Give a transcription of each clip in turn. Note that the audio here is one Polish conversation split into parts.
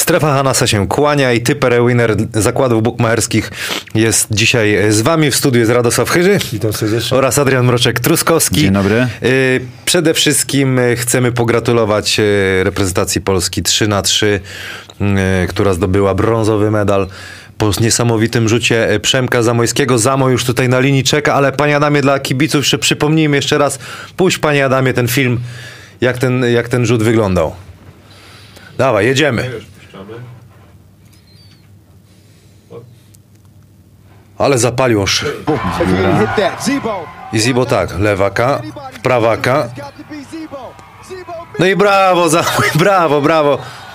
Strefa Hanasa się kłania i Typer Winner zakładów bukmacherskich jest dzisiaj z wami. W studiu jest Radosław Chyży. Witam serdecznie. Oraz Adrian Mroczek-Truskowski. Dzień dobry. Przede wszystkim chcemy pogratulować reprezentacji Polski 3-3, która zdobyła brązowy medal po niesamowitym rzucie Przemka Zamojskiego. Zamoj już tutaj na linii czeka, ale panie Adamie, dla kibiców jeszcze przypomnijmy jeszcze raz, puść panie Adamie ten film, jak ten rzut wyglądał. Dawaj, jedziemy. Już puszczamy. Ale zapalił osz. I Zibo tak, lewaka, prawaka. No i brawo, Zamoj, brawo, brawo.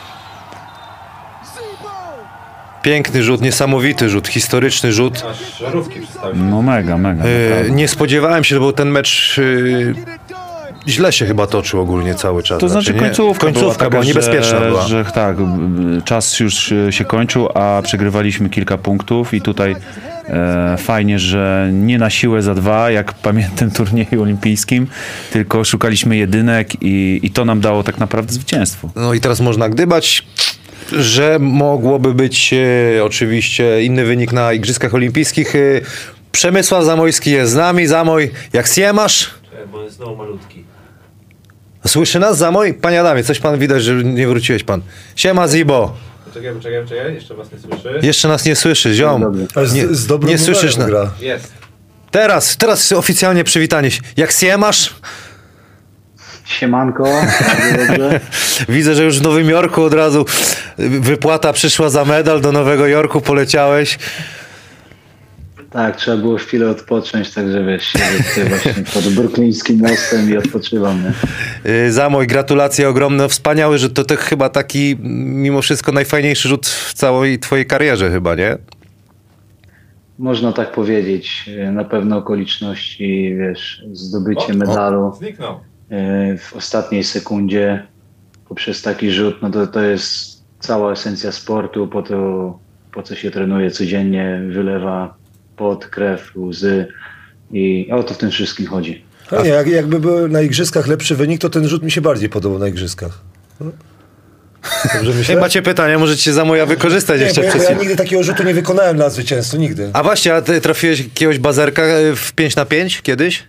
Piękny rzut, niesamowity rzut, historyczny rzut. Aż żarówki przedstawił. No mega. Nie spodziewałem się, bo ten mecz źle się chyba toczył ogólnie cały czas. To znaczy końcówka była niebezpieczna. Że tak, czas już się kończył, a przegrywaliśmy kilka punktów i tutaj fajnie, że nie na siłę za dwa, jak pamiętam turnieju olimpijskim, tylko szukaliśmy jedynek i to nam dało tak naprawdę zwycięstwo. No i teraz można gdybać, że mogłoby być oczywiście inny wynik na Igrzyskach Olimpijskich. Przemysław Zamojski jest z nami. Zamoj, jak się masz? Czekaj, bo jest znowu malutki. Słyszy nas, Zamoj? Panie Adamie, coś pan widać, że nie wróciłeś pan. Siema, Zibo. Poczekaj, jeszcze was nie słyszy. Jeszcze nas nie słyszy, ziom. Z dobrym nie słyszysz numerem gra. Jest. Teraz oficjalnie przywitanie. Jak się masz? Siemanko, bardzo dobrze. Widzę, że już w Nowym Jorku od razu wypłata przyszła za medal, do Nowego Jorku poleciałeś. Tak, trzeba było chwilę odpocząć, także wiesz, siedzę tutaj właśnie pod bruklińskim mostem i odpoczywam. Nie? Zamoj, gratulacje ogromne, wspaniały, że to chyba taki mimo wszystko najfajniejszy rzut w całej twojej karierze chyba, nie? Można tak powiedzieć. Na pewno okoliczności, wiesz, zdobycie medalu Zniknął. w ostatniej sekundzie poprzez taki rzut, no to jest cała esencja sportu, po co się trenuje codziennie, wylewa pot, krew, łzy i o to w tym wszystkim chodzi. Nie, jakby był na igrzyskach lepszy wynik, to ten rzut mi się bardziej podobał na igrzyskach. Dobrze myślę? Macie pytania, możecie Zamoja wykorzystać Nie, jeszcze bo przez ja nigdy takiego rzutu nie wykonałem na zwycięstwo, nigdy. A właśnie, a ty trafiłeś jakiegoś bazerka w 5-5 kiedyś?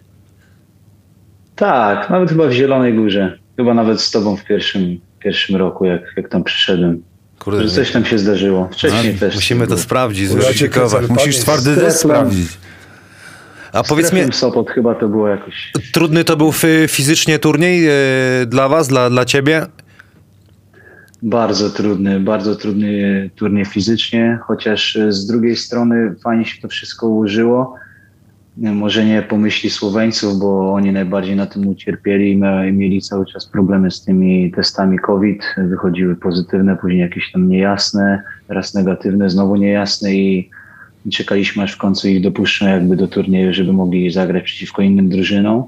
Tak, nawet chyba w Zielonej Górze. Chyba nawet z tobą w pierwszym roku, jak tam przyszedłem. Kurde, Że coś tam się zdarzyło. Wcześniej też. musimy to sprawdzić, Uracie zweryfikować. kręcę, Musisz twardy deszcz sprawdzić. A powiedz mi, Sopot chyba to było jakoś... trudny to był fizycznie turniej dla was, dla ciebie? Bardzo trudny turniej fizycznie, chociaż z drugiej strony fajnie się to wszystko ułożyło. Może nie po myśli Słoweńców, bo oni najbardziej na tym ucierpieli i mieli cały czas problemy z tymi testami COVID. Wychodziły pozytywne, później jakieś tam niejasne, raz negatywne, znowu niejasne i czekaliśmy aż w końcu ich dopuszczą jakby do turnieju, żeby mogli zagrać przeciwko innym drużynom.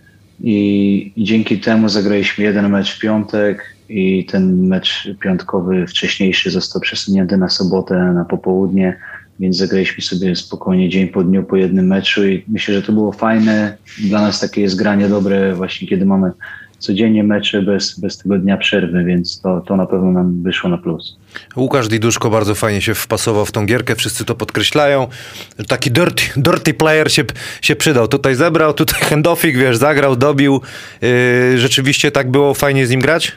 I dzięki temu zagraliśmy jeden mecz w piątek i ten mecz piątkowy wcześniejszy został przesunięty na sobotę, na popołudnie, więc zagraliśmy sobie spokojnie dzień po dniu po jednym meczu i myślę, że to było fajne. Dla nas takie jest granie dobre właśnie, kiedy mamy codziennie mecze bez tego dnia przerwy, więc to na pewno nam wyszło na plus. Łukasz Diduszko bardzo fajnie się wpasował w tą gierkę, wszyscy to podkreślają. Taki dirty player się przydał. Tutaj zebrał, tutaj handoffik, wiesz, zagrał, dobił. Rzeczywiście tak było fajnie z nim grać?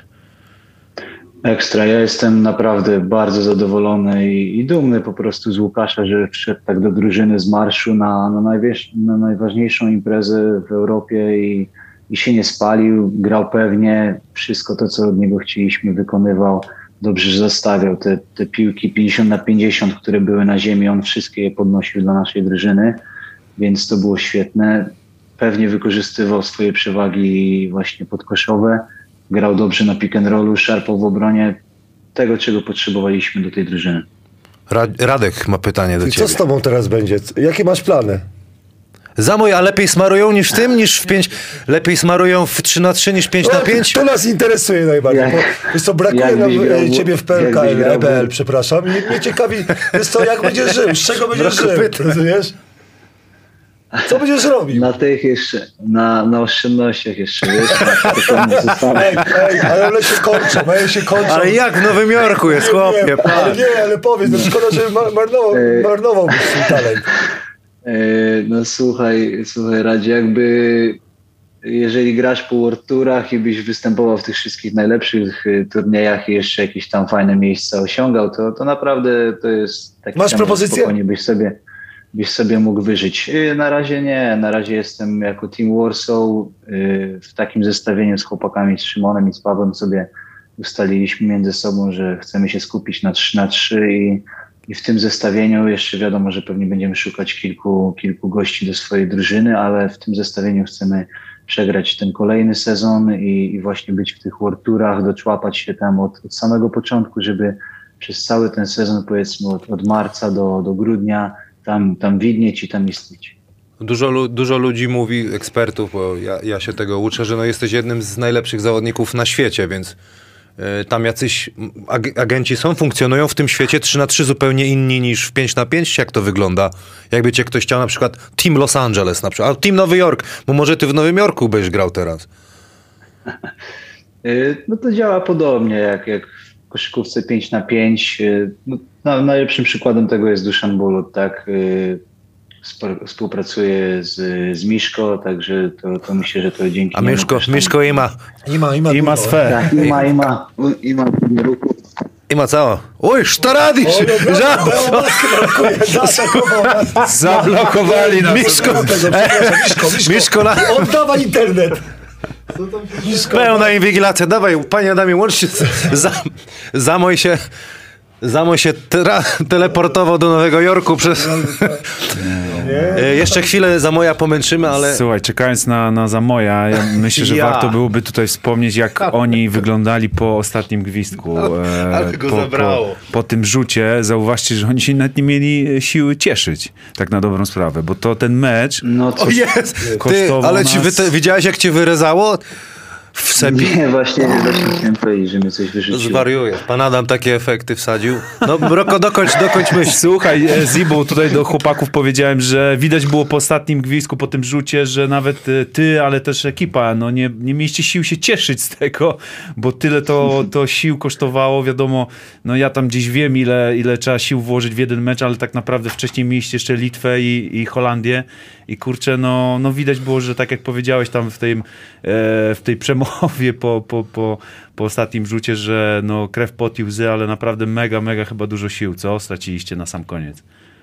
Ekstra. Ja jestem naprawdę bardzo zadowolony i dumny po prostu z Łukasza, że wszedł tak do drużyny z marszu na najważniejszą imprezę w Europie i się nie spalił, grał pewnie, wszystko to, co od niego chcieliśmy, wykonywał. Dobrze, że zostawiał te piłki 50-50, które były na ziemi, on wszystkie je podnosił dla naszej drużyny, więc to było świetne. Pewnie wykorzystywał swoje przewagi właśnie podkoszowe, grał dobrze na pick and rollu, szarpał w obronie, tego, czego potrzebowaliśmy do tej drużyny. Radek ma pytanie do I ciebie. co z tobą teraz będzie? Jakie masz plany? Zamoj, a lepiej smarują niż w tym, niż w 5? Lepiej smarują w 3-3 niż 5-5? To nas interesuje najbardziej. Wiesz co, brakuje nam ciebie w PLKL, EBL, przepraszam. Mnie ciekawi, wiesz co, jak będziesz żył, z czego będziesz żył, rozumiesz? Co będziesz robił? Na tych jeszcze, na oszczędnościach jeszcze, wiesz? Ale one się kończą. Ale jak w Nowym Jorku jest, chłopie? Ale powiedz, no szkoda, że marnowałbyś swój talent. No słuchaj, Radzie, jakby jeżeli grasz po World Tourach i byś występował w tych wszystkich najlepszych turniejach i jeszcze jakieś tam fajne miejsca osiągał, to naprawdę to jest taki Masz propozycję? Spokojnie byś sobie mógł wyżyć. Na razie nie, na razie jestem jako Team Warsaw w takim zestawieniu z chłopakami, z Szymonem i z Pawłem sobie ustaliliśmy między sobą, że chcemy się skupić na 3-3 i w tym zestawieniu jeszcze wiadomo, że pewnie będziemy szukać kilku gości do swojej drużyny, ale w tym zestawieniu chcemy przegrać ten kolejny sezon i właśnie być w tych World Tourach, doczłapać się tam od samego początku, żeby przez cały ten sezon, powiedzmy od marca do grudnia tam widnieć i tam istnieć. Dużo ludzi mówi, ekspertów, bo ja się tego uczę, że no jesteś jednym z najlepszych zawodników na świecie, więc tam jacyś agenci funkcjonują w tym świecie 3-3 zupełnie inni niż w 5-5? Jak to wygląda? Jakby cię ktoś chciał na przykład Team Los Angeles na przykład, a Team Nowy Jork, bo może ty w Nowym Jorku byś grał teraz. No to działa podobnie jak w koszykówce 5-5. No, najlepszym przykładem tego jest Dusan Bulut, tak? Współpracuje z Miszko, także to myślę, że to dzięki niemu. A Miszko Ima swe. Tak, ima ruchu. Ima co? Oj, co radisz? Zablokowali nas. Miszko na... Oddawaj internet! Pełna inwigilacja. Dawaj, panie Adamie, łącz się. Zamoj się teleportował do Nowego Jorku przez... Jeszcze chwilę Zamoja pomęczymy, ale... Słuchaj, czekając na Zamoja, ja myślę, że warto byłoby tutaj wspomnieć, jak oni wyglądali po ostatnim gwizdku. Ale go zabrało. Po tym rzucie. Zauważcie, że oni się nawet nie mieli siły cieszyć, tak na dobrą sprawę, bo to ten mecz... No to kosztował ale nas... widziałeś, jak cię wyrezało? W sepie. Nie, właśnie chciałem powiedzieć, że mnie coś wyrzuciło. Zwariuję. Pan Adam takie efekty wsadził. No, Roko, dokończ myśl. Słuchaj, Zibu, tutaj do chłopaków powiedziałem, że widać było po ostatnim gwizdku, po tym rzucie, że nawet ty, ale też ekipa, no nie mieliście sił się cieszyć z tego, bo tyle to sił kosztowało. Wiadomo, no ja tam gdzieś wiem, ile trzeba sił włożyć w jeden mecz, ale tak naprawdę wcześniej mieliście jeszcze Litwę i Holandię i kurczę, no widać było, że tak jak powiedziałeś tam w tej przemowie po ostatnim rzucie, że no krew, pot i łzy, ale naprawdę mega chyba dużo sił, co straciliście na sam koniec.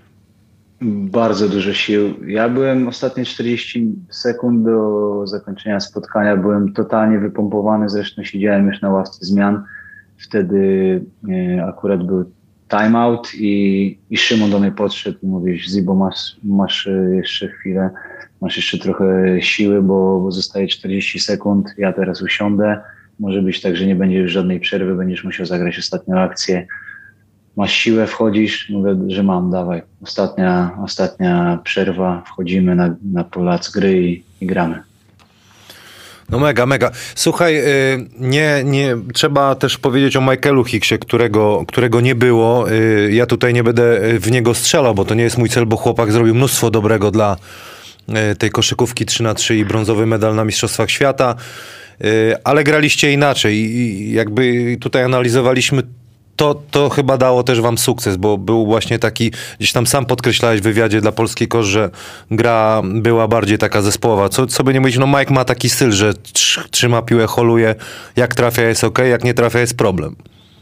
Bardzo dużo sił. Ja byłem ostatnie 40 sekund do zakończenia spotkania, byłem totalnie wypompowany, zresztą siedziałem już na ławce zmian. Wtedy akurat był timeout i Szymon do mnie podszedł i mówisz, Zibo, masz jeszcze chwilę, masz jeszcze trochę siły, bo zostaje 40 sekund, ja teraz usiądę, może być tak, że nie będzie już żadnej przerwy, będziesz musiał zagrać ostatnią akcję. Masz siłę, wchodzisz? Mówię, że mam, dawaj. Ostatnia przerwa, wchodzimy na plac gry i gramy. No mega. Słuchaj, nie trzeba też powiedzieć o Michaelu Hicksie, którego nie było. Ja tutaj nie będę w niego strzelał, bo to nie jest mój cel, bo chłopak zrobił mnóstwo dobrego dla tej koszykówki 3x3 i brązowy medal na Mistrzostwach Świata, ale graliście inaczej i jakby tutaj analizowaliśmy to chyba dało też wam sukces, bo był właśnie taki, gdzieś tam sam podkreślałeś w wywiadzie dla Polskiej Kosz, że gra była bardziej taka zespołowa. Co by nie mówić, no Mike ma taki styl, że trzyma piłę, holuje, jak trafia jest okej, jak nie trafia jest problem.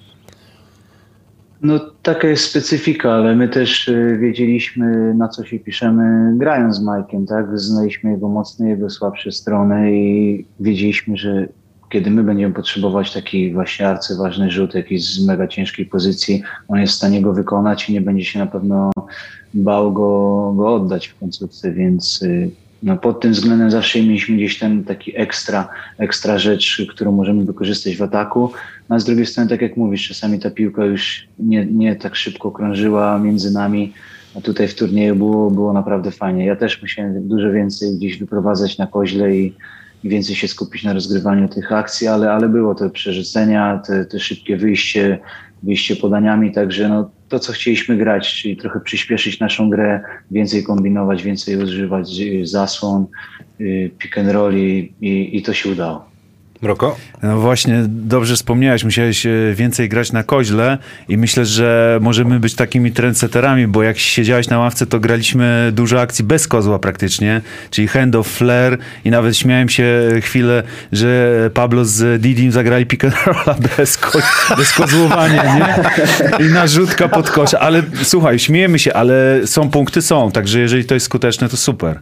No taka jest specyfika, ale my też wiedzieliśmy, na co się piszemy grając z Mike'iem, tak? Znaliśmy jego mocne, jego słabsze strony i wiedzieliśmy, że kiedy my będziemy potrzebować taki właśnie arcyważny rzut, jakiś z mega ciężkiej pozycji, on jest w stanie go wykonać i nie będzie się na pewno bał go oddać w końcówce, więc no pod tym względem zawsze mieliśmy gdzieś ten taki ekstra rzecz, którą możemy wykorzystać w ataku. No a z drugiej strony, tak jak mówisz, czasami ta piłka już nie tak szybko krążyła między nami, a tutaj w turnieju było naprawdę fajnie. Ja też musiałem dużo więcej gdzieś wyprowadzać na koźle i więcej się skupić na rozgrywaniu tych akcji, ale było to przerzucenia, te szybkie wyjście podaniami, także no to, co chcieliśmy grać, czyli trochę przyspieszyć naszą grę, więcej kombinować, więcej używać zasłon, pick and rolli i to się udało. Mroko? No właśnie, dobrze wspomniałeś, musiałeś więcej grać na koźle i myślę, że możemy być takimi trendsetterami, bo jak siedziałeś na ławce, to graliśmy dużo akcji bez kozła praktycznie, czyli handoff, flare i nawet śmiałem się chwilę, że Pablo z Didim zagrali pick and rolla bez kozłowania, nie? I narzutka pod kosz. Ale słuchaj, śmiejemy się, ale są punkty, także jeżeli to jest skuteczne, to super.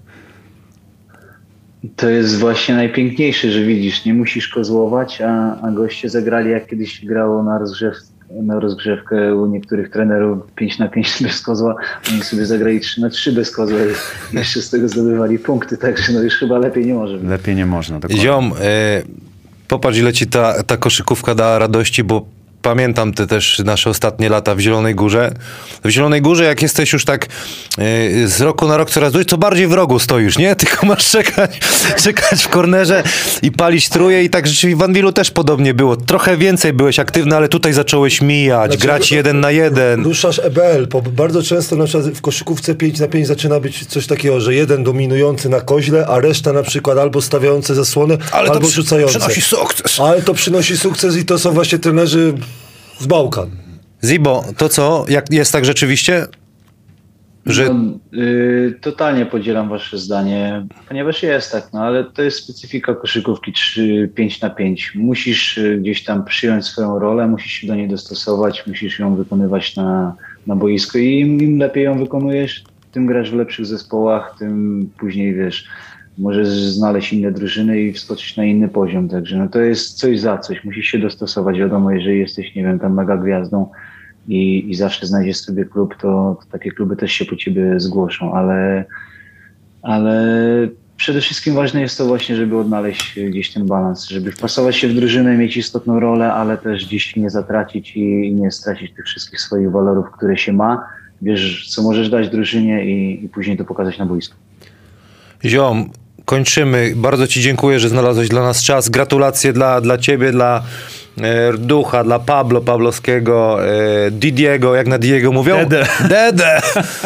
To jest właśnie najpiękniejsze, że widzisz, nie musisz kozłować, a goście zagrali, jak kiedyś grało na rozgrzewkę u niektórych trenerów 5-5 bez kozła, oni sobie zagrali 3-3 bez kozła i jeszcze z tego zdobywali punkty, także no już chyba lepiej nie może być. Lepiej nie można, dokładnie. Ziom, popatrz, ile ci ta koszykówka dała radości, bo pamiętam te też nasze ostatnie lata w Zielonej Górze. W Zielonej Górze, jak jesteś już tak z roku na rok coraz dłużej, to bardziej w rogu stoisz, nie? Tylko masz czekać w kornerze i palić truje i tak rzeczywiście w Anwilu też podobnie było. Trochę więcej byłeś aktywny, ale tutaj zacząłeś mijać, grać 1 na 1. Ruszasz EBL, bo bardzo często na przykład w koszykówce 5-5 zaczyna być coś takiego, że jeden dominujący na koźle, a reszta na przykład albo stawiające zasłonę, albo rzucające. Przynosi sukces. Ale to przynosi sukces i to są właśnie trenerzy z Bałkan. Zibo, to co? Jak jest tak rzeczywiście? Że... No, totalnie podzielam wasze zdanie, ponieważ jest tak, no ale to jest specyfika koszykówki 5-5. Musisz gdzieś tam przyjąć swoją rolę, musisz się do niej dostosować, musisz ją wykonywać na boisku i im lepiej ją wykonujesz, tym grasz w lepszych zespołach, tym później wiesz, możesz znaleźć inne drużyny i wskoczyć na inny poziom, także no to jest coś za coś, musisz się dostosować, wiadomo, jeżeli jesteś, nie wiem, tam mega gwiazdą i zawsze znajdziesz sobie klub, to takie kluby też się po ciebie zgłoszą, ale przede wszystkim ważne jest to właśnie, żeby odnaleźć gdzieś ten balans, żeby wpasować się w drużynę, mieć istotną rolę, ale też gdzieś nie zatracić i nie stracić tych wszystkich swoich walorów, które się ma, wiesz, co możesz dać drużynie i później to pokazać na boisku. Ziom, kończymy. Bardzo ci dziękuję, że znalazłeś dla nas czas. Gratulacje dla ciebie, dla Ducha, dla Pablowskiego, Didiego, jak na Diego mówią? Dede.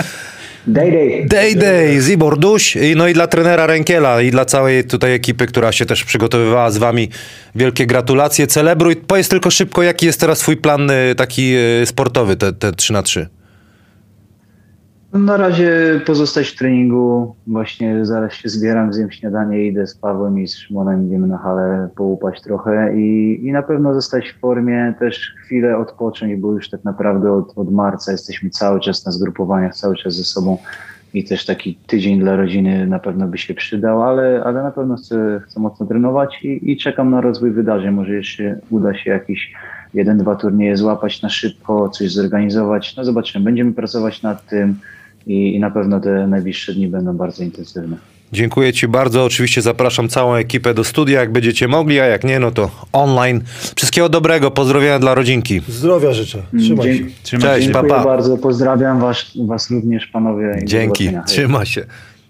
Day, Zibor, Duś, no i dla trenera Renkiela i dla całej tutaj ekipy, która się też przygotowywała z wami. Wielkie gratulacje. Celebruj. Powiedz tylko szybko, jaki jest teraz twój plan taki sportowy, te 3x3? Na razie pozostać w treningu, właśnie zaraz się zbieram, zjem śniadanie, idę z Pawłem i z Szymonem, idziemy na halę połupać trochę i na pewno zostać w formie, też chwilę odpocząć, bo już tak naprawdę od marca jesteśmy cały czas na zgrupowaniach, cały czas ze sobą i też taki tydzień dla rodziny na pewno by się przydał, ale na pewno chcę mocno trenować i czekam na rozwój wydarzeń, może jeszcze uda się jakiś 1-2 turnieje złapać na szybko, coś zorganizować, no zobaczymy, będziemy pracować nad tym. I na pewno te najbliższe dni będą bardzo intensywne. Dziękuję ci bardzo. Oczywiście zapraszam całą ekipę do studia, jak będziecie mogli, a jak nie, no to online. Wszystkiego dobrego, pozdrowienia dla rodzinki. Zdrowia życzę. Trzymaj się. Cześć, dziękuję papa. bardzo, pozdrawiam was również, panowie. Dzięki, trzyma się.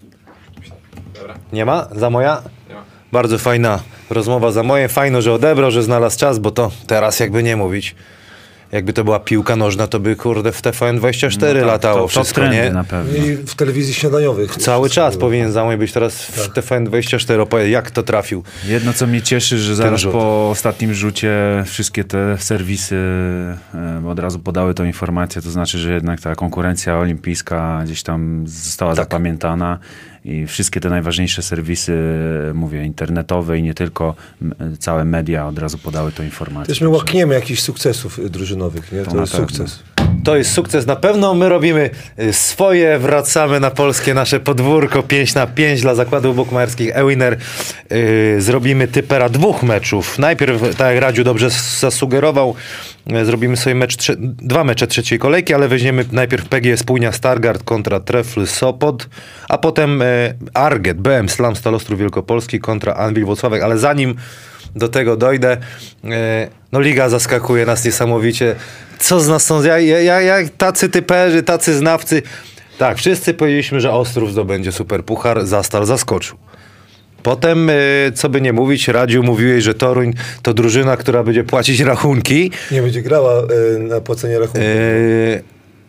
Nie ma? Za moja? Nie ma. Bardzo fajna rozmowa za moje. Fajno, że odebrał, że znalazł czas, bo to teraz jakby nie mówić. Jakby to była piłka nożna, to by kurde w TVN24 latało to wszystko, trendy nie? na pewno. I w telewizji śniadaniowych. Cały czas powinien Zamoń być teraz w TVN24 opowiedzieć, jak to trafił. Jedno, co mnie cieszy, że zaraz rzut. po ostatnim rzucie wszystkie te serwisy od razu podały tą informację, to znaczy, że jednak ta konkurencja olimpijska gdzieś tam została zapamiętana i wszystkie te najważniejsze serwisy, mówię, internetowe i nie tylko, całe media od razu podały tą informację. Też my łakniemy jakichś sukcesów drużynowych, nie? To na jest pewno. sukces. To jest sukces na pewno. My robimy swoje, wracamy na polskie nasze podwórko 5x5 dla zakładów bukmacherskich eWinner. Zrobimy typera 2 meczów. Najpierw, tak jak Radziu dobrze zasugerował, zrobimy sobie 2 mecze trzeciej kolejki, ale weźmiemy najpierw PGS Spójnia Stargard kontra Trefl Sopot, a potem Arget, BM Slam Stal Ostrów Wielkopolski kontra Anwil Włocławek, ale zanim do tego dojdę, no liga zaskakuje nas niesamowicie. Co z nas są? Jak tacy typerzy, tacy znawcy. Tak, wszyscy powiedzieliśmy, że Ostrów zdobędzie superpuchar, Zastal zaskoczył. Potem, co by nie mówić, Radziu, mówiłeś, że Toruń to drużyna, która będzie płacić rachunki. Nie będzie grała na płacenie rachunków.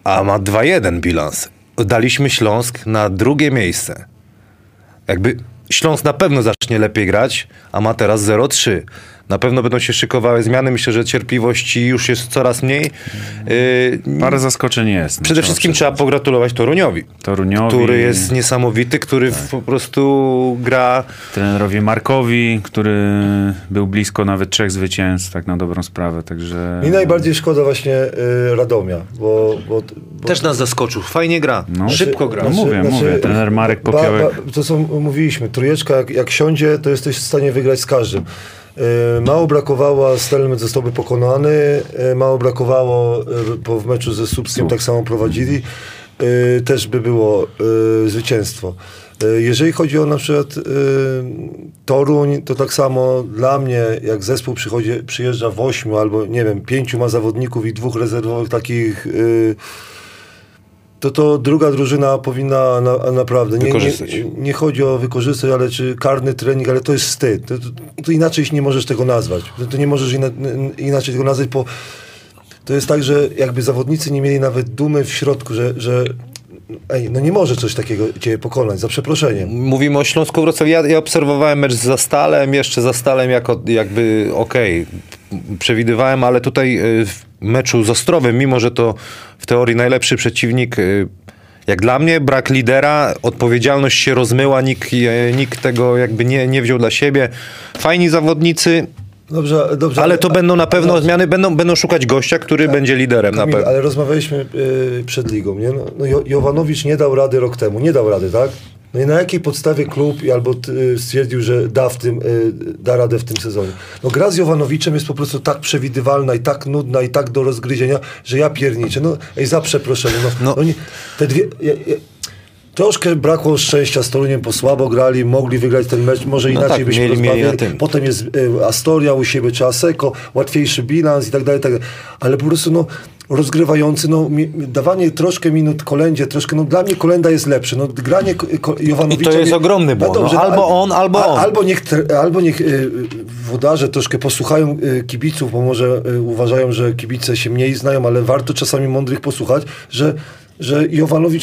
a ma 2-1 bilans. Daliśmy Śląsk na drugie miejsce. Jakby Śląsk na pewno zacznie lepiej grać, a ma teraz 0-3. Na pewno będą się szykowały zmiany. Myślę, że cierpliwości już jest coraz mniej. Parę zaskoczeń jest. Przede wszystkim trzeba pogratulować Toruniowi, który jest niesamowity, który po prostu gra... Trenerowi Markowi, który był blisko nawet 3 zwycięstw, tak na dobrą sprawę, także... Mi najbardziej szkoda właśnie Radomia, bo Też nas zaskoczył. Fajnie gra. Szybko gra. No mówię. Trener Marek Popiołek... To co mówiliśmy, trójeczka jak siądzie, to jesteś w stanie wygrać z każdym. Mało brakowało, Stelmet zostałby pokonany, mało brakowało, w meczu ze Słupskiem tak samo prowadzili, też by było zwycięstwo. Jeżeli chodzi o na przykład Toruń, to tak samo dla mnie, jak zespół przyjeżdża w 8 albo nie wiem, 5 ma zawodników i 2 rezerwowych takich... To druga drużyna powinna naprawdę... Nie chodzi o wykorzystać, ale czy karny trening, ale to jest wstyd. To inaczej nie możesz tego nazwać. To nie możesz inaczej tego nazwać, bo to jest tak, że jakby zawodnicy nie mieli nawet dumy w środku, że no nie może coś takiego cię pokonać, za przeproszeniem. Mówimy o Śląsku Wrocław. Ja obserwowałem mecz z Zastalem, jeszcze Zastalem jakby przewidywałem, ale tutaj w meczu z Ostrowem, mimo że to w teorii najlepszy przeciwnik, jak dla mnie brak lidera, odpowiedzialność się rozmyła, nikt tego jakby nie wziął dla siebie. Fajni zawodnicy, dobrze, ale to będą na pewno zmiany, będą szukać gościa, który będzie liderem. Kamil, na pewno. Ale rozmawialiśmy przed ligą, nie? Jovanowicz nie dał rady rok temu, tak? No i na jakiej podstawie klub albo stwierdził, że da radę w tym sezonie? No gra z Jovanoviczem jest po prostu tak przewidywalna i tak nudna i tak do rozgryzienia, że ja pierniczę. Za przeproszeniem. Te dwie... Troszkę brakło szczęścia z Toruniem, bo słabo grali, mogli wygrać ten mecz, może inaczej byśmy rozmawiali. Potem jest Astoria u siebie, czy Aseko, łatwiejszy bilans i tak dalej. Ale po prostu rozgrywający, dawanie troszkę minut Kolendzie, dla mnie Kolenda jest lepszy. Granie Jovanowicza... I to jest ogromny błąd. Dobrze, albo on. Albo niech włodarze troszkę posłuchają kibiców, bo może uważają, że kibice się mniej znają, ale warto czasami mądrych posłuchać, że Jovanowicz...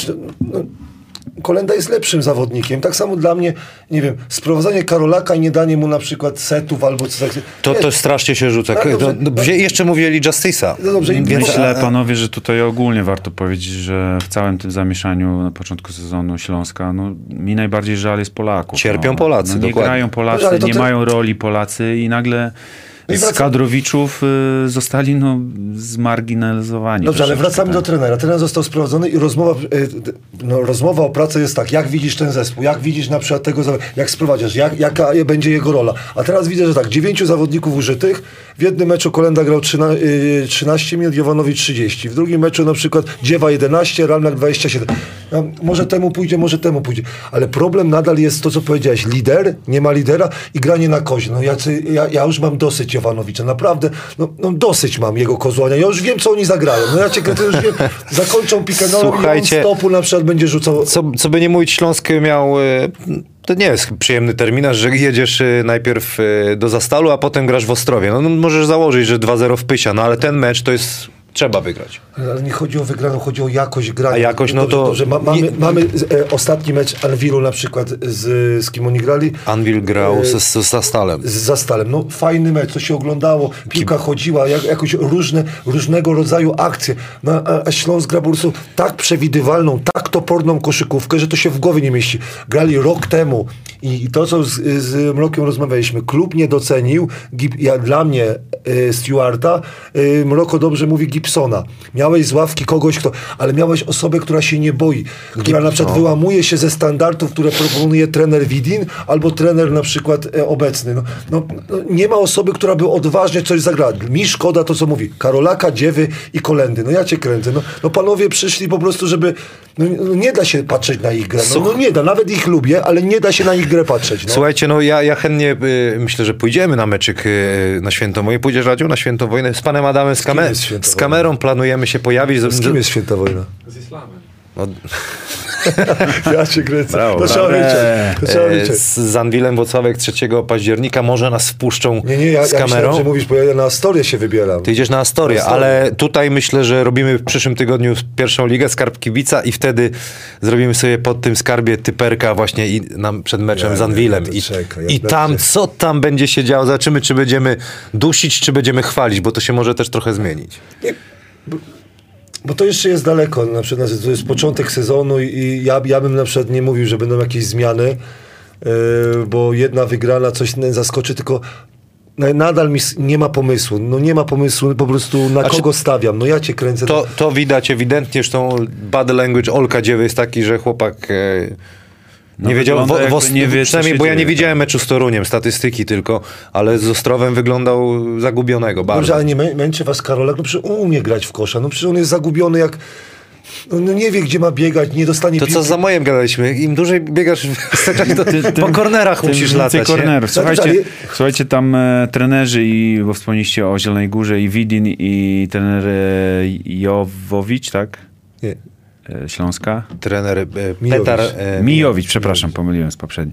Kolenda jest lepszym zawodnikiem. Tak samo dla mnie, nie wiem, sprowadzanie Karolaka i nie danie mu na przykład setów albo coś takiego. To strasznie się rzuca. Jeszcze mówili Justice'a. Myślę, panowie, że tutaj ogólnie warto powiedzieć, że w całym tym zamieszaniu na początku sezonu Śląska, mi najbardziej żal jest Polaków. Cierpią Polacy, nie dokładnie. Grają Polacy, nie mają roli Polacy i nagle... Z kadrowiczów zostali zmarginalizowani. Dobrze, ale wracamy do trenera. Trener został sprowadzony i rozmowa o pracy jest tak, jak widzisz ten zespół, jak widzisz na przykład tego, jak sprowadzasz, jaka będzie jego rola. A teraz widzę, że tak, 9 zawodników użytych, w jednym meczu Kolenda grał 13 minut, Jovanowicz 30. W drugim meczu na przykład Dziewa 11, Ramlak 27. Może temu pójdzie, ale problem nadal jest to, co powiedziałeś, lider, nie ma lidera i granie na kozie. Ja już mam dosyć Jovanowicza, naprawdę, dosyć mam jego kozłania. Ja już wiem, co oni zagrają. Ja cię już wiem, zakończą pick-and-roll i on stopu na przykład będzie rzucał. Co by nie mówić, Śląsk miał... To nie jest przyjemny terminarz, że jedziesz najpierw do Zastalu, a potem grasz w Ostrowie. Możesz założyć, że 2-0 w Pysia, ale ten mecz to jest... Trzeba wygrać. Ale nie chodzi o wygraną, chodzi o jakość grania. A jakość, dobrze, mamy ostatni mecz Anwilu na przykład, z kim oni grali? Anwil grał z Zastalem. Z Zastalem. Fajny mecz, co się oglądało, piłka chodziła, jakoś różnego rodzaju akcje. A Śląsk gra po prostu tak przewidywalną, tak toporną koszykówkę, że to się w głowie nie mieści. Grali rok temu i to, co z Mrokiem rozmawialiśmy, klub nie docenił, dla mnie Stewarta, Mroko dobrze mówi Gibsona. Miałeś z ławki kogoś, ale miałeś osobę, która się nie boi, która na przykład wyłamuje się ze standardów, które proponuje trener Widin albo trener na przykład obecny. Nie ma osoby, która by odważnie coś zagrała. Mi szkoda to, co mówi Karolaka, Dziewy i Kolendy. Ja cię kręcę. Panowie przyszli po prostu, żeby... nie da się patrzeć na ich grę. Nie da. Nawet ich lubię, ale nie da się na ich grę patrzeć. Słuchajcie, ja chętnie myślę, że pójdziemy na meczyk na Świętowojnę. Pójdziesz, Radziu, na Świętowojnę? Z panem Adamem z kamerą planujemy się pojawić. Z kim jest Świętowojna? Z Islamem. No, Ja cię kręcę. Brawo, To trzeba brawo. liczyć. To trzeba liczyć. z Anwilem Włocławek 3 października. Może nas wpuszczą Nie, ja z kamerą. myślałem, że mówisz, bo ja na Astorię się wybieram. Ty idziesz na Astorię, Na Astorię. ale tutaj myślę, że robimy w przyszłym tygodniu pierwszą ligę, Skarb Kibica i wtedy zrobimy sobie pod tym skarbie typerka właśnie i przed meczem Ja z Anwilem. to I, czekaj, ja i tam, co tam będzie się działo, zobaczymy, czy będziemy dusić, czy będziemy chwalić, bo to się może też trochę zmienić. Bo to jeszcze jest daleko, na przykład to jest początek sezonu i ja bym na przykład nie mówił, że będą jakieś zmiany, bo jedna wygrana coś zaskoczy, tylko nadal mi nie ma pomysłu. No nie ma pomysłu po prostu na kogo stawiam. No ja cię kręcę. To widać ewidentnie, że tą body language Olka Dziewy jest taki, że chłopak nie wiedział, wygląda jakby nie wie, co przynajmniej, się bo ja nie dzieje. widziałem meczu z Toruniem, statystyki tylko, ale z Ostrowem wyglądał zagubionego bardzo. Dobrze, ale nie męczy was Karolak? No przecież on umie grać w kosza. No przecież on jest zagubiony jak... No nie wie, gdzie ma biegać, nie dostanie To piłki. co za mojem gadaliśmy, im dłużej biegasz to po kornerach musisz Tym więcej latać. Nie? kornerów. Słuchajcie, tam trenerzy, bo wspomnieliście o Zielonej Górze, i Widin, i trener Jowowicz, tak? Nie. Śląska. Trener Mijowicz. Petar Mijowicz, przepraszam, pomyliłem z poprzednim.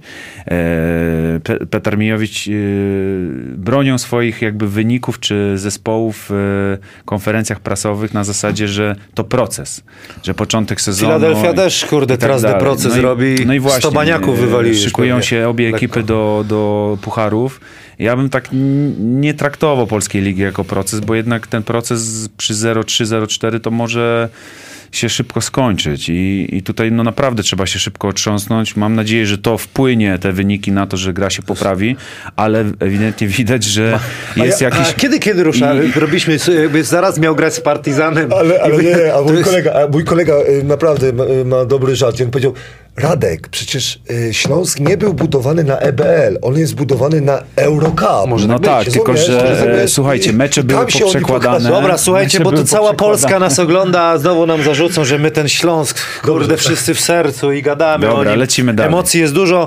Petar Mijowicz bronią swoich jakby wyników czy zespołów w konferencjach prasowych na zasadzie, że to proces, że początek sezonu... Filadelfia też, kurde, i tak teraz dalej. proces robi, No i właśnie, 100 baniaków wywalili. szykują pewnie. się obie Lekko. ekipy do pucharów. Ja bym tak nie traktował Polskiej Ligi jako proces, bo jednak ten proces przy 0-3, 0-4 to może się szybko skończyć i tutaj no naprawdę trzeba się szybko otrząsnąć. Mam nadzieję, że to wpłynie, te wyniki, na to, że gra się poprawi, ale ewidentnie widać, że jest jakiś... A kiedy ruszamy? Robiliśmy, jakby zaraz miał grać z Partizanem. Ale nie, a mój kolega naprawdę ma dobry żart. On powiedział, Radek, przecież Śląsk nie był budowany na EBL, on jest budowany na Eurocup. Może No tak, być, tylko rozumiesz? że słuchajcie, mecze Tam były się oni poprzekładane. pokazują. Dobra, słuchajcie, Mecze bo to były cała Polska poprzekładane. nas ogląda, a znowu nam zarzucą, że my ten Śląsk, kurde, wszyscy w sercu i gadamy Dobra, o nim. lecimy dalej. Emocji jest dużo.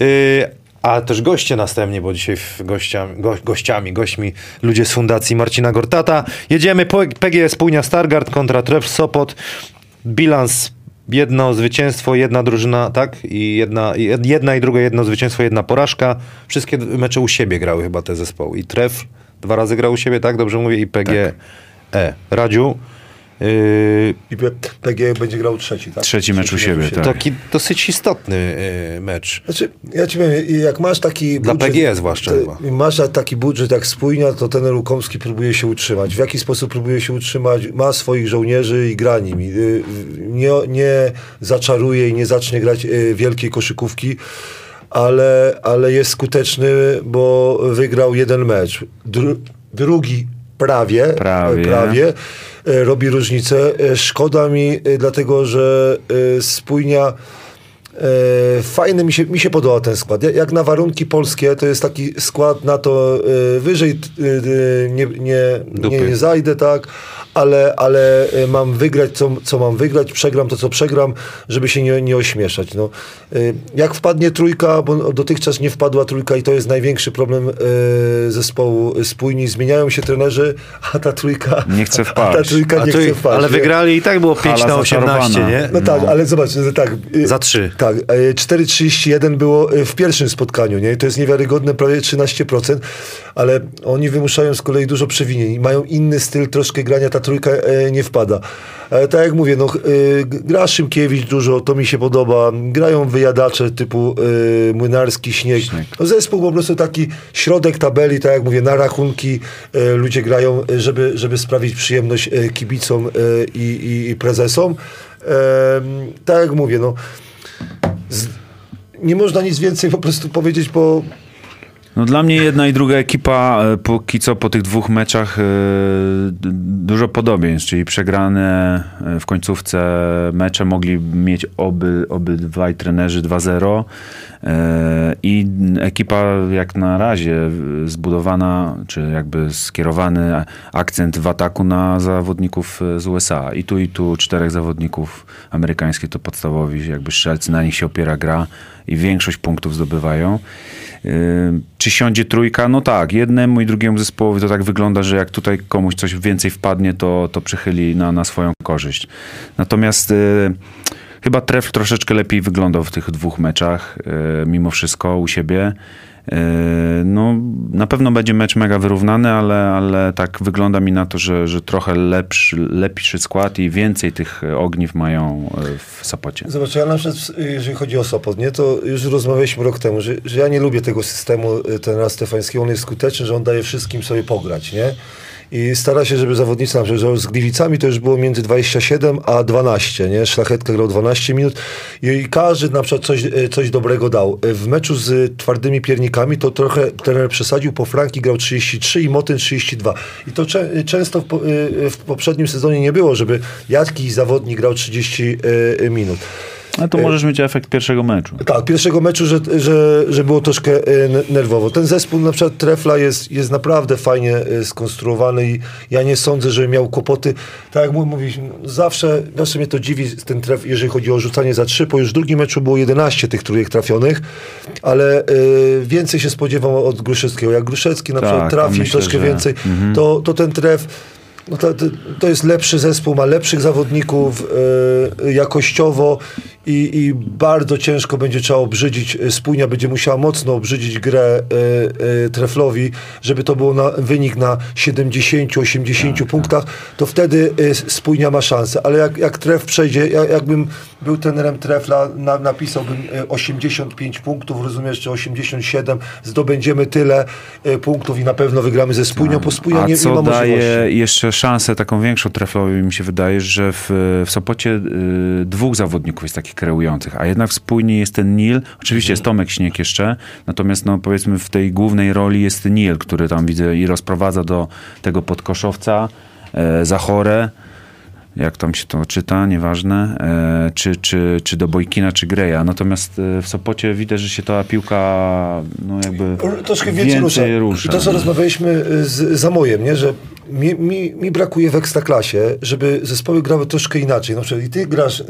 A też goście następnie, bo dzisiaj gośćmi ludzie z Fundacji Marcina Gortata. Jedziemy, PGE Spójnia Stargard kontra Tref Sopot. Bilans: jedno zwycięstwo, jedna drużyna, tak? I jedna i druga, jedno zwycięstwo, jedna porażka. Wszystkie mecze u siebie grały chyba te zespoły. I Tref 2 razy grał u siebie, tak? Dobrze mówię? I PGE. Radziu. I PGE będzie grał trzeci, tak? Trzeci mecz u siebie, tak. Taki dosyć istotny mecz. Znaczy, ja ci powiem, jak masz taki Dla budżet, PGE zwłaszcza chyba. masz taki budżet jak Spójnia, to ten Rukomski próbuje się utrzymać. W jaki sposób próbuje się utrzymać? Ma swoich żołnierzy i gra nimi. Nie zaczaruje i nie zacznie grać wielkiej koszykówki, ale jest skuteczny, bo wygrał jeden mecz. Drugi prawie. Robi różnicę. Szkoda mi, dlatego że Spójnia fajny, mi się podoba ten skład. Jak na warunki polskie, to jest taki skład na to wyżej nie zajdę, tak, ale mam wygrać, co mam wygrać, przegram to, co przegram, żeby się nie ośmieszać. No. Jak wpadnie trójka, bo dotychczas nie wpadła trójka i to jest największy problem zespołu Spójni. Zmieniają się trenerzy, a ta trójka nie chce wpaść. A ta trójka nie chce wpaść. Ale nie? wygrali i tak było 5-18, nie? No tak, ale zobacz, że tak. Za 3. Tak, 4,31 było w pierwszym spotkaniu, nie? To jest niewiarygodne, prawie 13%, ale oni wymuszają z kolei dużo przewinień. Mają inny styl troszkę grania, ta trójka nie wpada. Tak jak mówię, no, gra Szymkiewicz dużo, to mi się podoba. Grają wyjadacze typu Młynarski, Śnieg. No, zespół po prostu taki środek tabeli, tak jak mówię, na rachunki ludzie grają, żeby sprawić przyjemność kibicom i prezesom. Tak jak mówię, no nie można nic więcej po prostu powiedzieć, bo No dla mnie jedna i druga ekipa póki co po tych 2 meczach dużo podobieństw, czyli przegrane w końcówce mecze mogli mieć obydwaj trenerzy 2-0 i ekipa jak na razie zbudowana, czy jakby skierowany akcent w ataku na zawodników z USA. I tu 4 zawodników amerykańskich to podstawowi, jakby strzelcy, na nich się opiera gra i większość punktów zdobywają. Czy siądzie trójka? No tak, jednemu i drugiemu zespołowi to tak wygląda, że jak tutaj komuś coś więcej wpadnie, to przychyli na swoją korzyść. Natomiast chyba Trefl troszeczkę lepiej wyglądał w tych 2 meczach, mimo wszystko u siebie. No, na pewno będzie mecz mega wyrównany, ale tak wygląda mi na to, że trochę lepszy skład i więcej tych ogniw mają w Sopocie. Zobacz, ja na przykład, jeżeli chodzi o Sopot, nie, to już rozmawialiśmy rok temu, że ja nie lubię tego systemu trenera Stefańskiego. On jest skuteczny, że on daje wszystkim sobie pograć, nie? I stara się, żeby zawodnicy, na przykład z Gliwicami to już było między 27 a 12, nie? Szlachetka grał 12 minut i każdy na przykład coś dobrego dał. W meczu z Twardymi Piernikami to trochę trener przesadził, po Franki grał 33 i Motyn 32. I to często w poprzednim sezonie nie było, żeby jakiś zawodnik grał 30 minut. No to możesz mieć efekt pierwszego meczu. Tak, pierwszego meczu, że było troszkę nerwowo. Ten zespół na przykład Trefla jest naprawdę fajnie skonstruowany i ja nie sądzę, że miał kłopoty. Tak jak mówiliśmy, zawsze mnie to dziwi ten tref, jeżeli chodzi o rzucanie za 3, bo już w drugim meczu było 11 tych trójek trafionych, ale więcej się spodziewam od Gruszeckiego. Jak Gruszecki na przykład trafi myślę, troszkę więcej, to ten tref no to jest lepszy zespół, ma lepszych zawodników jakościowo i bardzo ciężko będzie trzeba obrzydzić, Spójnia będzie musiała mocno obrzydzić grę Treflowi, żeby to było wynik na 70-80 punktach, to wtedy Spójnia ma szansę, ale jak Tref przejdzie, jakbym był trenerem Trefla, napisałbym 85 punktów, rozumiesz, czy 87, zdobędziemy tyle punktów i na pewno wygramy ze Spójnią, bo Spójnia nie ma możliwości. Daje jeszcze szansę taką większą Treflowi, mi się wydaje, że w Sopocie 2 zawodników jest takich kreujących, a jednak w Spójni jest ten Nil, oczywiście jest Tomek Śnieg jeszcze, natomiast no powiedzmy w tej głównej roli jest Nil, który tam widzę i rozprowadza do tego podkoszowca, Zachorę, jak tam się to czyta, nieważne, czy do Bojkina, czy Greja. Natomiast w Sopocie widać, że się ta piłka no jakby troszkę więcej rusza. I to, co rozmawialiśmy z Zamojem, nie? Że mi brakuje w Ekstraklasie, żeby zespoły grały troszkę inaczej. Na przykład i ty grasz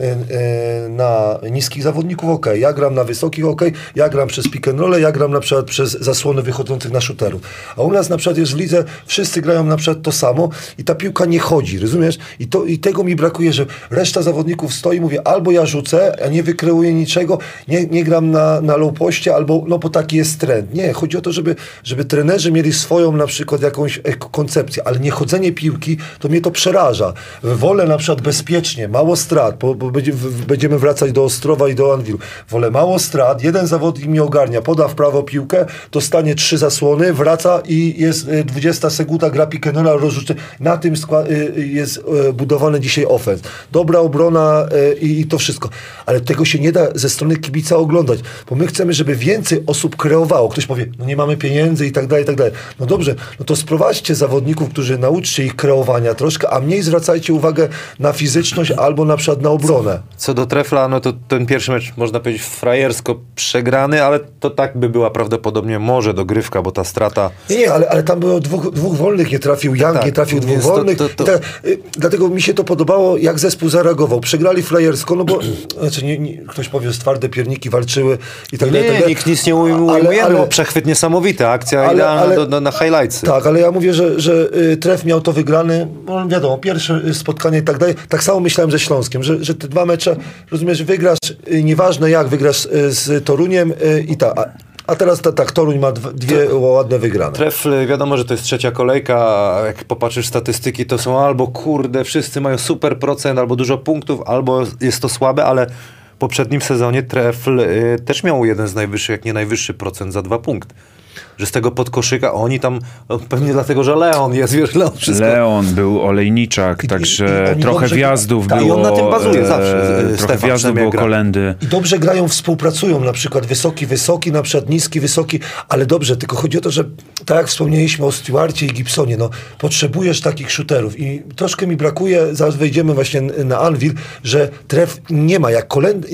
na niskich zawodników, ok, ja gram na wysokich, ok, ja gram przez pick and roll, ja gram na przykład przez zasłony wychodzących na shooterów. A u nas na przykład jest w lidze, wszyscy grają na przykład to samo i ta piłka nie chodzi, rozumiesz? I tego mi brakuje, że reszta zawodników stoi i mówię, albo ja rzucę, a nie wykreuję niczego, nie gram na low poście, albo no bo taki jest trend. Nie, chodzi o to, żeby trenerzy mieli swoją na przykład jakąś koncepcję, ale nie chodzenie piłki, to mnie to przeraża. Wolę na przykład bezpiecznie, mało strat, bo będziemy wracać do Ostrowa i do Anwilu. Wolę mało strat, jeden zawodnik mi ogarnia, poda w prawo piłkę, dostanie 3 zasłony, wraca i jest 20 sekunda, gra pick and roll, rozrzuci. Na tym jest budowany dzisiaj ofens. Dobra obrona i to wszystko. Ale tego się nie da ze strony kibica oglądać, bo my chcemy, żeby więcej osób kreowało. Ktoś powie, no nie mamy pieniędzy i tak dalej, i tak dalej. No dobrze, no to sprowadźcie zawodników, którzy nauczcie ich kreowania troszkę, a mniej zwracajcie uwagę na fizyczność albo na przykład na obronę. Co do Trefla, no to ten pierwszy mecz można powiedzieć frajersko przegrany, ale to tak by była prawdopodobnie może dogrywka, bo ta strata... Nie, ale tam było dwóch wolnych, nie trafił Young, tak, nie trafił 2 wolnych. Dlatego mi się to podobało, jak zespół zareagował. Przegrali frajersko, no bo znaczy ktoś powie, że twarde pierniki walczyły i tak dalej. Nie, nikt nic nie ujmujemy, bo przechwyt niesamowity, akcja idealna na highlightsy. Tak, ale ja mówię, że Tref miał to wygrany, no wiadomo, pierwsze spotkanie i tak dalej. Tak samo myślałem ze Śląskiem, że te 2 mecze, rozumiesz, wygrasz, nieważne jak wygrasz z Toruniem i tak. A teraz tak, Toruń ma 2 ładne wygrane. Trefl, wiadomo, że to jest 3. kolejka, a jak popatrzysz statystyki, to są albo kurde, wszyscy mają super procent, albo dużo punktów, albo jest to słabe, ale w poprzednim sezonie Trefl też miał jeden z najwyższych, jak nie najwyższy procent za 2 punkty. Że z tego podkoszyka oni tam, no pewnie dlatego, że Leon jest, wiesz, Leon wszystko. Leon był, Olejniczak, także trochę wjazdów było. I on na tym bazuje zawsze. Trochę wjazdów było, Kolendy. I dobrze grają, współpracują, na przykład wysoki, na przykład niski, wysoki, ale dobrze, tylko chodzi o to, że tak jak wspomnieliśmy o Stewarcie i Gibsonie, no potrzebujesz takich shooterów i troszkę mi brakuje, zaraz wejdziemy właśnie na Anvil, że Tref nie ma, jak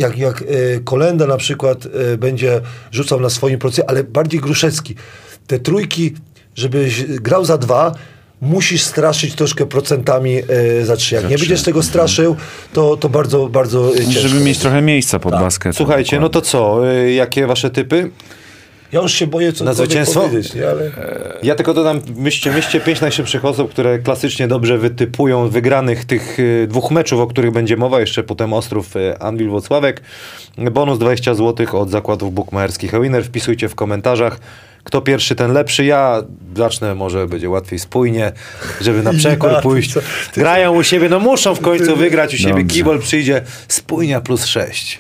Kolenda na przykład będzie rzucał na swoim procencie, ale bardziej Gruszecki. Te trójki, żebyś grał za 2, musisz straszyć troszkę procentami za 3. Jak nie będziesz tego straszył, to bardzo, bardzo ciężko. Żeby mieć trochę miejsca pod basket. Słuchajcie, no to co? Jakie wasze typy? Ja już się boję Na zwycięstwo? powiedzieć, nie? Ale... Ja tylko dodam, myślcie 5 najszybszych osób, które klasycznie dobrze wytypują wygranych tych 2 meczów, o których będzie mowa, jeszcze potem Ostrów, Anwil, Włocławek. Bonus 20 zł od zakładów bukmacherskich Winner. Wpisujcie w komentarzach. Kto pierwszy, ten lepszy. Ja zacznę, może będzie łatwiej spójnie, żeby na przekór pójść. Grają u siebie, no muszą w końcu wygrać u siebie. Dobrze. Kibol przyjdzie, spójnia +6.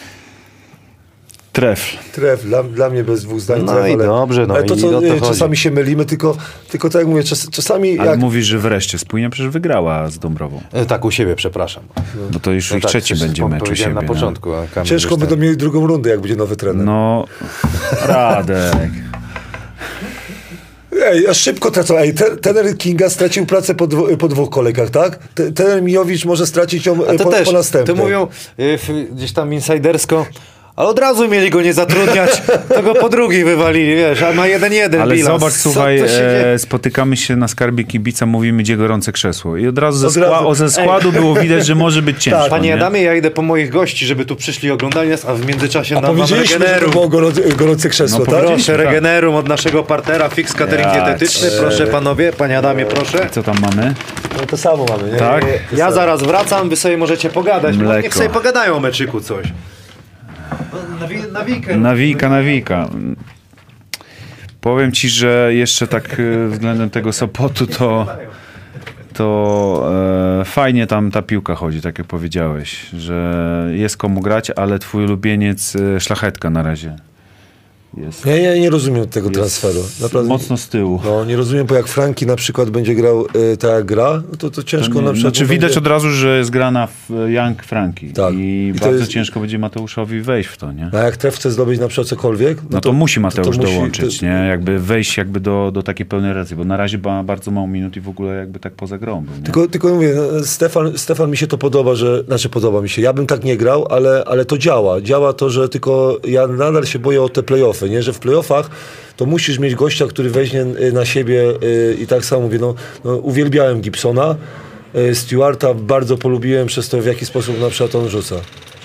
Trefl. Tref, dla mnie bez 2 zdań. No tref, i ale, dobrze, no ale to, i co o to chodzi. czasami się mylimy, tylko tak jak mówię, czasami Ale jak... mówisz, że wreszcie Spójnia przecież wygrała z Dąbrową. Tak, u siebie, przepraszam. Bo to już ich tak, trzeci przecież będzie mecz u powiedziałem siebie. na początku. a Kamil Ciężko już będą ten- mieli drugą rundę, jak będzie nowy trener. No, Radek. Ej, a szybko tracą. Ej, trener Kinga stracił pracę po 2 kolejkach, tak? Trener Mijowicz może stracić ją A to po też, następnej. to mówią gdzieś tam insidersko, ale od razu mieli go nie zatrudniać, to go po drugiej wywalili, wiesz, a ma 1-1 Ale bilans. zobacz, Co słuchaj, to się dzieje? spotykamy się na skarbie kibica, mówimy, gdzie gorące krzesło. I od razu Od razu. ze składu było widać, że może być ciężko. Tak, Panie nie? Adamie, ja idę po moich gości, żeby tu przyszli oglądali nas, a w międzyczasie A nam powiedzieliśmy, że to Regenerum. było gorące krzesło, No, tak? powiedzieliśmy. Proszę, tak. Regenerum od naszego partnera, fix catering Ja dietetyczny, proszę panowie, panie Adamie, proszę. Co tam mamy? No to samo mamy, nie? Tak? Ja zaraz wracam, wy sobie możecie pogadać, bo Mleko. niech sobie pogadają o meczyku coś. Nawika. Powiem ci, że jeszcze tak względem tego Sopotu to fajnie tam ta piłka chodzi, tak jak powiedziałeś, że jest komu grać, ale twój ulubieniec Szlachetka na razie jest Ja nie rozumiem tego transferu. Naprawdę. mocno z tyłu. No, nie rozumiem, bo jak Franki na przykład będzie grał tak jak gra, no to ciężko na przykład... Znaczy bo widać będzie... od razu, że jest grana w Young Franki Tak. i I to bardzo jest- ciężko będzie Mateuszowi wejść w to, nie? A jak Tref chce zdobyć na przykład cokolwiek... No to musi Mateusz musi- dołączyć, nie? Jakby wejść jakby do takiej pełnej racji, bo na razie ma bardzo mało minut i w ogóle jakby tak poza grą był, nie? Tylko mówię, no, Stefan mi się to podoba, podoba mi się. Ja bym tak nie grał, ale to działa. Działa to, że tylko ja nadal się boję o te play-offy, nie? Że w play-offach to musisz mieć gościa, który weźmie na siebie i tak samo mówię, no uwielbiałem Gibsona, Stewarta bardzo polubiłem przez to, w jaki sposób na przykład on rzuca.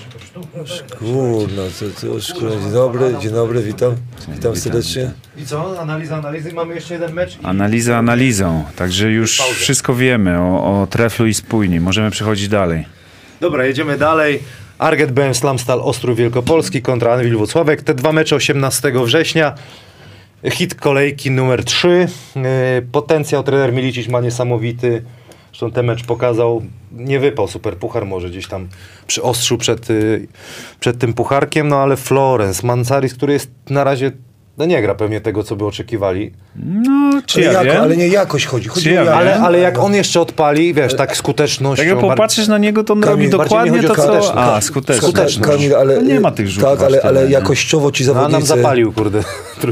Kurna, dzień dobry, witam serdecznie. I co? Analizy, mamy jeszcze jeden mecz. Analiza analizą, także już wszystko wiemy o Treflu i Spójni. Możemy przechodzić dalej. Dobra, jedziemy dalej. Arget BM Slamstal Ostrów Wielkopolski kontra Anwil Włocławek. Te 2 mecze 18 września. Hit kolejki numer 3. Potencjał trener Milicic ma niesamowity. Zresztą ten mecz pokazał, nie wypał Superpuchar, może gdzieś tam przy ostrzu przed tym pucharkiem, no ale Florence, Mancaris, który jest na razie, no nie gra pewnie tego, co by oczekiwali. No, czy ja wiem? Ale nie jakość chodzi. Czy ja o wiem? jakość. Ale jak on jeszcze odpali, wiesz, tak skutecznością... Jak popatrzysz na niego, to on Kamil, robi bardziej mi dokładnie chodzi o to, co... skuteczność. Skuteczność. Kamil, ale, To nie ma tych rzutów. Tak, aż tyle, ale nie? jakościowo ci A zawodnicy... nam zapalił, kurde.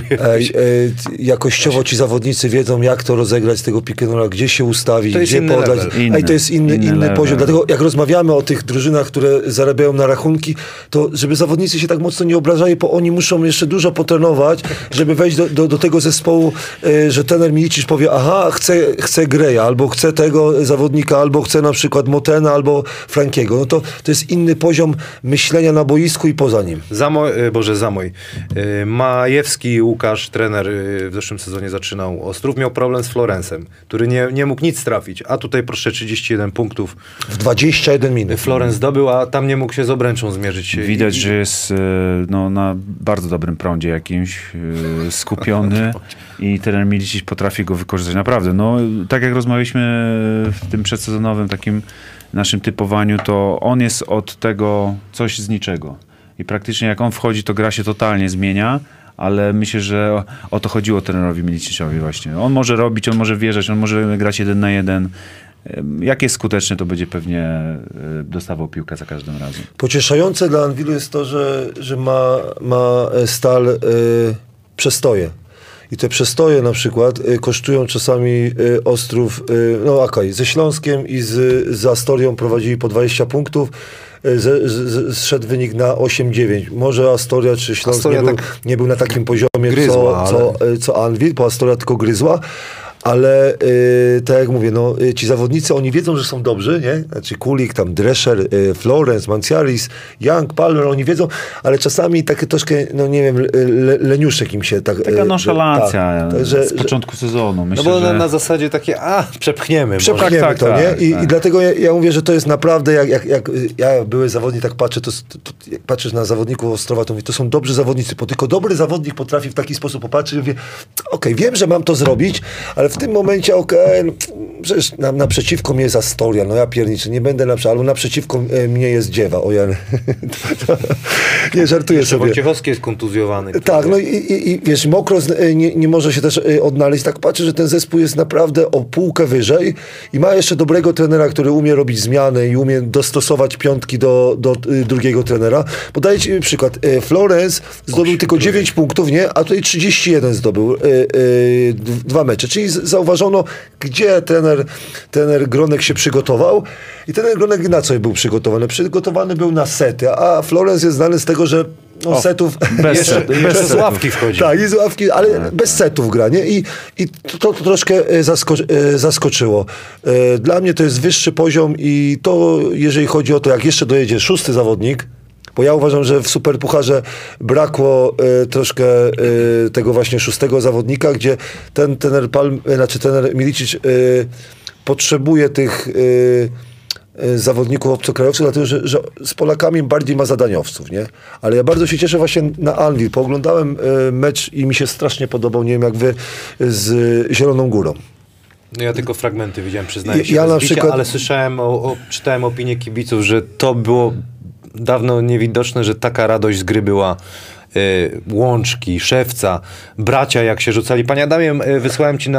Jakościowo ci zawodnicy wiedzą, jak to rozegrać tego pick and rolla, gdzie się ustawić, To jest gdzie inny podać. level. Ej, to jest inny level. poziom. Dlatego jak rozmawiamy o tych drużynach, które zarabiają na rachunki, to żeby zawodnicy się tak mocno nie obrażali, bo oni muszą jeszcze dużo potrenować, żeby wejść do tego zespołu, że trener Milicic powie, aha, chce Greja, albo chce tego zawodnika, albo chce na przykład Motena, albo Frankiego. No to jest inny poziom myślenia na boisku i poza nim. Majewski Łukasz, trener w zeszłym sezonie zaczynał Ostrów, miał problem z Florencem, który nie mógł nic trafić, a tutaj proszę 31 punktów W 21 minut. Florence zdobył, a tam nie mógł się z obręczą zmierzyć. Widać, że jest na bardzo dobrym prądzie jakimś, skupiony i trener Milicic potrafi go wykorzystać. Naprawdę, no tak jak rozmawialiśmy w tym przedsezonowym takim naszym typowaniu, to on jest od tego coś z niczego. I praktycznie jak on wchodzi, to gra się totalnie zmienia, ale myślę, że o to chodziło trenerowi Milicicowi właśnie. On może robić, on może wjeżdżać, on może grać 1 na 1. Jak jest skuteczny, to będzie pewnie dostawał piłkę za każdym razem. Pocieszające dla Anwilu jest to, że ma Stal przestoje. I te przestoje na przykład kosztują czasami Ostrów, no okej, ze Śląskiem i z Astorią prowadzili po 20 punktów. Zszedł wynik na 8-9. Może Astoria czy Śląsk Astoria nie był na takim poziomie, gryzła, co Anwil, bo Astoria tylko gryzła. ale tak jak mówię, no, ci zawodnicy, oni wiedzą, że są dobrzy, nie? Znaczy Kulik, tam Drescher, Florence, Manciaris, Young, Palmer, oni wiedzą, ale czasami takie troszkę, no nie wiem, leniuszek im się tak... Taka nonszalancja tak, z początku sezonu. Myślę, no bo że... na zasadzie takie, przepchniemy. Przepchniemy Tak, to, tak, nie? tak, I tak. dlatego ja mówię, że to jest naprawdę, jak ja były zawodnik, tak patrzę, jak patrzysz na zawodników Ostrowa, to mówię, to są dobrzy zawodnicy, bo tylko dobry zawodnik potrafi w taki sposób popatrzeć i mówię, okej, wiem, że mam to zrobić, ale w tym momencie, no, przecież naprzeciwko mnie jest Astoria, no ja pierniczę, nie będę albo naprzeciwko mnie jest Dziewa, o ja nie żartuję sobie. Wojciechowski jest kontuzjowany. Tak, no i wiesz, Mokros nie może się też odnaleźć. Tak patrzę, że ten zespół jest naprawdę o półkę wyżej i ma jeszcze dobrego trenera, który umie robić zmiany i umie dostosować piątki do drugiego trenera. Podaję ci przykład. Florence zdobył tylko 9 punktów, nie? A tutaj 31 zdobył 2 mecze. Czyli zauważono, gdzie trener Gronek się przygotował i trener Gronek na co był przygotowany? Przygotowany był na sety, a Florence jest znany z tego, że setów... Jeszcze z ławki wchodzi. Tak, i z ławki, ale bez setów gra, nie? I to troszkę zaskoczyło. Dla mnie to jest wyższy poziom i to, jeżeli chodzi o to, jak jeszcze dojedzie 6. zawodnik, bo ja uważam, że w Superpucharze brakło troszkę tego właśnie 6. zawodnika, gdzie ten trener trener Milicic potrzebuje tych zawodników obcokrajowców, dlatego że z Polakami bardziej ma zadaniowców, nie? Ale ja bardzo się cieszę właśnie na Anwil. Pooglądałem mecz i mi się strasznie podobał, nie wiem jak wy, z Zieloną Górą. No ja tylko fragmenty widziałem, przyznaję się, Ja na przykład... ale słyszałem, czytałem opinię kibiców, że to było dawno niewidoczne, że taka radość z gry była. Łączki, Szewca, bracia jak się rzucali. Panie Adamie, wysłałem ci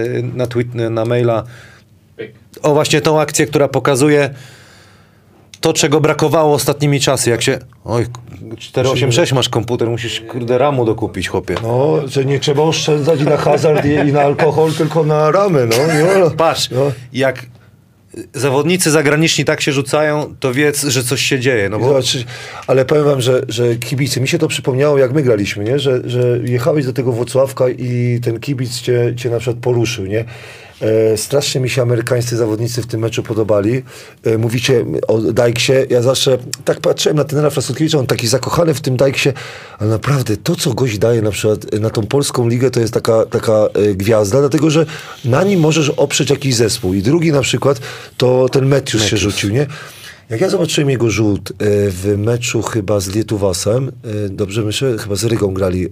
na maila właśnie tą akcję, która pokazuje to, czego brakowało ostatnimi czasy. Jak się... Oj, 486 masz komputer, musisz, kurde, ramu dokupić, chłopie. No, że nie trzeba oszczędzać i na hazard i na alkohol, tylko na ramy, no. Patrz, jak zawodnicy zagraniczni tak się rzucają, to wiedz, że coś się dzieje. No bo... Zobacz, ale powiem wam, że kibice, mi się to przypomniało, jak my graliśmy, nie? Że jechałeś do tego Włocławka i ten kibic cię na przykład poruszył, nie? Strasznie mi się amerykańscy zawodnicy w tym meczu podobali. Mówicie o Dyksie. Ja zawsze tak patrzyłem na trenera Frasutkiewicza, on taki zakochany w tym Dyksie, ale naprawdę to, co gość daje na przykład na tą polską ligę, to jest taka gwiazda, dlatego, że na nim możesz oprzeć jakiś zespół. I drugi na przykład, to ten Matthews się rzucił, nie? Jak ja zobaczyłem jego rzut w meczu chyba z Lietuvasem, dobrze myślę, chyba z Rygą grali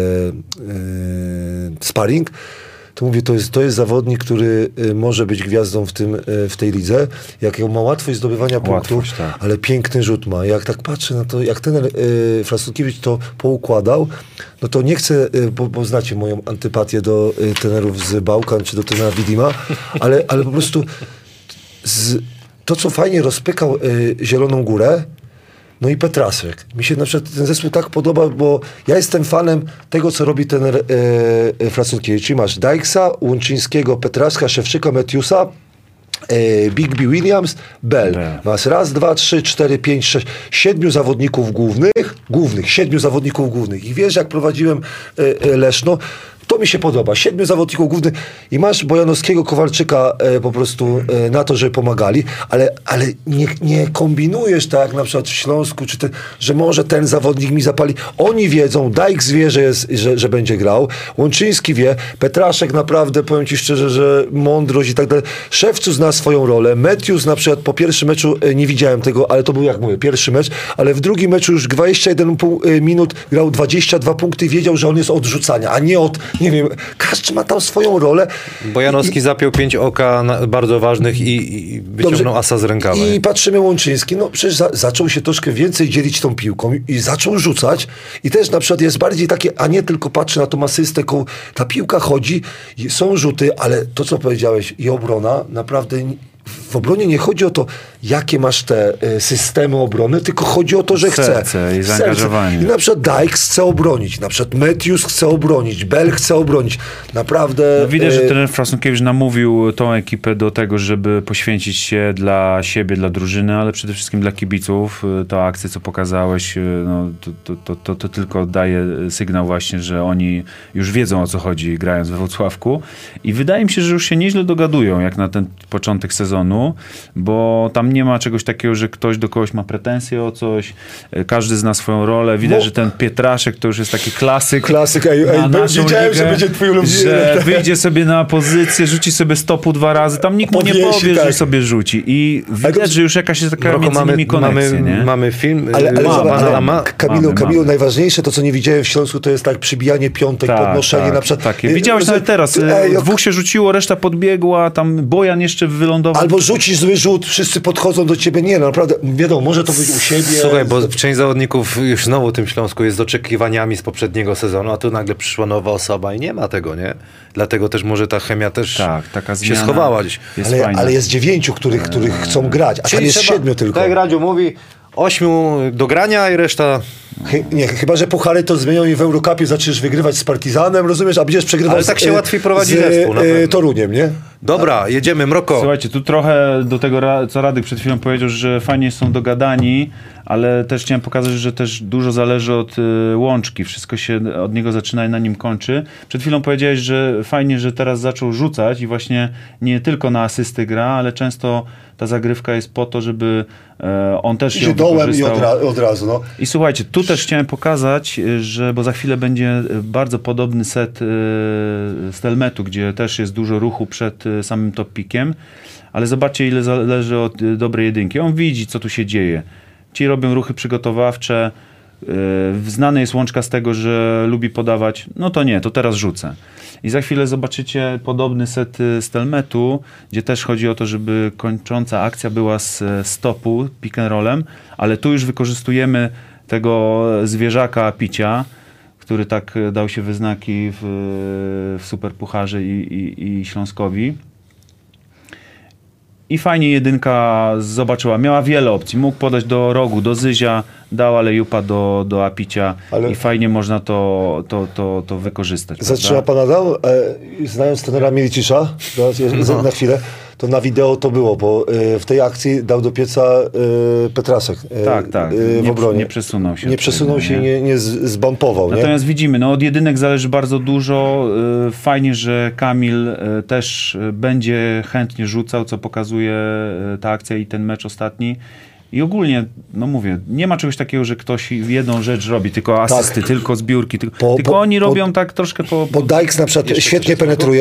sparring, to mówię, to jest zawodnik, który może być gwiazdą w tej lidze. Jak ma łatwość zdobywania punktów, tak. Ale piękny rzut ma. Jak tak patrzę na to, jak ten Frasutkiewicz to poukładał, no to nie chcę, bo znacie moją antypatię do trenerów z Bałkan, czy do trenera Widima, ale po prostu to, co fajnie rozpykał Zieloną Górę, no i Petraszek. Mi się na przykład ten zespół tak podoba, bo ja jestem fanem tego, co robi trener Frasutkiewicz. Czyli masz Dykesa, Łączyńskiego, Petraszka, Szewczyka, Matthewsa, Big B Williams, Bell. Masz 1, 2, 3, 4, 5, 6, 7 zawodników głównych, 7 zawodników głównych. I wiesz, jak prowadziłem Leszno, to mi się podoba. 7 zawodników głównych i masz Bojanowskiego, Kowalczyka po prostu na to, żeby pomagali, ale nie kombinujesz tak jak na przykład w Śląsku, czy że może ten zawodnik mi zapali. Oni wiedzą, Dykes wie, że będzie grał, Łączyński wie, Petraszek naprawdę, powiem ci szczerze, że mądrość i tak dalej. Szewcu zna swoją rolę, Matthews na przykład po pierwszym meczu nie widziałem tego, ale to był, jak mówię, pierwszy mecz, ale w drugim meczu już 21 minut grał 22 punkty i wiedział, że on jest od rzucania, a nie od, nie wiem, każdy ma tam swoją rolę. Bojanowski zapiął 5 oka bardzo ważnych i wyciągnął asa z rękawa. I patrzymy Łączyński, no przecież zaczął się troszkę więcej dzielić tą piłką i zaczął rzucać i też na przykład jest bardziej takie, a nie tylko patrzy na tą asystę, ta piłka chodzi, są rzuty, ale to co powiedziałeś i obrona, naprawdę w obronie nie chodzi o to, jakie masz te systemy obrony, tylko chodzi o to, że Serce i zaangażowanie. I na przykład Dykes chce obronić, na przykład Matthews chce obronić, Bell chce obronić. Naprawdę... No widać, że trener Frasunkiewicz namówił tą ekipę do tego, żeby poświęcić się dla siebie, dla drużyny, ale przede wszystkim dla kibiców. Ta akcja, co pokazałeś, no, to tylko daje sygnał właśnie, że oni już wiedzą, o co chodzi, grając we Włocławku. I wydaje mi się, że już się nieźle dogadują, jak na ten początek sezonu, bo tam nie ma czegoś takiego, że ktoś do kogoś ma pretensje o coś, każdy zna swoją rolę. Widać, że ten Pietraszek to już jest taki klasyk. Wiedziałem, że będzie twój ulubiony. Że wyjdzie sobie na pozycję, rzuci sobie stopu 2 razy, tam nikt mu nie powie, że sobie rzuci. I widać, że już jakaś jest taka między nimi konekcja, nie? Mamy film. Ale Kamilu, najważniejsze to, co nie widziałem w Śląsku, to jest tak przybijanie piątek, podnoszenie na przykład. Takie. Widziałeś nawet teraz, 2 się rzuciło, reszta podbiegła, tam Bojan jeszcze wylądował. Albo rzucisz zły rzut, wszyscy podchodzą do ciebie. Nie, no naprawdę, wiadomo, może to być u siebie. Słuchaj, bo część zawodników już znowu w tym Śląsku jest z oczekiwaniami z poprzedniego sezonu, a tu nagle przyszła nowa osoba i nie ma tego, nie? Dlatego też może ta chemia też taka się schowała gdzieś. Ale jest 9, których chcą grać, a tam jest 7 tylko. Tak jak Radziu mówi, 8 do grania i reszta... Chyba że puchary to zmienią i w Eurocupie zaczniesz wygrywać z Partizanem, rozumiesz, a będziesz przegrywał ale tak się łatwiej prowadzi zespół. Toruniem, nie? Dobra, jedziemy, Mroko. Słuchajcie, tu trochę do tego, co Radek przed chwilą powiedział, że fajnie są dogadani, ale też chciałem pokazać, że też dużo zależy od Łączki. Wszystko się od niego zaczyna i na nim kończy. Przed chwilą powiedziałeś, że fajnie, że teraz zaczął rzucać i właśnie nie tylko na asysty gra, ale często ta zagrywka jest po to, żeby on też ją dołem i od razu. No. I słuchajcie, tu też chciałem pokazać, że bo za chwilę będzie bardzo podobny set Stelmetu, gdzie też jest dużo ruchu przed samym top pickiem, ale zobaczcie, ile zależy od dobrej jedynki. On widzi, co tu się dzieje. Ci robią ruchy przygotowawcze. Znany jest Łączka z tego, że lubi podawać. No to nie, to teraz rzucę. I za chwilę zobaczycie podobny set Stelmetu, gdzie też chodzi o to, żeby kończąca akcja była z stopu, pick and rollem, ale tu już wykorzystujemy tego zwierzaka Picia, który tak dał się wyznaki w Superpucharze i Śląskowi. I fajnie jedynka zobaczyła. Miała wiele opcji. Mógł podać do rogu, do Zyzia, dał alejupa do Apicia i fajnie można to wykorzystać. Zatrzyma pan Adam? Znając trenera Milicisza, na chwilę, to na wideo to było, bo w tej akcji dał do pieca Petrasek w obronie. Nie przesunął się. Nie przesunął się i nie zbampował. Natomiast widzimy, no od jedynek zależy bardzo dużo. Fajnie, że Kamil też będzie chętnie rzucał, co pokazuje ta akcja i ten mecz ostatni. I ogólnie, no mówię, nie ma czegoś takiego, że ktoś jedną rzecz robi, tylko asysty, tylko zbiórki, tylko oni robią tak troszkę Bo Dykes na przykład świetnie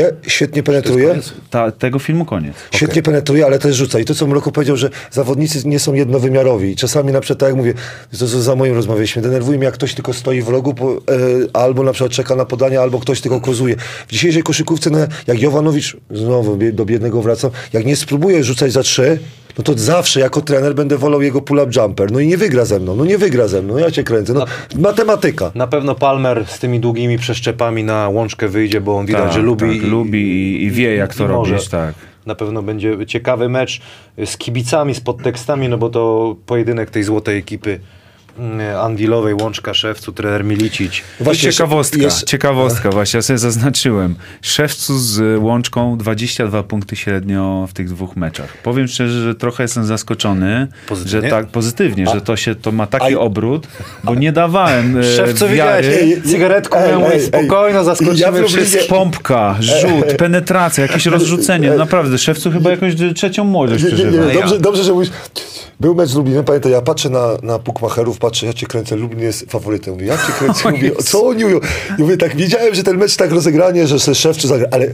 penetruje. Tego filmu koniec. Świetnie penetruje, ale też rzuca. I to, co Mroko powiedział, że zawodnicy nie są jednowymiarowi. I czasami na przykład, tak jak mówię, to za moim rozmawialiśmy, denerwuje mnie, jak ktoś tylko stoi w rogu, albo na przykład czeka na podanie, albo ktoś tylko kozuje. W dzisiejszej koszykówce, jak Jovanowicz, znowu do biednego wracam, jak nie spróbuje rzucać za 3, no to zawsze jako trener będę wolał jego pull-up jumper. No i nie wygra ze mną, ja cię kręcę. No, matematyka. Na pewno Palmer z tymi długimi przeszczepami na Łączkę wyjdzie, bo on widać, że lubi i wie, jak to robić. Tak. Na pewno będzie ciekawy mecz z kibicami, z podtekstami, no bo to pojedynek tej złotej ekipy Anwilowej, Łączka, Szewcu, trener Milicic. Właśnie ciekawostka, właśnie, ja sobie zaznaczyłem. Szewcu z Łączką 22 punkty średnio w tych 2 meczach. Powiem szczerze, że trochę jestem zaskoczony, pozytywnie? że tak pozytywnie, że to ma taki obrót, bo nie dawałem Szewcu widziałeś, cygaretką miał spokojno, zaskoczymy wszystkich. Pompka, rzut, penetracja, jakieś rozrzucenie. Naprawdę, Szewcu chyba jakąś trzecią młodość przeżywa. Dobrze, że mówisz. Był mecz z Lublinem, pamiętaj, ja patrzę na bukmacherów, ja cię kręcę, Lublin jest faworytem. Mówię, ja cię kręcę, mówię, co oni mówią? I mówię, tak, wiedziałem, że ten mecz tak rozegranie, że Szewcu zagra, ale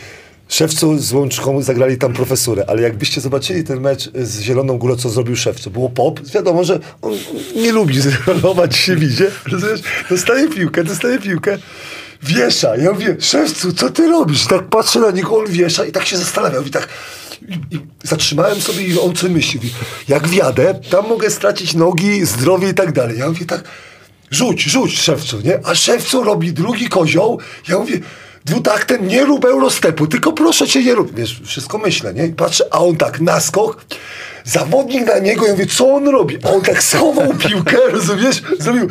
Szewcu z Łączką zagrali tam profesurę, ale jakbyście zobaczyli ten mecz z Zieloną Górą, co zrobił Szewcu, było pop, wiadomo, że on nie lubi zrolować się widzie, rozumiesz? Dostaje piłkę, wiesza. Ja mówię, Szewcu, co ty robisz? Tak patrzę na niego, on wiesza i tak się zastanawia, mówi tak. I zatrzymałem sobie i on co myśli. Jak wjadę, tam mogę stracić nogi, zdrowie i tak dalej. Ja mówię tak, rzuć Szewcu, nie? A Szewcu robi drugi kozioł, ja mówię, dwutaktem, nie rób eurostepu, tylko proszę cię, nie rób. Wiesz, wszystko myślę, nie? I patrzę, a on tak naskok, zawodnik na niego, ja mówię, co on robi? A on tak schował piłkę, rozumiesz? Zrobił...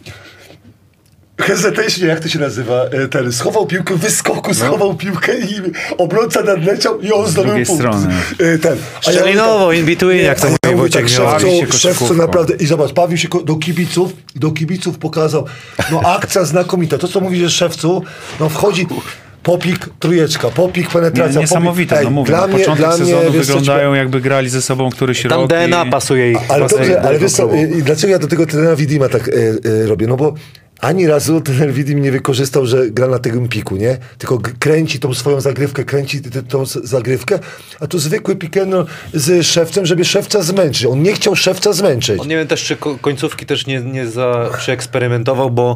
Hesitation, jak to się nazywa? Ten schował piłkę, wyskoku, schował piłkę i obrońca nadleciał i on zdobył punkt. strony. Szczelinowo, in between, jak to mówi Wojciech Szewcu naprawdę, i zobacz, bawił się do kibiców pokazał, no akcja znakomita, to co mówi, że Szewcu, no wchodzi, popik, trójeczka, popik, penetracja. Niesamowite, popik. no mówię, dla na mnie, początek sezonu wiesz, wyglądają jakby grali ze sobą któryś Tam rok. DNA pasuje ich. Ale pasuje dobrze, do ale tego wiesz co, klubu. i dlaczego ja do tego trenera Widima tak robię? No bo ani razu trener Widim nie wykorzystał, że gra na tym piku, nie? Tylko kręci tą swoją zagrywkę, kręci tą zagrywkę, a tu zwykły pikelno z Szewcem, żeby Szewca zmęczyć. On nie chciał Szewca zmęczyć. On nie wiem też, czy końcówki też nie za przeeksperymentował, bo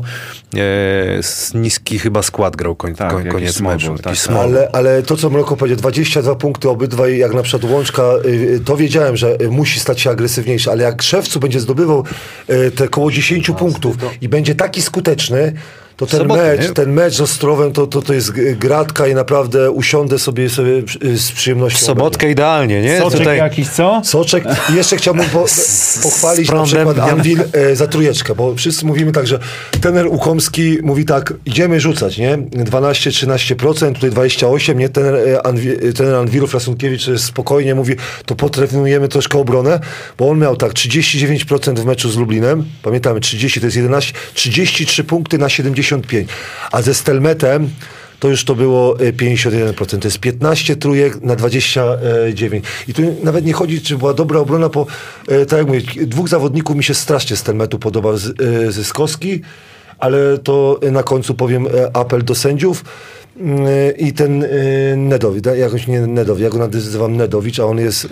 niski chyba skład grał koniec meczu. Tak. Ale to, co Mroko powiedział, 22 punkty obydwaj, jak na przykład Łączka, to wiedziałem, że musi stać się agresywniejszy, ale jak Szewcu będzie zdobywał te koło 10 punktów i będzie taki skuteczny, to ten mecz z Ostrowem to jest gratka i naprawdę usiądę sobie z przyjemnością. W sobotkę idealnie, nie? Soczek tutaj... jakiś, co? Soczek. I jeszcze chciałbym pochwalić na przykład Anwil za trójeczkę, bo wszyscy mówimy tak, że trener Łukomski mówi tak, idziemy rzucać, nie? 12-13%, tutaj 28%, nie? Trener Anwilu Frasunkiewicz spokojnie mówi, to potrenujemy troszkę obronę, bo on miał tak 39% w meczu z Lublinem, pamiętamy, 30 to jest 11, 33 punkty na 75, a ze Stelmetem to już to było 51%. To jest 15 trójek na 29. I tu nawet nie chodzi, czy była dobra obrona, bo tak jak mówię, dwóch zawodników mi się strasznie z Stelmetu podobał. Zyskowski, ale to na końcu powiem apel do sędziów. I ten Nedowicz, jakoś nie Nedowicz, ja go nazywam Nedowicz, a on jest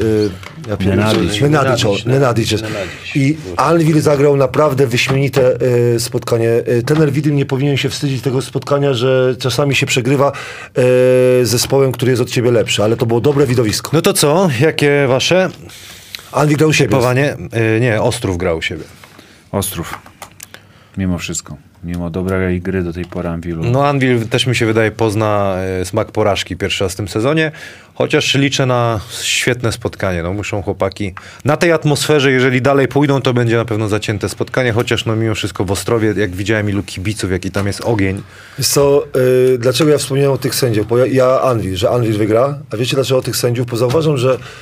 Nenadic. I Anwil zagrał naprawdę wyśmienite spotkanie. Trener Widym nie powinien się wstydzić tego spotkania, że czasami się przegrywa zespołem, który jest od ciebie lepszy, ale to było dobre widowisko. No to co? Jakie wasze? Anwil grał u siebie. Nie, Ostrów grał u siebie. Ostrów. Mimo wszystko. Mimo dobrej gry do tej pory Anwilu. No Anwil też mi się wydaje pozna smak porażki pierwszy raz w tym sezonie, chociaż liczę na świetne spotkanie. No muszą chłopaki na tej atmosferze, jeżeli dalej pójdą, to będzie na pewno zacięte spotkanie, chociaż no mimo wszystko w Ostrowie, jak widziałem ilu kibiców, jaki tam jest ogień. Wiesz co, dlaczego ja wspomniałem o tych sędziów? Bo że Anwil wygra, a wiecie dlaczego o tych sędziów? Bo zauważam,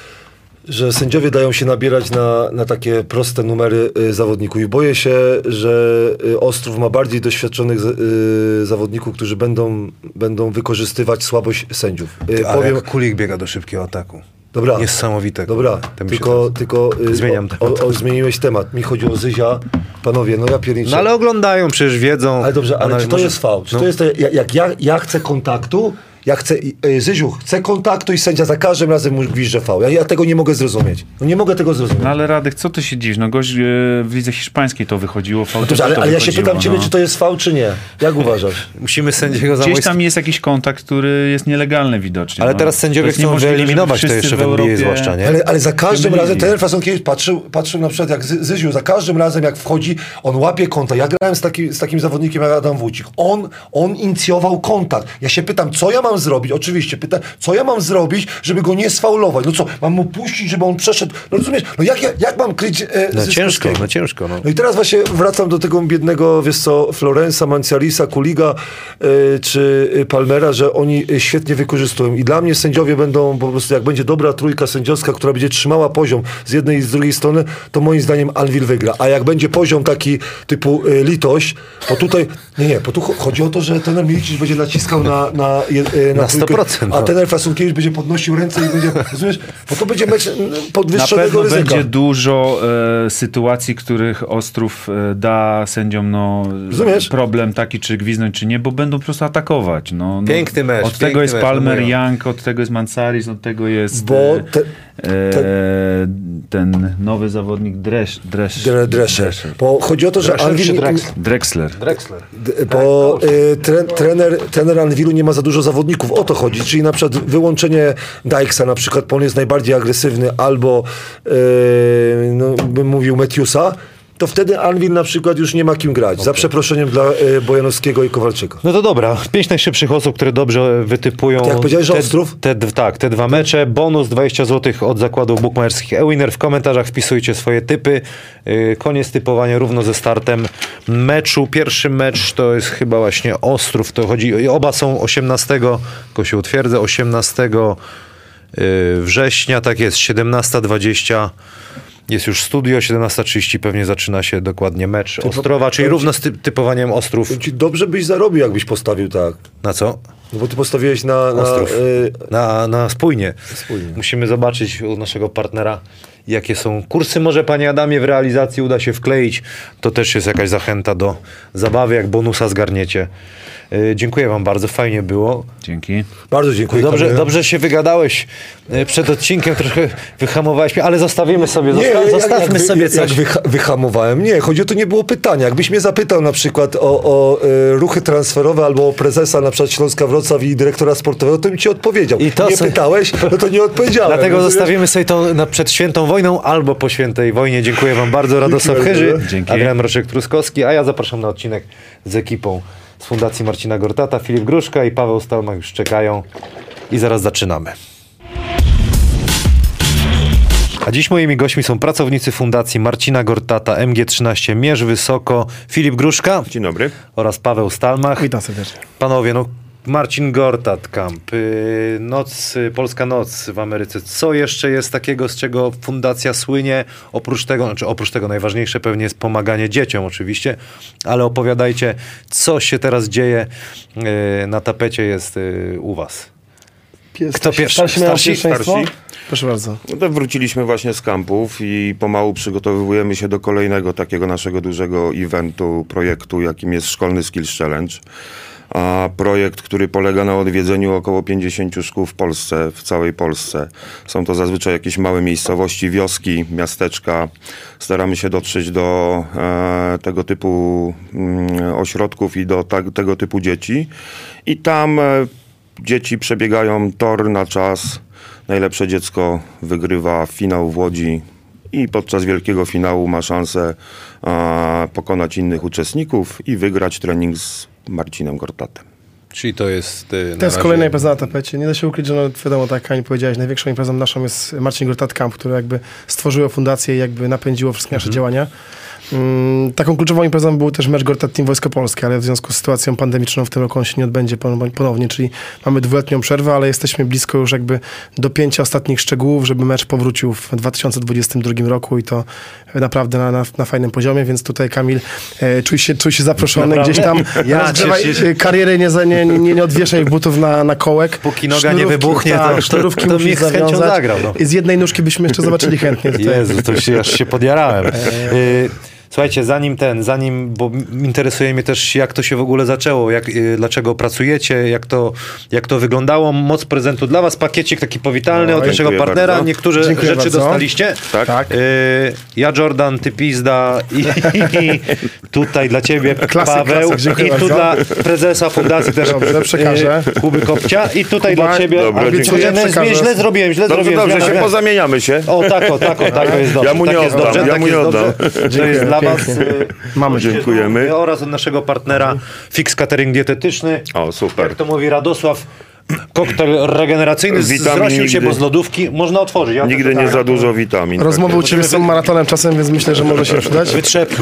że sędziowie dają się nabierać na takie proste numery zawodników i boję się, że Ostrów ma bardziej doświadczonych zawodników, którzy będą wykorzystywać słabość sędziów. Ale jak Kulik biega do szybkiego ataku. Dobra. Niesamowite. Dobra, tylko zmieniam temat. Zmieniłeś temat. Mi chodzi o Zyzia. Panowie, no ja pierniczę. No ale oglądają, przecież wiedzą. Ale dobrze, ale czy to jest faul? Czy to jest jak ja chcę kontaktu, Zyziu, chcę kontaktu i sędzia za każdym razem mu gwizdże faul. Ja tego nie mogę zrozumieć. No nie mogę tego zrozumieć. No ale Radek, co ty się dziwisz? No gość w lidze hiszpańskiej to wychodziło, faul no ale ja się pytam ciebie, czy to jest faul, czy nie? Jak uważasz? Musimy sędziego Gdzieś tam jest jakiś kontakt, który jest nielegalny widocznie. Ale teraz sędziowie chcą wyeliminować to jeszcze w NBA zwłaszcza, nie? Ale za każdym razem, trener Frasunkiewicz patrzył na przykład jak Zyziu, za każdym razem jak wchodzi, on łapie kontakt. Ja grałem z takim zawodnikiem jak Adam Wójcik. On inicjował kontakt. Ja się pytam, co ja mam zrobić? Oczywiście pytam, co ja mam zrobić, żeby go nie sfaulować? No co, mam mu puścić, żeby on przeszedł? No rozumiesz? No jak mam kryć ciężko. No i teraz właśnie wracam do tego biednego, wiesz co, Florensa, Mancialisa, Kuliga czy Palmera, że oni świetnie wykorzystują. I dla mnie sędziowie będą, po prostu jak będzie dobra trójka sędziowska, która będzie trzymała poziom z jednej i z drugiej strony, to moim zdaniem Anwil wygra. A jak będzie poziom taki typu litość, to tutaj, bo tu chodzi o to, że trener Milicic będzie naciskał na 100%. A trener Frasunkiewicz będzie podnosił ręce i będzie, rozumiesz, bo to będzie mecz podwyższonego ryzyka. Na pewno będzie dużo sytuacji, których Ostrów da sędziom problem taki, czy gwiznąć, czy nie, bo będą po prostu atakować. Piękny mecz. Od tego jest Palmer, Young, od tego jest Mansaris, od tego jest ten nowy zawodnik Drescher. Bo chodzi o to, że Drexler. Bo trener Anwilu nie ma za dużo zawodników, o to chodzi, czyli na przykład wyłączenie Dykesa na przykład, bo on jest najbardziej agresywny, albo bym mówił Matthewsa, to wtedy Anwil na przykład już nie ma kim grać. Za przeproszeniem dla Bojanowskiego i Kowalczyka. No to dobra, 5 najszybszych osób, które dobrze wytypują Jak powiedziałeś, że Ostrów? te 2 mecze. Bonus 20 zł od zakładów bukmacherskich Ewiner. W komentarzach wpisujcie swoje typy. Koniec typowania równo ze startem meczu. Pierwszy mecz to jest chyba właśnie Ostrów. To chodzi, oba są 18, tylko się utwierdzę, 18 września, tak jest, 17:20. Jest już studio, 17:30 pewnie zaczyna się dokładnie mecz Ostrowa, czyli równo z typowaniem Ostrów. Dobrze byś zarobił, jakbyś postawił tak. Na co? No bo ty postawiłeś na Ostrów. Na spójnie. Spójnie. Musimy zobaczyć u naszego partnera, jakie są kursy. Może, panie Adamie, w realizacji uda się wkleić. To też jest jakaś zachęta do zabawy, jak bonusa zgarniecie. Dziękuję wam bardzo, fajnie było. Dzięki. Bardzo dziękuję. Dobrze się wygadałeś przed odcinkiem, trochę wyhamowałeś mnie, ale zostawimy sobie, zostawmy sobie coś. Wyhamowałem? Nie, chodzi o to, nie było pytania. Jakbyś mnie zapytał na przykład o ruchy transferowe albo o prezesa na przykład Śląska Wrocław i dyrektora sportowego, to bym ci odpowiedział. Pytałeś, no to nie odpowiedziałem. Dlatego zostawimy sobie to przed świętą wojną albo po świętej wojnie. Dziękuję wam bardzo. Radosław Chyży, Adrian Mroczek-Truskowski, a ja zapraszam na odcinek z ekipą z Fundacji Marcina Gortata. Filip Gruszka i Paweł Stalmach już czekają i zaraz zaczynamy. A dziś moimi gośćmi są pracownicy Fundacji Marcina Gortata, MG13 Mierz Wysoko, Filip Gruszka. Dzień dobry. Oraz Paweł Stalmach. Witam serdecznie. Panowie, Marcin Gortat Camp, Polska Noc w Ameryce. Co jeszcze jest takiego, z czego fundacja słynie? Oprócz tego najważniejsze pewnie jest pomaganie dzieciom oczywiście, ale opowiadajcie, co się teraz dzieje, na tapecie jest u was. Kto pierwszy? Starsi? Proszę bardzo. No to wróciliśmy właśnie z kampów i pomału przygotowujemy się do kolejnego takiego naszego dużego eventu, projektu, jakim jest Szkolny Skills Challenge. A projekt, który polega na odwiedzeniu około 50 szkół w Polsce, w całej Polsce. Są to zazwyczaj jakieś małe miejscowości, wioski, miasteczka. Staramy się dotrzeć do tego typu ośrodków i do tego typu dzieci. I tam dzieci przebiegają tor na czas. Najlepsze dziecko wygrywa finał w Łodzi i podczas wielkiego finału ma szansę pokonać innych uczestników i wygrać trening z Marcinem Gortatem. Czyli to jest... To jest kolejna impreza na tapecie. Nie da się ukryć, że wiadomo, tak jak Kamil powiedziałeś, największą imprezą naszą jest Marcin Gortat Camp, które jakby stworzyło fundację i jakby napędziło wszystkie nasze działania. Taką kluczową imprezą był też mecz Gortat Team Wojsko Polskie, ale w związku z sytuacją pandemiczną w tym roku on się nie odbędzie ponownie, czyli mamy 2-letnią przerwę, ale jesteśmy blisko już jakby dopięcia ostatnich szczegółów, żeby mecz powrócił w 2022 roku i to naprawdę na fajnym poziomie, więc tutaj Kamil czuj się zaproszony. Naprawdę? Gdzieś tam kariery nie odwieszaj butów na kołek. Póki noga nie wybuchnie, to sznurówki to musisz z chęcią zagrał. I z jednej nóżki byśmy jeszcze zobaczyli chętnie. Jezu, to aż się podjarałem. Słuchajcie, bo interesuje mnie też, jak to się w ogóle zaczęło, dlaczego pracujecie, jak to wyglądało. Moc prezentu dla was, pakiecik taki powitalny od naszego partnera. Bardzo. Niektóre rzeczy bardzo dostaliście. Tak. Ja Jordan, ty pizda i tutaj dla ciebie Paweł. Klasyk, I tu dla prezesa fundacji też przekażę. Kuby Kopcia i tutaj dla ciebie. Dobra, Źle zrobiłem. Dobrze, się pozamieniamy się. Tak, to jest dobrze. Ja mu nie oddam. To jest dla was. Mamy. Dziękujemy. Oraz od naszego partnera Fix Catering Dietetyczny. O, super. Jak to mówi Radosław, koktajl regeneracyjny zrośnił się, bo z lodówki można otworzyć. Nigdy nie za dużo witamin. Rozmowy u ciebie są maratonem czasem, więc myślę, że może się przydać.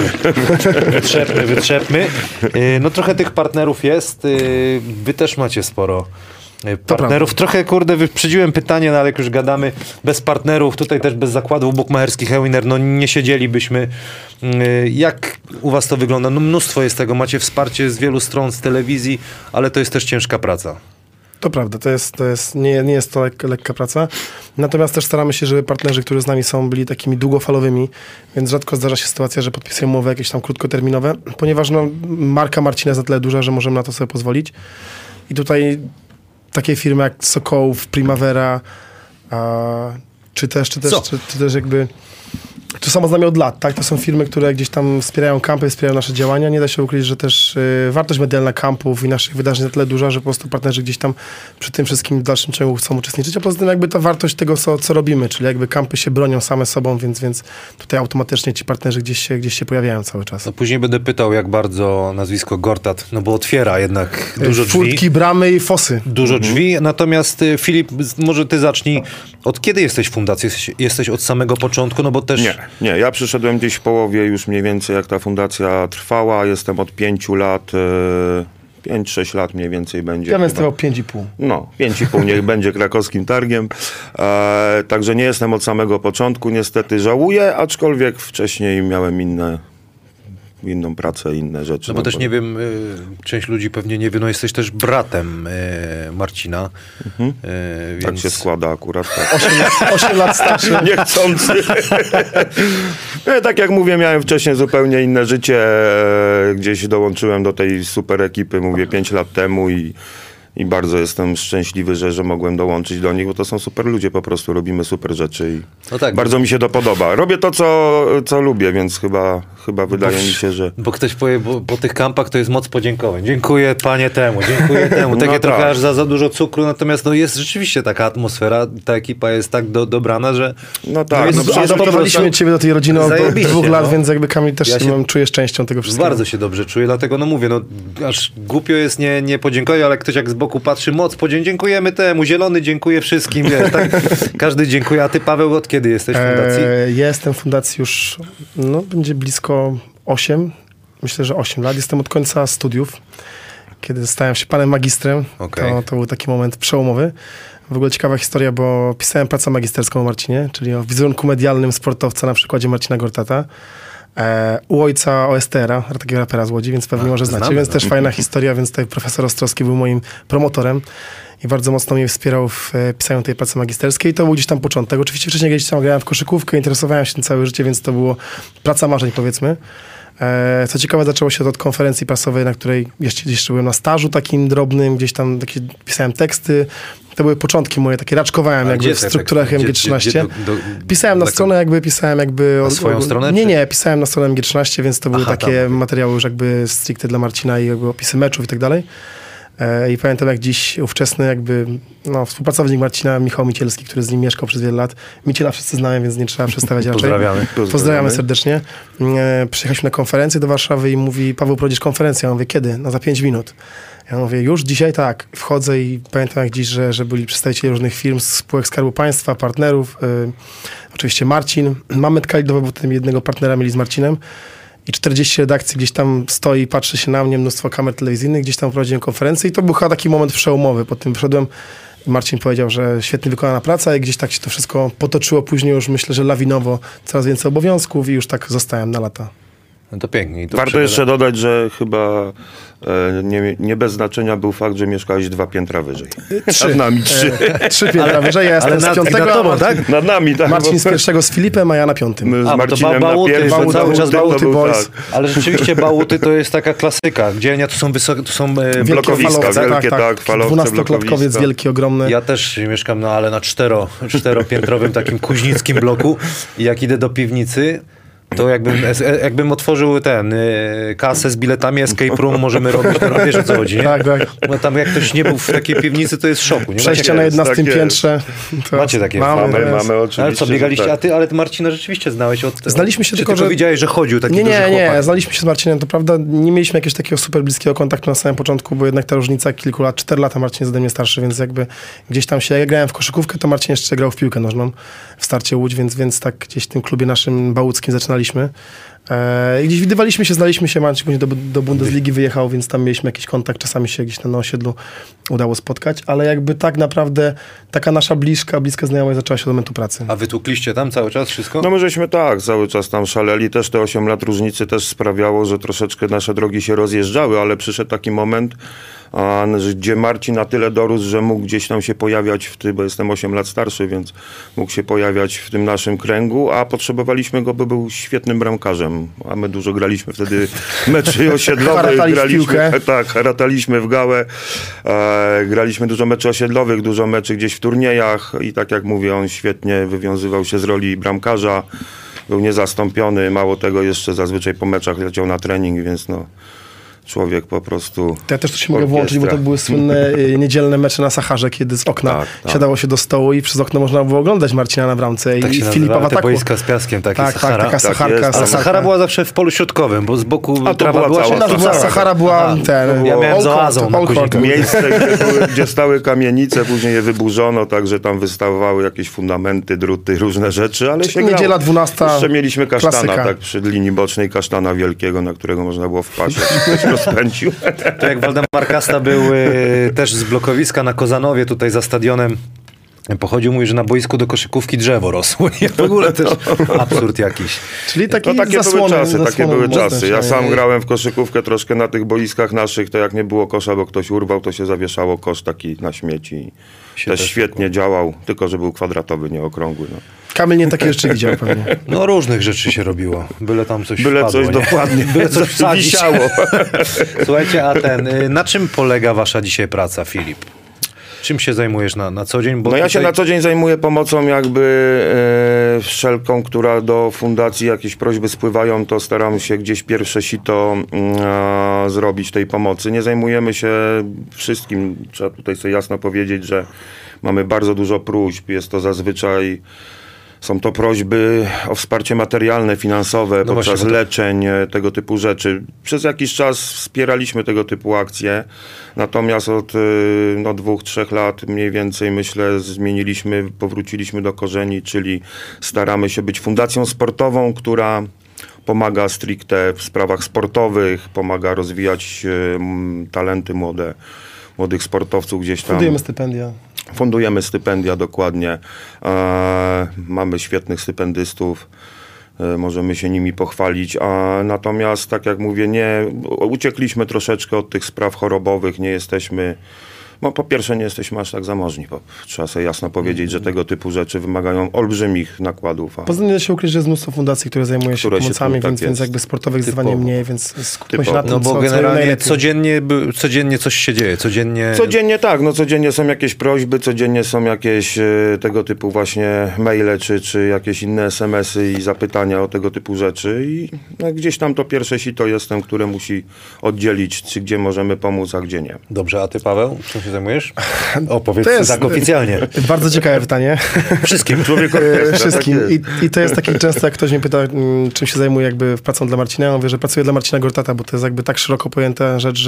Wytrzepmy. No trochę tych partnerów jest. Wy też macie sporo partnerów. Trochę, wyprzedziłem pytanie, ale jak już gadamy, bez partnerów, tutaj też bez zakładów bukmacherskich Ewiner, nie siedzielibyśmy. Jak u was to wygląda? Mnóstwo jest tego, macie wsparcie z wielu stron, z telewizji, ale to jest też ciężka praca. To prawda, nie jest to lekka praca. Natomiast też staramy się, żeby partnerzy, którzy z nami są, byli takimi długofalowymi, więc rzadko zdarza się sytuacja, że podpisują umowy jakieś tam krótkoterminowe, ponieważ marka Marcina jest na tyle duża, że możemy na to sobie pozwolić. I tutaj takie firmy jak Sokołów, Primavera, czy też jakby to samo z nami od lat, tak? To są firmy, które gdzieś tam wspierają kampy, wspierają nasze działania. Nie da się ukryć, że też wartość medialna kampów i naszych wydarzeń jest na tyle duża, że po prostu partnerzy gdzieś tam przy tym wszystkim w dalszym ciągu chcą uczestniczyć, a poza tym jakby ta wartość tego, co robimy, czyli jakby kampy się bronią same sobą, więc tutaj automatycznie ci partnerzy gdzieś się pojawiają cały czas. No później będę pytał, jak bardzo nazwisko Gortat, no bo otwiera jednak dużo drzwi. Furtki, bramy i fosy. Dużo drzwi, natomiast Filip, może ty zacznij. Od kiedy jesteś w fundacji? Jesteś od samego początku, no bo też... Nie, ja przyszedłem gdzieś w połowie już mniej więcej, jak ta fundacja trwała. Jestem od 5 lat, 5-6 lat mniej więcej będzie. Ja bym stawiał 5,5. No, 5,5 niech będzie krakowskim targiem. Także nie jestem od samego początku, niestety żałuję, aczkolwiek wcześniej miałem inną pracę, inne rzeczy. No bo też nie wiem, część ludzi pewnie nie wie, no jesteś też bratem Marcina. Tak Więc... się składa akurat. Tak. 8 lat starszy. Niechcący. Tak jak mówię, miałem wcześniej zupełnie inne życie. Gdzieś dołączyłem do tej super ekipy, mówię, 5 lat temu i bardzo jestem szczęśliwy, że mogłem dołączyć do nich, bo to są super ludzie, po prostu robimy super rzeczy i No tak, bardzo mi się to podoba. Robię to, co lubię, więc chyba wydaje mi się, że... Bo ktoś powie, bo po tych kampach to jest moc podziękowań. Dziękuję panie temu, dziękuję temu. Takie No trochę tak. aż za dużo cukru, natomiast no jest rzeczywiście taka atmosfera, ta ekipa jest tak dobrana, że... No tak, jest- no przecież po Adaptowaliśmy prostu- ciebie do tej rodziny od Zajebiście, 2 lat, no. więc jakby Kamil też Ja się- czujesz częścią tego wszystkiego. Bardzo się dobrze czuję, dlatego no mówię, no aż głupio jest nie podziękować, ale ktoś jak z boku patrzy, moc dziękujemy temu, Zielony dziękuję wszystkim, wiesz, tak, każdy dziękuję, a ty Paweł, od kiedy jesteś w fundacji? Ja jestem w fundacji już, no będzie blisko 8, myślę, że 8 lat. Jestem od końca studiów, kiedy stałem się panem magistrem. Okej. To był taki moment przełomowy. W ogóle ciekawa historia, bo pisałem pracę magisterską o Marcinie, czyli o wizerunku medialnym sportowca na przykładzie Marcina Gortata. U ojca OSTR-a, takiego rapera z Łodzi, więc pewnie może znacie, znamy, więc no. też fajna historia, więc tutaj profesor Ostrowski był moim promotorem i bardzo mocno mnie wspierał w pisaniu tej pracy magisterskiej. To był gdzieś tam początek. Oczywiście wcześniej gdzieś tam grałem w koszykówkę, interesowałem się tym całe życie, więc to było praca marzeń, powiedzmy. Co ciekawe, zaczęło się to od konferencji prasowej, na której jeszcze byłem na stażu takim drobnym, gdzieś tam pisałem teksty. To były początki moje, takie raczkowałem A jakby gdzie w te strukturach teksty? MG13. na Pisałem na stronę, pisałem Na swoją stronę, Nie, czy- nie, pisałem na stronę MG13, więc to były Aha, takie tam. materiały już jakby stricte dla Marcina i jakby opisy meczów i tak dalej. I pamiętam, jak dziś ówczesny współpracownik Marcina, Michał Micielski, który z nim mieszkał przez wiele lat. Miciela wszyscy znają, więc nie trzeba przedstawiać raczej. Pozdrawiamy. Pozdrawiamy serdecznie. Przyjechaliśmy na konferencję do Warszawy i mówi, Paweł, prowadzisz konferencję. Ja mówię, kiedy? No za 5 minut. Ja mówię, już dzisiaj tak. Wchodzę i pamiętam jak dziś, że byli przedstawiciele różnych firm, spółek Skarbu Państwa, partnerów. Oczywiście Marcin. Mamy Kalidowa, bo tym jednego partnera mieli z Marcinem. I 40 redakcji gdzieś tam stoi, patrzy się na mnie, mnóstwo kamer telewizyjnych, gdzieś tam prowadziłem konferencję i to był chyba taki moment przełomowy. Po tym wszedłem, Marcin powiedział, że świetnie wykonana praca i gdzieś tak się to wszystko potoczyło później już, myślę, że lawinowo, coraz więcej obowiązków i już tak zostałem na lata. No to pięknie. I to Warto jeszcze dodać, że chyba nie bez znaczenia był fakt, że mieszkałeś 2 piętra wyżej. 3. Nad nami 3. 3 piętra wyżej, ja jestem z 5, nad tobą, tak? Nad nami, tak. Marcin z pierwszego z Filipem, a ja na 5. My z A, bo to Marcinem bałuty, na pierwszym, bo cały czas to bałuty był boys. tak. Ale rzeczywiście bałuty to jest taka klasyka. Dzielnia to są wysokie, to są blokowiska, wielkie, tak, falowce, 12-klatkowiec blokowiska. wielki, ogromny. Ja też mieszkam, ale na czteropiętrowym takim kuźnickim bloku i jak idę do piwnicy, to jakbym otworzył kasę z biletami Escape Room, możemy robić, to wiesz o co chodzi, nie? Tak. No tam jak ktoś nie był w takiej piwnicy, to jest w szoku. Nie? Przejście na jest, 11 tak jest. piętrze. To Macie takie Mamy oczywiście. Ale co, biegaliście, że a ty, ale ty Marcina rzeczywiście znałeś od... Znaliśmy się czy tylko, tylko że- widziałeś, że chodził taki duży Nie, chłopak? znaliśmy się z Marcinem, to prawda, nie mieliśmy jakiegoś takiego super bliskiego kontaktu na samym początku, bo jednak ta różnica kilku lat, 4 lata Marcin jest ode mnie starszy, więc jakby gdzieś tam jak ja grałem w koszykówkę, to Marcin jeszcze grał w piłkę nożną w Starcie Łódź, więc tak gdzieś w tym klubie naszym bałuckim zaczynaliśmy. I gdzieś widywaliśmy się, znaliśmy się, Marcin później do Bundesligi wyjechał, więc tam mieliśmy jakiś kontakt, czasami się gdzieś tam na osiedlu udało spotkać, ale jakby tak naprawdę taka nasza bliska znajomość zaczęła się od momentu pracy. A wytłukliście tam cały czas wszystko? No my żeśmy tak, cały czas tam szaleli, też te 8 lat różnicy też sprawiało, że troszeczkę nasze drogi się rozjeżdżały, ale przyszedł taki moment, gdzie Marcin na tyle dorósł, że mógł gdzieś tam się pojawiać bo jestem 8 lat starszy, więc mógł się pojawiać w tym naszym kręgu, a potrzebowaliśmy go, bo był świetnym bramkarzem, a my dużo graliśmy wtedy meczy osiedlowych, Haratali w piłkę. tak, harataliśmy w gałę, graliśmy dużo meczy osiedlowych, dużo meczy gdzieś w turniejach i tak jak mówię, on świetnie wywiązywał się z roli bramkarza. był niezastąpiony, mało tego jeszcze zazwyczaj po meczach leciał na trening, więc no człowiek po prostu... Ja też tu się mogę włączyć, bo to były słynne niedzielne mecze na Sacharze, kiedy z okna siadało się do stołu i przez okno można było oglądać Marcina na bramce tak i się Filipa w ataku. boiska z piaskiem, Sahara. Taka Sacharka. Ale Sahara była zawsze w polu środkowym, bo z boku trawa była Sahara była ja miałem z oazą na Kozika. Miejsce, gdzie stały kamienice, później je wyburzono, także tam wystawały jakieś fundamenty, druty, różne rzeczy, ale się Niedziela grało. 12. Jeszcze mieliśmy kasztana, klasyka. tak, przy linii bocznej kasztana wielkiego, na którego można było wpaść, rozpędził. To jak Waldemar Kasta był też z blokowiska na Kozanowie, tutaj za stadionem, pochodził, mówi, że na boisku do koszykówki drzewo rosło. I w ogóle też absurd jakiś. Czyli taki takie były czasy. Ja sam mocne. grałem w koszykówkę troszkę na tych boiskach naszych, to jak nie było kosza, bo ktoś urwał, to się zawieszało kosz taki na śmieci. Też świetnie działał, tylko że był kwadratowy, nie okrągły. No. Kamil nie takie rzeczy widział pewnie. No różnych rzeczy się robiło. Byle tam coś Byle wpadło, coś nie? dokładnie. Byle coś wsadzić. wisiało. Słuchajcie, a na czym polega wasza dzisiaj praca, Filip? Czym się zajmujesz na co dzień? Bo No ja tutaj... się na co dzień zajmuję pomocą jakby wszelką, która do fundacji jakieś prośby spływają, to staram się gdzieś pierwsze sito zrobić tej pomocy. Nie zajmujemy się wszystkim. Trzeba tutaj sobie jasno powiedzieć, że mamy bardzo dużo próśb. Jest to zazwyczaj... Są to prośby o wsparcie materialne, finansowe, No podczas właśnie, leczeń, tego typu rzeczy. Przez jakiś czas wspieraliśmy tego typu akcje, natomiast od 2-3 lat mniej więcej, myślę, powróciliśmy do korzeni, czyli staramy się być fundacją sportową, która pomaga stricte w sprawach sportowych, pomaga rozwijać talenty młodych sportowców gdzieś tam. Fundujemy stypendia, dokładnie. Mamy świetnych stypendystów, możemy się nimi pochwalić, natomiast tak jak mówię, uciekliśmy troszeczkę od tych spraw chorobowych, nie jesteśmy... No, po pierwsze nie jesteśmy aż tak zamożni, bo trzeba sobie jasno powiedzieć, że tego typu rzeczy wymagają olbrzymich nakładów. Poza tym się ukryć, że jest mnóstwo fundacji, które zajmuje się pomocami, więc jakby sportowych zdecydowanie mniej, więc skupmy się na tym, no bo generalnie codziennie coś się dzieje, Codziennie tak, codziennie są jakieś prośby, codziennie są jakieś tego typu właśnie maile, czy jakieś inne SMS-y i zapytania o tego typu rzeczy i gdzieś tam to pierwsze sito jestem, które musi oddzielić, czy gdzie możemy pomóc, a gdzie nie. Dobrze, a ty, Paweł? Czym się zajmujesz? Opowiedz to jest tak oficjalnie. Bardzo ciekawe pytanie. Wszystkim. Wszystkim. I to jest takie często, jak ktoś mnie pyta, czym się zajmuję jakby pracą dla Marcina, ja mówię, że pracuję dla Marcina Gortata, bo to jest jakby tak szeroko pojęta rzecz,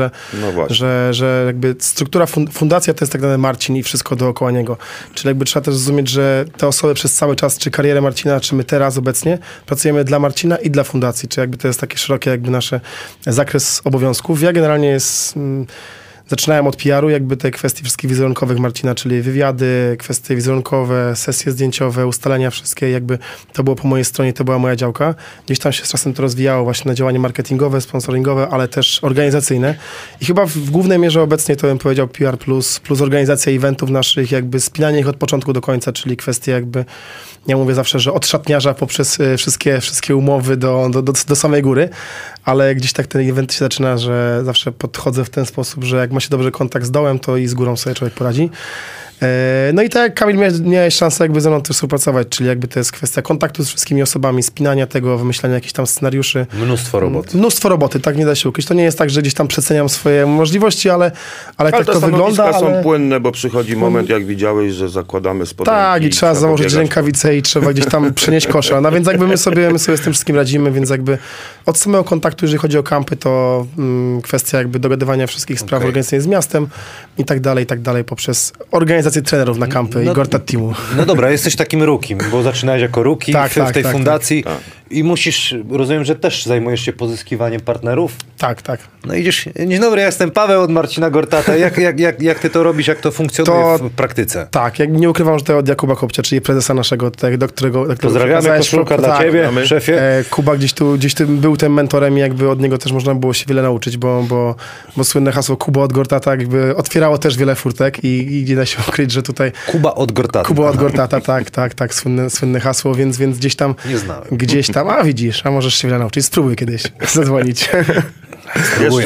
że jakby struktura fundacja to jest tak naprawdę Marcin i wszystko dookoła niego. Czyli jakby trzeba też zrozumieć, że te osoby przez cały czas, czy karierę Marcina, czy my teraz obecnie, pracujemy dla Marcina i dla fundacji. Czy jakby to jest taki szeroki jakby nasz zakres obowiązków. Ja generalnie zaczynałem od PR-u, jakby te kwestie wszystkich wizerunkowych Marcina, czyli wywiady, kwestie wizerunkowe, sesje zdjęciowe, ustalenia wszystkie, jakby to było po mojej stronie, to była moja działka. Gdzieś tam się z czasem to rozwijało właśnie na działanie marketingowe, sponsoringowe, ale też organizacyjne. I chyba w głównej mierze obecnie to bym powiedział PR plus organizacja eventów naszych, jakby spinanie ich od początku do końca, czyli kwestie jakby, ja mówię zawsze, że od szatniarza poprzez wszystkie umowy do samej góry, ale gdzieś tak ten event się zaczyna, że zawsze podchodzę w ten sposób, że jak ma się dobrze kontakt z dołem, to i z górą sobie człowiek poradzi. No i tak jak Kamil miałeś szansę jakby ze mną też współpracować, czyli jakby to jest kwestia kontaktu z wszystkimi osobami, spinania tego, wymyślania jakichś tam scenariuszy. Mnóstwo roboty, tak nie da się ukryć. To nie jest tak, że gdzieś tam przeceniam swoje możliwości, ale tak to wygląda. Są płynne, bo przychodzi moment, jak widziałeś, że zakładamy spodenki. Tak, i trzeba założyć rękawice i trzeba gdzieś tam przenieść kosza. No więc jakby my sobie z tym wszystkim radzimy, więc jakby od samego kontaktu, jeżeli chodzi o kampy, to kwestia jakby dogadywania wszystkich spraw organizacyjnych z miastem i tak dalej, poprzez organizację trenerów na kampy i Gortat Teamu. No dobra, jesteś takim rookiem, bo zaczynałeś jako rookie w tej fundacji i musisz, rozumiem, że też zajmujesz się pozyskiwaniem partnerów? Tak. No idziesz, dzień dobry, ja jestem Paweł od Marcina Gortata. Jak ty to robisz, jak to funkcjonuje w praktyce? Tak, nie ukrywam, że to od Jakuba Kopcia, czyli prezesa naszego, do którego pozdrawiamy, koszulka dla ciebie, szefie. Kuba gdzieś tu był tym mentorem i jakby od niego też można było się wiele nauczyć, bo słynne hasło Kuba od Gortata jakby otwierało też wiele furtek i nie da się ukryć, że tutaj... Kuba od Gortata, tak, słynne hasło, więc gdzieś tam... Nie znałem. A widzisz, a możesz się wiele nauczyć. Spróbuj kiedyś zadzwonić. próbuje.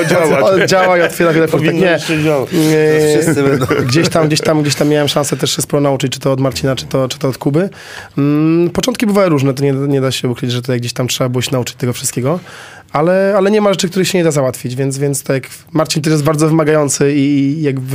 Działa i otwiera wiele furtek. Nie. Wszyscy będą. Gdzieś tam miałem szansę też się sporo nauczyć, czy to od Marcina, czy to od Kuby. Początki bywały różne, to nie da się ukryć, że to gdzieś tam trzeba było się nauczyć tego wszystkiego. Ale nie ma rzeczy, których się nie da załatwić, więc tak jak Marcin też jest bardzo wymagający i jakby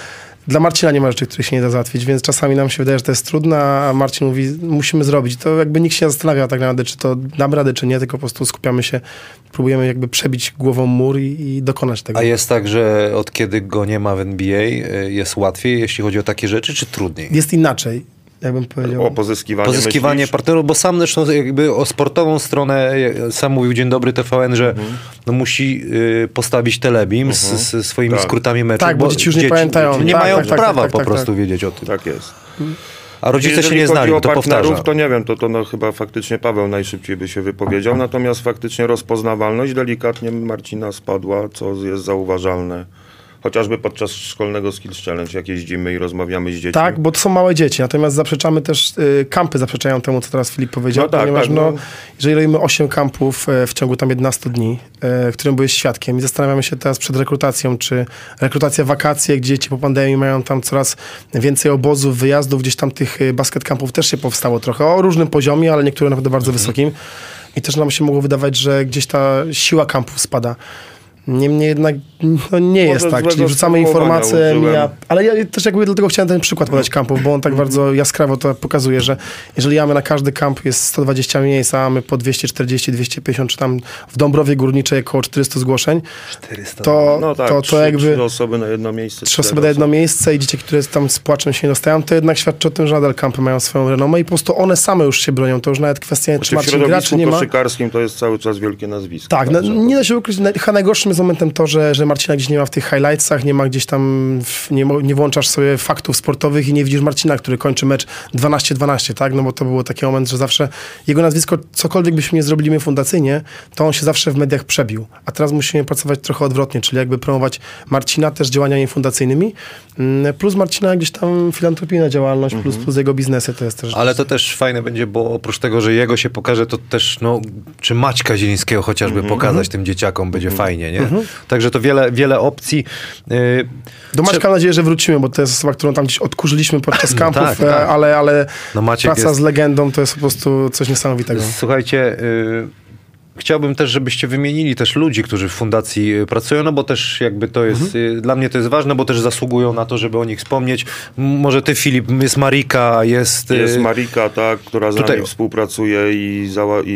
dla Marcina nie ma rzeczy, których się nie da załatwić, więc czasami nam się wydaje, że to jest trudne, a Marcin mówi, musimy zrobić. To jakby nikt się nie zastanawia tak naprawdę, czy to dam radę, czy nie, tylko po prostu skupiamy się, próbujemy jakby przebić głową mur i dokonać tego. A jest tak, że od kiedy go nie ma w NBA jest łatwiej, jeśli chodzi o takie rzeczy, czy trudniej? Jest inaczej, jakbym powiedział. O pozyskiwanie myślisz? partnerów, bo sam zresztą jakby o sportową stronę, sam mówił Dzień Dobry TVN, że no musi postawić telebim z swoimi skrótami meczu. Tak, bo dzieci już nie pamiętają. Nie mają prawa po prostu wiedzieć o tym. Tak jest. A rodzice się nie Jeżeli znali, chodzi to o partnerów, powtarza. to nie wiem, to no, chyba faktycznie Paweł najszybciej by się wypowiedział, natomiast faktycznie rozpoznawalność delikatnie Marcina spadła, co jest zauważalne. Chociażby podczas szkolnego Skills Challenge, jak jeździmy i rozmawiamy z dziećmi. Tak, bo to są małe dzieci, natomiast zaprzeczamy też, kampy zaprzeczają temu, co teraz Filip powiedział, No tak, ponieważ tak, no. jeżeli robimy 8 kampów w ciągu tam 11 dni, w którym byłeś świadkiem i zastanawiamy się teraz przed rekrutacją, czy rekrutacja wakacje, gdzie dzieci po pandemii mają tam coraz więcej obozów, wyjazdów, gdzieś tam tych basket campów też się powstało trochę, o różnym poziomie, ale niektóre naprawdę bardzo wysokim i też nam się mogło wydawać, że gdzieś ta siła kampów spada. Niemniej jednak no nie Może jest tak, złego czyli wrzucamy informacje, użyłem. ale ja też jakby dlatego chciałem ten przykład podać kampów, bo on tak bardzo jaskrawo to pokazuje, że jeżeli mamy na każdy kamp jest 120 miejsc, a mamy po 240, 250, czy tam w Dąbrowie Górniczej około 400 zgłoszeń, 400. to, No tak, to jakby 3 osoby na jedno miejsce. 3 osoby na jedno miejsce i dzieci, które tam z płaczem się nie dostają, to jednak świadczy o tym, że nadal kampy mają swoją renomę i po prostu one same już się bronią, to już nawet kwestia, czy W Marcin gra, czy środowisku nie ma. koszykarskim to jest cały czas wielkie nazwisko. Tak, także nie da się ukryć. Chyba najgorszym jest momentem to, że Marcina gdzieś nie ma w tych highlightsach, nie ma gdzieś tam, nie włączasz sobie faktów sportowych i nie widzisz Marcina, który kończy mecz 12-12, tak? No bo to był taki moment, że zawsze jego nazwisko, cokolwiek byśmy nie zrobili fundacyjnie, to on się zawsze w mediach przebił. A teraz musimy pracować trochę odwrotnie, czyli jakby promować Marcina też działaniami fundacyjnymi, plus Marcina gdzieś tam filantropijna działalność, plus jego biznesy, to jest też... Ale to też fajne będzie, bo oprócz tego, że jego się pokaże, to też, no, czy Maćka Zielińskiego chociażby pokazać tym dzieciakom będzie fajnie, nie? Także to wiele opcji. Do Maćka mam nadzieję, że wrócimy, bo to jest osoba, którą tam gdzieś odkurzyliśmy podczas kampów, tak, tak. ale No Maciek praca jest... z legendą to jest po prostu coś niesamowitego. Słuchajcie, chciałbym też, żebyście wymienili też ludzi, którzy w fundacji pracują, no bo też jakby to jest, dla mnie to jest ważne, bo też zasługują na to, żeby o nich wspomnieć. Może ty, Filip, jest Marika, jest... Jest Marika, tak, która z tutaj- nami współpracuje i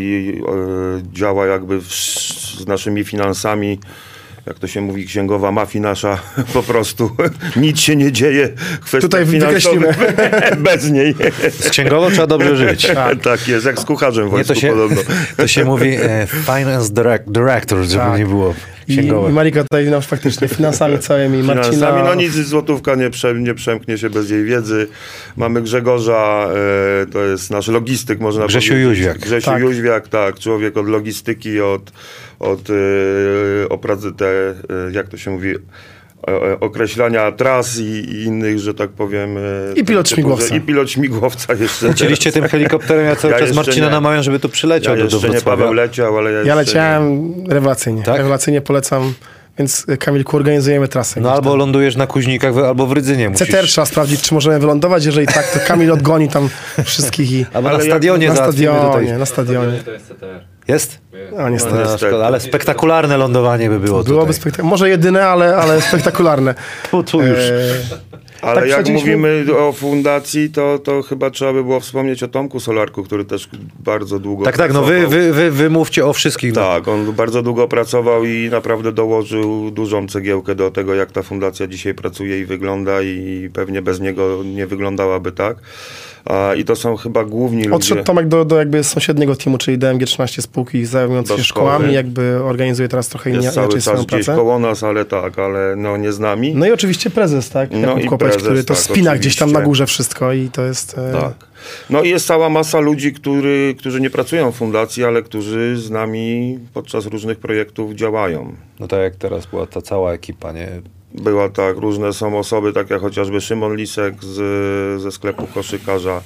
działa jakby z naszymi finansami. Jak to się mówi, księgowa mafia nasza, po prostu nic się nie dzieje w kwestiach Tutaj finansowych bez niej. Z księgową trzeba dobrze żyć. Tak jest, jak z kucharzem Nie, wojsku podobno. to się mówi finance director, żeby Tak. nie było I księgowe. Marika tutaj nam faktycznie finansami całymi, Finansami, Marcina... no nic, złotówka nie przemknie się bez jej wiedzy. Mamy Grzegorza, to jest nasz logistyk, można Grzesiu powiedzieć. Jóźwiak. Grzesiu Tak. Jóźwiak, tak, człowiek od logistyki, od opracy jak to się mówi, określania tras i innych, że tak powiem. I pilot śmigłowca. I pilot śmigłowca jeszcze. Lecieliście tym helikopterem, ja cały Ja czas jeszcze Marcina nie. namawiam, żeby tu przyleciał Ja do jeszcze nie Wrocławia. Paweł leciał, ale Ja jeszcze leciałem rewelacyjnie. Tak? Rewelacyjnie polecam, więc Kamilku, organizujemy trasę. No albo lądujesz na Kuźnikach, albo w Rydzynie musisz. CTR trzeba sprawdzić, czy możemy wylądować. Jeżeli tak, to Kamil odgoni tam wszystkich i Albo na Ale stadionie na załatwimy stadionie, tutaj. na stadionie. To jest CTR. Jest? No niestety. No, niestety. szkoda, ale spektakularne lądowanie by było Byłoby tutaj. spektakularne. Może jedyne, ale spektakularne. Tu już. Ale Tak jak przechodziliśmy- mówimy o fundacji, to chyba trzeba by było wspomnieć o Tomku Solarku, który też bardzo długo Tak, no pracował. wy mówcie o wszystkich. No. Tak, on bardzo długo pracował i naprawdę dołożył dużą cegiełkę do tego, jak ta fundacja dzisiaj pracuje i wygląda i pewnie bez niego nie wyglądałaby tak. I to są chyba główni ludzie. Odszedł Tomek do jakby sąsiedniego teamu, czyli DMG13 spółki zajmujący Do się szkoły. szkołami, jakby organizuje teraz trochę Jest cały inaczej swoją czas gdzieś pracę. koło nas, ale no nie z nami. No i oczywiście prezes, tak? No Jakub i Kopeć, prezes, który to tak, spina gdzieś tam na oczywiście. górze wszystko i to jest... Tak. No i jest cała masa ludzi, którzy nie pracują w fundacji, ale którzy z nami podczas różnych projektów działają. No tak jak teraz była ta cała ekipa, nie? Była tak, różne są osoby, tak jak chociażby Szymon Lisek ze sklepu koszykarza,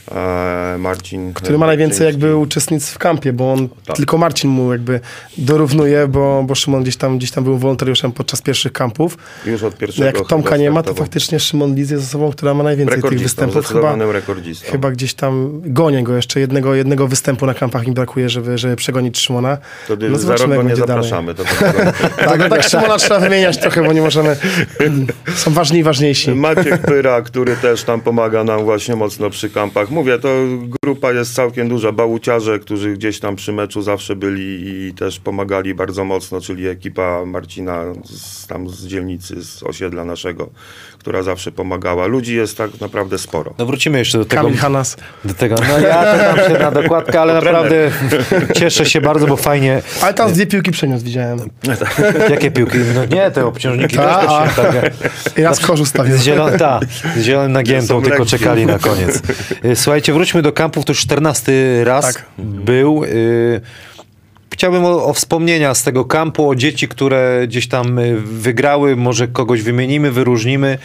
Marcin. Który ma najwięcej Marczyński. jakby uczestnic w kampie, bo on Tak. tylko Marcin mu jakby dorównuje, bo Szymon gdzieś tam był wolontariuszem podczas pierwszych kampów. Już od No pierwszego jak Tomka chyba nie ma, to startował. faktycznie Szymon Liz jest osobą, która ma najwięcej tych Rekordzistą, występów. zdecydowanym rekordzistą. Chyba gdzieś tam gonię go jeszcze. Jednego występu na kampach mi brakuje, żeby przegonić Szymona. Wtedy No za zobaczymy, rok go jak nie będzie zapraszamy. Tak, no tak Szymona trzeba wymieniać trochę, bo nie możemy... Są ważni i ważniejsi. Maciek Pyra, który też tam pomaga nam właśnie mocno przy kampach. Mówię, to grupa jest całkiem duża. Bałuciarze, którzy gdzieś tam przy meczu zawsze byli i też pomagali bardzo mocno, czyli ekipa Marcina tam z dzielnicy, z osiedla naszego, która zawsze pomagała. Ludzi jest tak naprawdę sporo. No wrócimy jeszcze do tego. Kamil Hanas. Do tego. No ja to dam się na dokładkę, ale naprawdę cieszę się bardzo, bo fajnie. Ale tam z 2 piłki przeniósł, widziałem. Jakie piłki? No nie, te obciążniki Ta, też a- się tak... I raz kożu stawił. Z zielonym nagiętą, Są tylko lekkie. czekali na koniec. Słuchajcie, wróćmy do kampów, to już 14 raz Tak. był. Chciałbym o wspomnienia z tego kampu, o dzieci, które gdzieś tam wygrały, może kogoś wymienimy, wyróżnimy.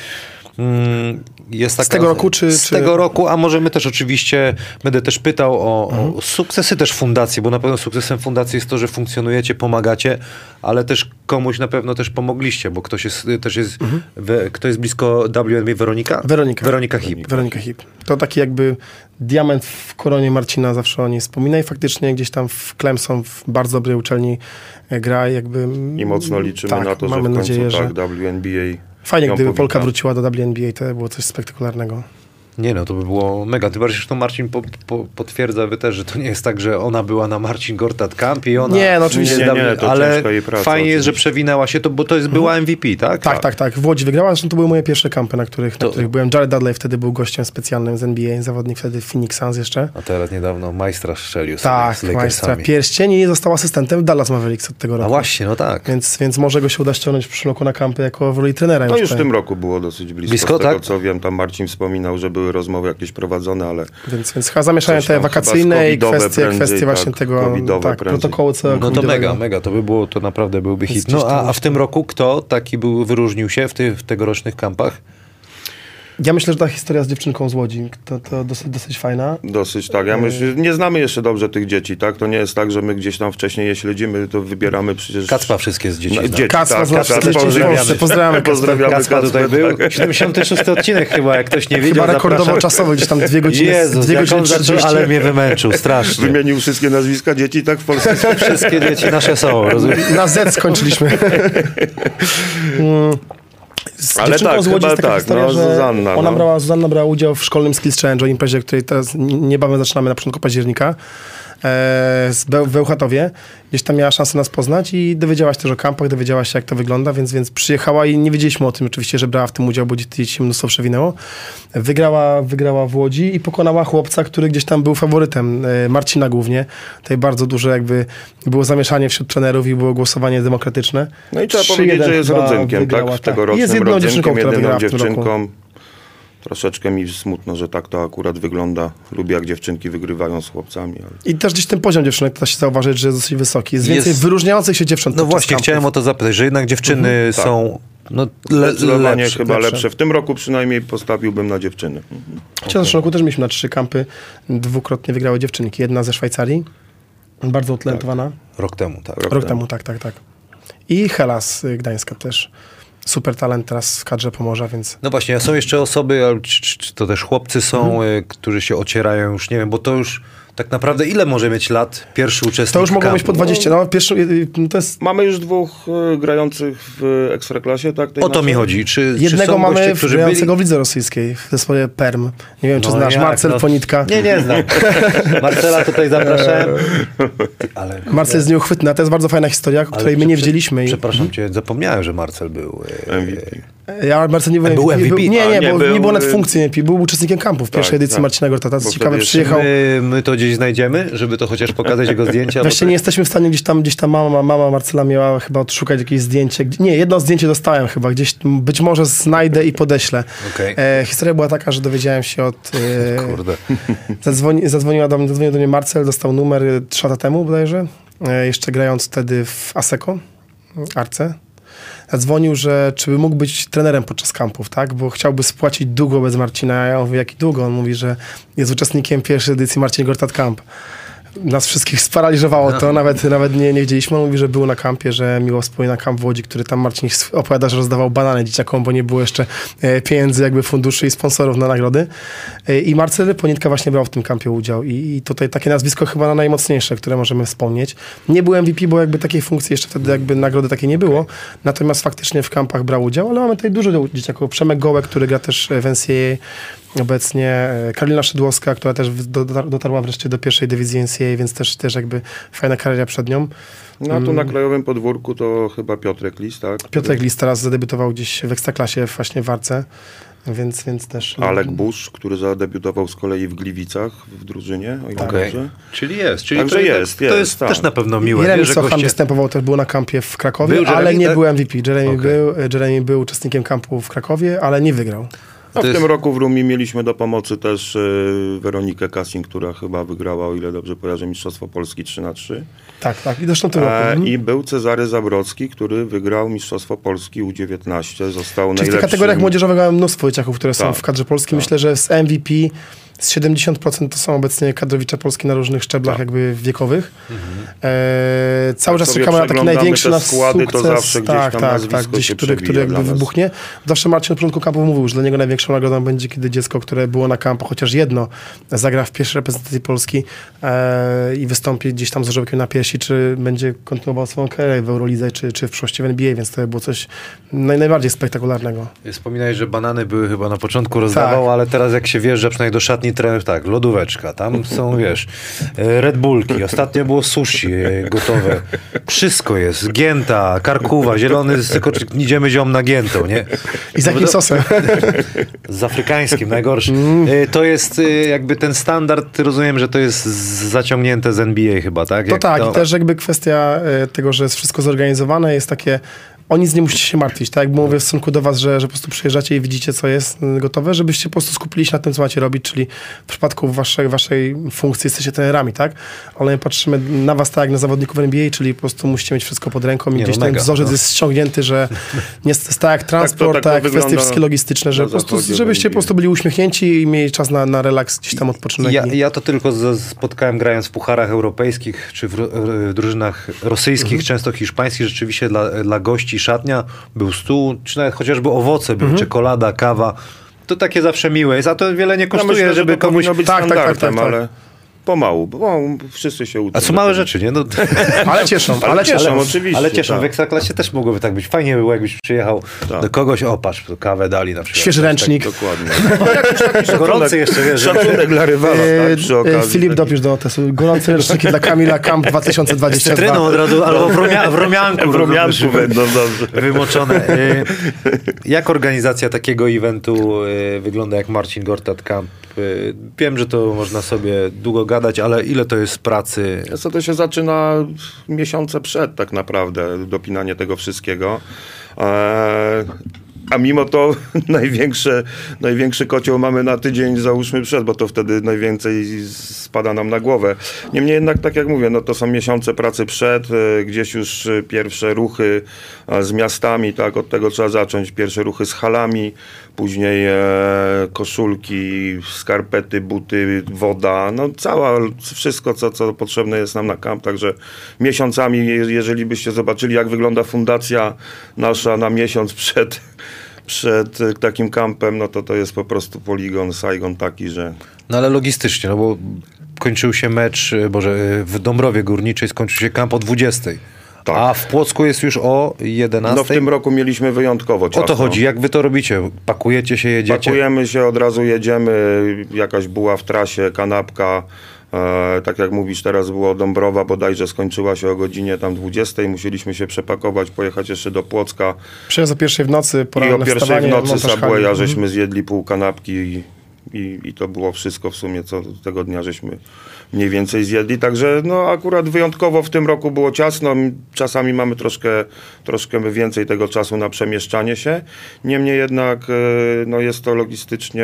Jest taka, Z tego roku, czy... Z tego roku, a może my też oczywiście, będę też pytał o sukcesy też fundacji, bo na pewno sukcesem fundacji jest to, że funkcjonujecie, pomagacie, ale też komuś na pewno też pomogliście, bo ktoś jest, też jest, kto jest blisko WNBA, Weronika? Weronika Hip. Weronika Hip. To taki jakby diament w koronie Marcina, zawsze o niej wspomina i faktycznie gdzieś tam w Clemson, w bardzo dobrej uczelni gra jakby... I mocno liczymy tak, na to, że w mamy końcu nadzieję, że WNBA fajnie, ją gdyby powita. Polka wróciła do WNBA, to było coś spektakularnego. Nie no, to by było mega. Tym bardziej, że to Marcin potwierdza wy też, że to nie jest tak, że ona była na Marcin Gortat Camp i ona... Nie, no oczywiście. Nie, to ale ciężka jej praca, fajnie jest, że oczywiście. przewinęła się to, bo to jest była MVP, tak? Tak. W Łodzi wygrała, zresztą to były moje pierwsze kampy, na których byłem. Jared Dudley wtedy był gościem specjalnym z NBA, zawodnik wtedy w Phoenix Suns jeszcze. A teraz niedawno majstra strzelił Tak, sobie z majstra Lakersami. pierścień i został asystentem w Dallas Mavericks od tego A roku. właśnie, no tak. Więc może go się uda ściągnąć w przyszłym roku na kampy jako w roli trenera. No już w tutaj. tym roku było dosyć blisko. Blisko, z tego, tak? co wiem, tam Marcin wspominał, że były rozmowy jakieś prowadzone, ale Więc chyba zamieszanie Coś tam te chyba wakacyjne i covidowe kwestie prędzej, właśnie tak, tego covidowe prędzej. protokołu całego No to covidowego. mega, to by było, to naprawdę byłby Więc hit. No gdzieś tam a w tym roku kto taki wyróżnił się w tegorocznych kampach? Ja myślę, że ta historia z dziewczynką z Łodzi, to dosyć fajna. dosyć tak. Ja myślę, nie znamy jeszcze dobrze tych dzieci, tak? To nie jest tak, że my gdzieś tam wcześniej je śledzimy, to wybieramy przecież... Kacpa wszystkie z dzieci. No, zna. dzieci, Kacpa tak, z nas Kacpa, wszystkich dzieci w Polsce. Pozdrawiamy Pozdrawiamy Kacpa tutaj Kacpę, był. tak. 76 odcinek chyba, jak ktoś nie wiedział. Chyba rekordowo zapraszam. czasowo, gdzieś tam 2 godziny, Jezus, 2 jak godziny on zaczął, 30. ale mnie wymęczył strasznie. Wymienił wszystkie nazwiska dzieci, tak? W Polsce. Wszystkie dzieci nasze są, rozumiesz? Na Z skończyliśmy. Z Ale dziewczynką tak, z Łodzi chyba jest taka tak, historia, no, że Zuzanna, Zuzanna brała udział w szkolnym Skills Challenge, o imprezie, której teraz niebawem zaczynamy na początku października w Bełchatowie. Gdzieś tam miała szansę nas poznać i dowiedziała się też o kampach, dowiedziała się jak to wygląda, więc przyjechała i nie wiedzieliśmy o tym oczywiście, że brała w tym udział, bo dzieci mnóstwo przewinęło. Wygrała w Łodzi i pokonała chłopca, który gdzieś tam był faworytem, Marcina głównie. Tutaj bardzo duże jakby było zamieszanie wśród trenerów i było głosowanie demokratyczne. No i trzeba 3-1 powiedzieć, że jest chyba rodzynkiem, wygrała, tak? Tegorocznym Jest jedną dziewczynką, rodzynkiem, która jedyną wygrała w tym roku. dziewczynką. Troszeczkę mi smutno, że tak to akurat wygląda. Lubię, jak dziewczynki wygrywają z chłopcami. Ale... I też gdzieś ten poziom dziewczynek da się zauważyć, że jest dosyć wysoki. Jest więcej Jest- wyróżniających się dziewcząt. No podczas właśnie, kampów. chciałem o to zapytać, że jednak dziewczyny tak. są Zdecydowanie lepsze. chyba lepsze. W tym roku przynajmniej postawiłbym na dziewczyny. W zeszłym roku też mieliśmy na 3 kampy. 2-krotnie wygrały dziewczynki. Jedna ze Szwajcarii, bardzo utalentowana. Rok temu, tak. Rok temu, tak. I Hela z Gdańska też. Super talent teraz w kadrze Pomorza, więc... No właśnie, a są jeszcze osoby, ale czy to też chłopcy są, którzy się ocierają już, nie wiem, bo to już tak naprawdę ile może mieć lat pierwszy uczestnik To już mogło kampu? mieć po 20. No, pierwszy, to jest... Mamy już 2 grających w Ekstraklasie, tak? tej O to mi naszej? chodzi. Czy Jednego są mamy goście, którzy grającego byli... w lidze rosyjskiej w zespole Perm. Nie wiem, czy No znasz. jak, Marcel no. Ponitka. Nie znam. Marcela tutaj zapraszałem. Ale... Marcel jest nieuchwytny, a to jest bardzo fajna historia, której my nie wiedzieliśmy. Przepraszam cię, zapomniałem, że Marcel był... MVP. Ja Marcel nie był Był MVP? Nie, A, nie bo był, nie było nawet funkcji MVP. Był uczestnikiem kampów w pierwszej tak, edycji tak. Marcina Gortata. Bo Ciekawe, wtedy przyjechał... My to gdzieś znajdziemy, żeby to chociaż pokazać jego zdjęcia? Właśnie bo nie jesteśmy w stanie gdzieś tam mama Marcela miała chyba odszukać jakieś zdjęcie. Nie, jedno zdjęcie dostałem chyba. Gdzieś być może znajdę i podeślę. Okej. Historia była taka, że dowiedziałem się od... Kurde. Zadzwonił do mnie Marcel, dostał numer 3 lata temu bodajże. Jeszcze grając wtedy w Aseko, Arce. zadzwonił, że czy by mógł być trenerem podczas kampów, tak? Bo chciałby spłacić długo bez Marcina. Ja mówię, jaki długo? On mówi, że jest uczestnikiem pierwszej edycji Marcin Gortat Camp. Nas wszystkich sparaliżowało to, nawet nie wiedzieliśmy. On mówi, że był na kampie, że miło wspomina kamp w Łodzi, który tam Marcin opowiada, że rozdawał banany dzieciakom, bo nie było jeszcze pieniędzy, jakby funduszy i sponsorów na nagrody. I Marcel Ponitka właśnie brał w tym kampie udział. I tutaj takie nazwisko chyba najmocniejsze, które możemy wspomnieć. Nie był MVP, bo jakby takiej funkcji jeszcze wtedy jakby nagrody takiej nie było. Natomiast faktycznie w kampach brał udział, ale mamy tutaj dużo dzieciaków. Przemek Gołek, który gra też w NCAA obecnie, Karolina Szydłowska, która też dotarła wreszcie do pierwszej dywizji NCAA, więc też jakby fajna kariera przed nią. No a tu na krajowym podwórku to chyba Piotrek Lis, tak? Piotrek Lis teraz zadebiutował gdzieś w Ekstraklasie właśnie w Warce, więc też... Alek Busz, który zadebiutował z kolei w Gliwicach w drużynie, o ile dobrze. Czyli jest. Czyli Także to jest też tak. na pewno miłe. Jeremy Sochan występował, też był na kampie w Krakowie, ale nie był MVP. Jeremy był uczestnikiem kampu w Krakowie, ale nie wygrał. A w tym roku w Rumi mieliśmy do pomocy też Weronikę Kassin, która chyba wygrała, o ile dobrze kojarzę, Mistrzostwo Polski 3x3. Tak. I zresztą tym roku. I był Cezary Zabrocki, który wygrał Mistrzostwo Polski U19. Został Czyli w najlepszym... tych kategoriach młodzieżowych mamy mnóstwo dzieciaków, które są w kadrze polskiej. Myślę, że z MVP z 70% to są obecnie kadrowicze Polski na różnych szczeblach jakby wiekowych. Cały czas czekamy na taki największy nasz składy, sukces. to zawsze gdzieś tam nazwisko się który jakby wybuchnie. Zawsze Marcin od początku kampu mówił, że dla niego największą nagrodą będzie, kiedy dziecko, które było na kampu, chociaż jedno, zagra w pierwszej reprezentacji Polski i wystąpi gdzieś tam z orzełkiem na piersi, czy będzie kontynuował swoją karierę w Eurolidze, czy w przyszłości w NBA, więc to było coś najbardziej spektakularnego. Wspominałeś, że banany były chyba na początku rozdawał, ale teraz jak się wjeżdża przynajmniej do szatni trenerów, tak, lodóweczka, tam są, wiesz, Red Bullki, ostatnio było sushi gotowe, wszystko jest, gięta, karkuwa, zielony, tylko idziemy ziom na giętą, nie? I z jakim sosem? Z afrykańskim, najgorszy. To jest jakby ten standard, rozumiem, że to jest zaciągnięte z NBA chyba, tak? To tak, i też jakby kwestia tego, że jest wszystko zorganizowane, jest takie, o nic nie musicie się martwić, tak? Jak mówię w stosunku do was, że po prostu przyjeżdżacie i widzicie, co jest gotowe, żebyście po prostu skupili się na tym, co macie robić, czyli w przypadku waszej funkcji jesteście trenerami, tak? Ale my patrzymy na was tak jak na zawodników NBA, czyli po prostu musicie mieć wszystko pod ręką i gdzieś ten wzorzec jest ściągnięty, że nie jest tak jak transport, tak jak kwestie wszystkie logistyczne, że po prostu, żebyście po prostu byli uśmiechnięci i mieli czas na relaks, gdzieś tam odpoczynek. Ja to tylko spotkałem grając w pucharach europejskich, czy w drużynach rosyjskich, często hiszpańskich, rzeczywiście dla gości szatnia, był stół, czy nawet chociażby owoce, były czekolada, kawa. To takie zawsze miłe jest, a to wiele nie kosztuje, myślę, żeby że to komuś... powinno być Tak. standardem, ale pomału, bo wszyscy się uczą. A co małe rzeczy, nie? No, Ale cieszą, oczywiście. ale cieszą, tak. w Ekstraklasie też mogłoby tak być. Fajnie było, jakbyś przyjechał do kogoś, patrz, kawę dali na przykład. świeży ręcznik. Dokładnie. Gorący jeszcze, wiesz. Szacunek dla rywala, tak, przy okazji. Filip, dopisz do notesu. Gorące ręczniki dla Kamila Camp 2022. Cytryną od razu, albo w rumianku. W rumianku będą dobrze. Wymoczone. Jak organizacja takiego eventu wygląda jak Marcin Gortat Camp? Wiem, że to można sobie długo gadać, ale ile to jest pracy? To się zaczyna miesiące przed tak naprawdę, dopinanie tego wszystkiego. A mimo to największy kocioł mamy na tydzień, załóżmy przed, bo to wtedy najwięcej spada nam na głowę. Niemniej jednak, tak jak mówię, no to są miesiące pracy przed, gdzieś już pierwsze ruchy z miastami, tak, od tego trzeba zacząć. Pierwsze ruchy z halami, później koszulki, skarpety, buty, woda, no wszystko, co potrzebne jest nam na kamp, także miesiącami, jeżeli byście zobaczyli, jak wygląda fundacja nasza na miesiąc przed takim kampem, no to jest po prostu poligon, Saigon taki, że... No ale logistycznie, no bo kończył się mecz, w Dąbrowie Górniczej skończył się kamp o 20. Tak. A w Płocku jest już o 11. No w tym roku mieliśmy wyjątkowo ciasno. O to chodzi, jak wy to robicie? Pakujecie się, jedziecie? Pakujemy się, od razu jedziemy, jakaś buła w trasie, kanapka. Tak jak mówisz, teraz było Dąbrowa, bodajże skończyła się o godzinie tam 20. Musieliśmy się przepakować, pojechać jeszcze do Płocka. Przyjazd o 1:00 w nocy, I o 1:00 w nocy Subwaya żeśmy zjedli pół kanapki i to było wszystko w sumie, co tego dnia żeśmy mniej więcej zjedli. Także no akurat wyjątkowo w tym roku było ciasno. Czasami mamy troszkę więcej tego czasu na przemieszczanie się. Niemniej jednak no jest to logistycznie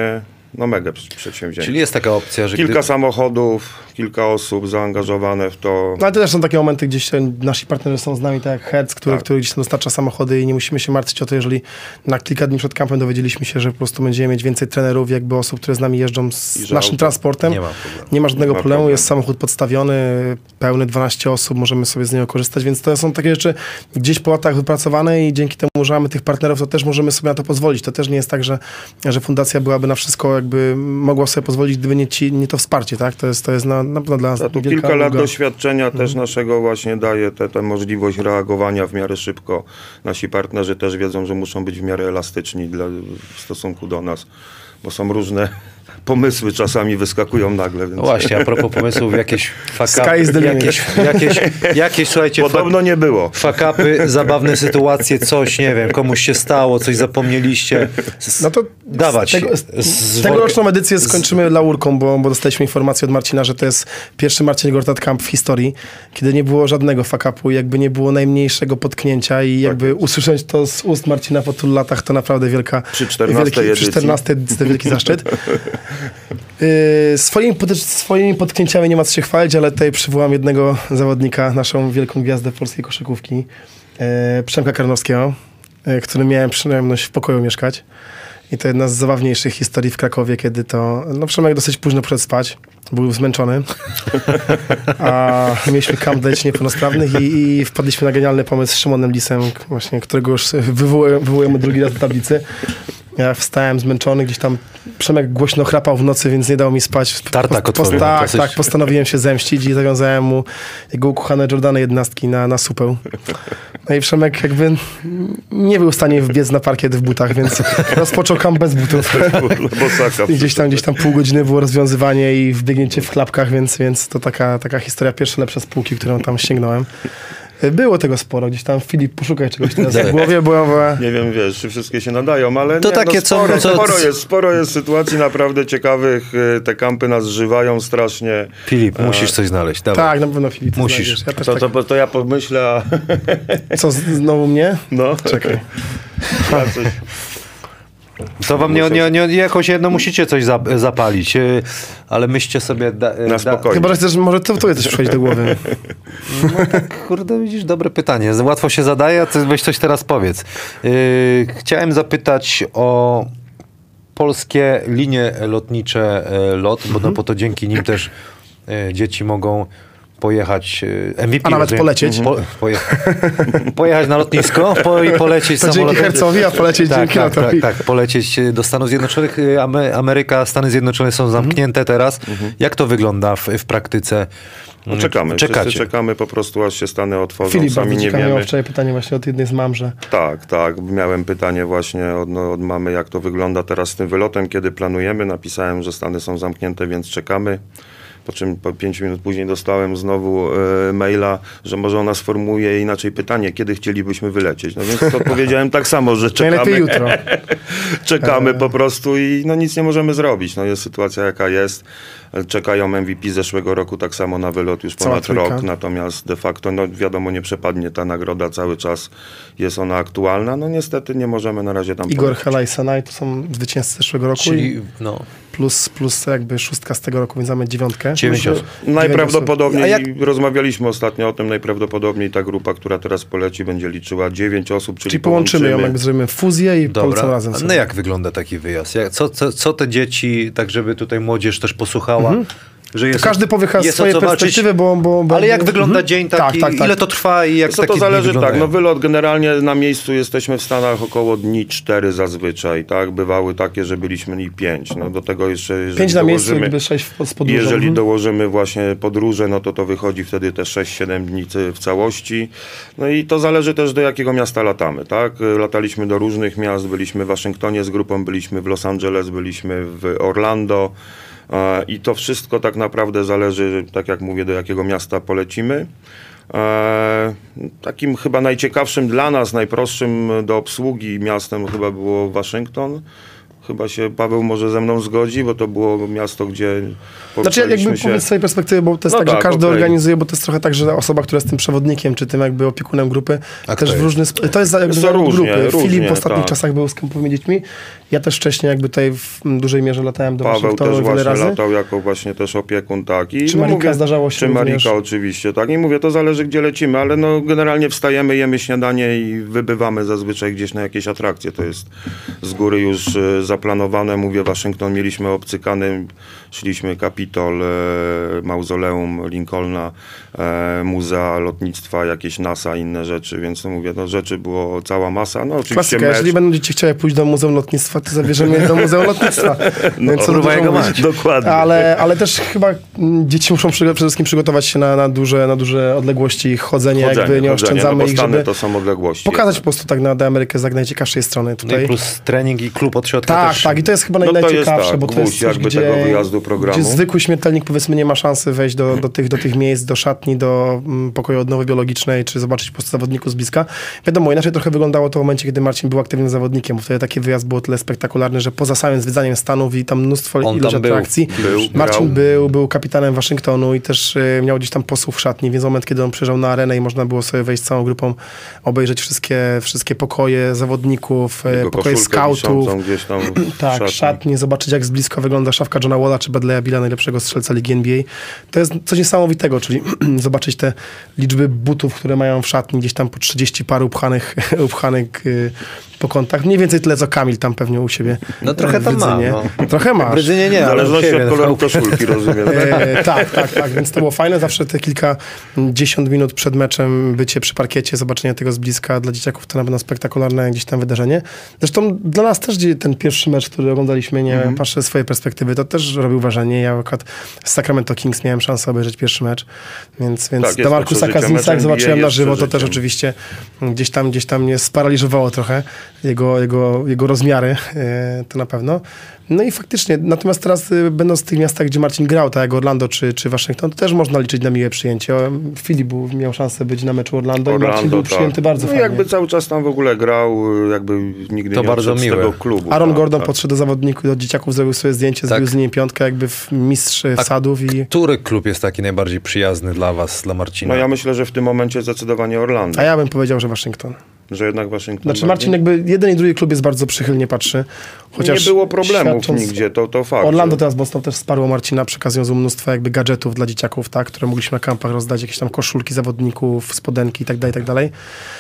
no mega przedsięwzięcie. Czyli jest taka opcja, że Kilka samochodów, kilka osób zaangażowane w to. No ale to też są takie momenty, gdzieś nasi partnerzy są z nami, tak jak Hertz, który gdzieś tam dostarcza samochody i nie musimy się martwić o to, jeżeli na kilka dni przed kampem dowiedzieliśmy się, że po prostu będziemy mieć więcej trenerów, jakby osób, które z nami jeżdżą z naszym transportem. Nie ma żadnego problemu, jest samochód podstawiony, pełny 12 osób, możemy sobie z niego korzystać, więc to są takie rzeczy gdzieś po latach wypracowane i dzięki temu, że mamy tych partnerów, to też możemy sobie na to pozwolić. To też nie jest tak, że fundacja byłaby na wszystko, jakby mogła sobie pozwolić, gdyby nie to wsparcie, tak? To jest na pewno dla nas A tu kilka lat doświadczenia też naszego właśnie daje tę możliwość reagowania w miarę szybko. Nasi partnerzy też wiedzą, że muszą być w miarę elastyczni w stosunku do nas, bo są różne pomysły czasami wyskakują nagle. Więc... No właśnie, a propos pomysłów, jakieś Sky is the limit. jakieś słuchajcie, podobno nie było. Fuck-upy, zabawne sytuacje, coś, nie wiem, komuś się stało, coś zapomnieliście. No to dawać. Tegoroczną edycję skończymy laurką, bo dostaliśmy informację od Marcina, że to jest pierwszy Marcin Gortat Camp w historii, kiedy nie było żadnego fuck-upu, jakby nie było najmniejszego potknięcia i jakby usłyszeć to z ust Marcina po tylu latach, to naprawdę wielka... Przy 14 edycji. Przy 14 edycji to wielki zaszczyt. Swoimi potknięciami nie ma co się chwalić, ale tutaj przywołam jednego zawodnika, naszą wielką gwiazdę polskiej koszykówki, Przemka Karnowskiego, którym miałem przyjemność w pokoju mieszkać. I to jedna z zabawniejszych historii w Krakowie, kiedy to... No Przemek dosyć późno poszedł spać, był zmęczony, a mieliśmy camp dla dzieci niepełnosprawnych i wpadliśmy na genialny pomysł z Szymonem Lisem, właśnie, którego już wywołujemy drugi raz do tablicy. Ja wstałem zmęczony, gdzieś tam Przemek głośno chrapał w nocy, więc nie dał mi spać. Tartak otworzył. Tak, postanowiłem się zemścić i zawiązałem mu jego ukochane Jordany 11 na supeł. No i Przemek jakby nie był w stanie wbiec na parkiet w butach, więc rozpoczął kamp bez butów. I gdzieś tam pół godziny było rozwiązywanie i wbiegnięcie w klapkach, więc to taka historia pierwsza lepsza z półki, którą tam ściągnąłem. Było tego sporo. Gdzieś tam Filip, poszukaj czegoś teraz w głowie, bo... Nie wiem, wiesz, czy wszystkie się nadają, ale to nie, takie, sporo jest sytuacji naprawdę ciekawych. Te kampy nas zżywają strasznie. Filip, musisz coś znaleźć. Dawaj. Tak, na pewno Filip. Musisz. Ja to ja pomyślę, a... Co, znowu mnie? No. Czekaj. Coś... To wam nie jakoś jedno musicie coś zapalić, ale myślcie sobie... Na spokojnie. Chyba, że chcesz, może to coś przychodzi do głowy. No tak, kurde, widzisz, dobre pytanie. Łatwo się zadaje, a ty weź coś teraz powiedz. Chciałem zapytać o polskie linie lotnicze LOT, bo to dzięki nim też dzieci mogą pojechać MVP. A nawet polecieć. Pojechać na lotnisko i polecieć to samolotem. Dzięki Hercowi, a polecieć dzięki lotowi. Tak, polecieć do Stanów Zjednoczonych. Ameryka, Stany Zjednoczone są zamknięte teraz. Jak to wygląda w praktyce? No czekamy. Wszyscy czekamy po prostu, aż się Stany otworzą. Filip, sami nie wiemy. Miałem wczoraj pytanie właśnie od jednej z mam, że... Tak. Miałem pytanie właśnie od mamy, jak to wygląda teraz z tym wylotem, kiedy planujemy. Napisałem, że Stany są zamknięte, więc czekamy. Po czym 5 minut później dostałem znowu maila, że może ona sformułuje inaczej pytanie, kiedy chcielibyśmy wylecieć. No więc to odpowiedziałem tak samo, że czekamy. Najlepiej jutro. Czekamy po prostu i no nic nie możemy zrobić. No jest sytuacja jaka jest. Czekają MVP zeszłego roku tak samo na wylot już ponad rok. Natomiast de facto, no wiadomo, nie przepadnie ta nagroda cały czas. Jest ona aktualna. No niestety nie możemy na razie tam Igor polecieć. Hela i Sanaj to są zwycięzcy zeszłego roku. Czyli, plus jakby 6 z tego roku, więc mamy 9. 9 osób. Najprawdopodobniej, rozmawialiśmy ostatnio o tym, najprawdopodobniej ta grupa, która teraz poleci, będzie liczyła 9 osób, czyli połączymy ją, jakby zrobimy fuzję i polecą razem sobie. No jak wygląda taki wyjazd? Co te dzieci, tak żeby tutaj młodzież też posłuchała? Że jest, to każdy powie swojej perspektywy, bo... Ale jak wygląda dzień taki? Tak. Ile to trwa i jak to zależy, wylot generalnie na miejscu jesteśmy w Stanach około dni 4 zazwyczaj, tak? Bywały takie, że byliśmy i 5. No do tego jeszcze... 5 na miejscu, jakby 6 z podróżą. Jeżeli dołożymy właśnie podróże, no to wychodzi wtedy te 6-7 dni w całości. No i to zależy też do jakiego miasta latamy, tak? Lataliśmy do różnych miast, byliśmy w Waszyngtonie z grupą, byliśmy w Los Angeles, byliśmy w Orlando. I to wszystko tak naprawdę zależy, tak jak mówię, do jakiego miasta polecimy. Takim chyba najciekawszym dla nas, najprostszym do obsługi miastem chyba było Waszyngton. chyba się Paweł może ze mną zgodzi, bo to było miasto, gdzie Znaczy jakby poruszaliśmy się... powiedz z swojej perspektywy, bo to jest No tak, że tak, każdy okej. organizuje, bo to jest trochę tak, że osoba, która jest tym przewodnikiem, czy tym jakby opiekunem grupy, A też kto w różny to jest jakby Jest to zawód różnie, grupy. różnie, Filip w ostatnich tak. czasach był z kempowymi dziećmi. Ja też wcześniej jakby tutaj w dużej mierze latałem do Paweł Waszyngtonu też wiele właśnie razy. latał jako właśnie też opiekun, tak. I Czy no Marika mówię, zdarzało się Czy również? Marika oczywiście, tak. I mówię, to zależy gdzie lecimy, ale no generalnie wstajemy, jemy śniadanie i wybywamy zazwyczaj gdzieś na jakieś atrakcje. To jest z góry już zaplanowane. Mówię, Waszyngton mieliśmy obcykany, szliśmy Kapitol, Mauzoleum Lincolna, Muzea Lotnictwa, jakieś NASA, inne rzeczy, więc no mówię, no rzeczy było cała masa. No oczywiście Klasyka, mecz. jeżeli będziecie chciały pójść do Muzeum Lotnictwa, to zabierzemy je do Muzeum Lotnictwa. No, Co kurwa, dużo jego mówić. mać. Dokładnie. Ale też chyba dzieci muszą przede wszystkim przygotować się na duże odległości chodzenie, jakby nie oszczędzamy no bo ich, Stany żeby to są odległości. pokazać po prostu tak na Amerykę z najciekawszej strony No tutaj. i plus trening i klub od środka Tak, też. tak. I to jest chyba No to jest najciekawsze, tak, bo to jest gwóźdź coś, jakby gdzie, tego wyjazdu programu. gdzie zwykły śmiertelnik powiedzmy nie ma szansy wejść do tych miejsc, do szatni, do pokoju odnowy biologicznej, czy zobaczyć po prostu zawodników z bliska. Wiadomo, inaczej trochę wyglądało to w momencie, kiedy Marcin był aktywnym zawodnikiem, bo wtedy taki wyjazd był o tyle spektakularny, że poza samym zwiedzaniem Stanów i tam mnóstwo On ilość tam był. atrakcji, Marcin był kapitanem Waszyngtonu i też miał gdzieś tam posłów w szatni, więc moment, kiedy on przyjeżdżał na arenę i można było sobie wejść z całą grupą, obejrzeć wszystkie pokoje zawodników, Jego pokoje koszulkę skautów, wiszącą gdzieś tam w tak, szatni. szatnie, zobaczyć jak z bliska wygląda szafka Johna Walla czy Bradley'a Billa, najlepszego strzelca ligi NBA. To jest coś niesamowitego, czyli zobaczyć te liczby butów, które mają w szatni, gdzieś tam po 30 par upchanych po kątach. Mniej więcej tyle, co Kamil tam pewnie u siebie No trochę w tam ma, Rydzynie. no. Trochę W masz. Rydzynie nie, W ale u zależności siebie, od no. koloru koszulki, rozumiem. Tak, więc to było fajne. Zawsze te kilkadziesiąt minut przed meczem bycie przy parkiecie, zobaczenie tego z bliska dla dzieciaków to na pewno spektakularne gdzieś tam wydarzenie. Zresztą dla nas też ten pierwszy mecz, który oglądaliśmy, nie patrzę ze swojej perspektywy, to też robił wrażenie. Ja akurat z Sacramento Kings miałem szansę obejrzeć pierwszy mecz, więc jest do to Marcusa przeżycie. Cousinsa, Mecz jak NBA zobaczyłem na jest żywo, to też przeżyciem. oczywiście gdzieś tam mnie sparaliżowało trochę jego rozmiary, to na pewno. No i faktycznie, natomiast teraz będąc w tych miastach, gdzie Marcin grał, tak jak Orlando czy Waszyngton, to też można liczyć na miłe przyjęcie. Filip miał szansę być na meczu Orlando i Marcin był przyjęty bardzo no fajnie. jakby cały czas tam w ogóle grał, jakby nigdy To nie bardzo odszedł z miłe. tego klubu. Aaron tak, Gordon tak. podszedł do zawodników, do dzieciaków, zrobił sobie zdjęcie, Tak. zrobił z nimi piątkę, jakby mistrz wsadów i... Który klub jest taki najbardziej przyjazny dla was, dla Marcina? No ja myślę, że w tym momencie zdecydowanie Orlando, A ja bym powiedział, że Waszyngton. że jednak Waszyngton. Znaczy Marcin jakby jeden i drugi klub jest bardzo przychylnie patrzy. Chociaż nie było problemów świadcząc- nigdzie, to fakt. Orlando że- teraz mocno też wsparło Marcina, przekazując mu mnóstwo jakby gadżetów dla dzieciaków, tak, które mogliśmy na kampach rozdać, jakieś tam koszulki zawodników, spodenki i tak dalej.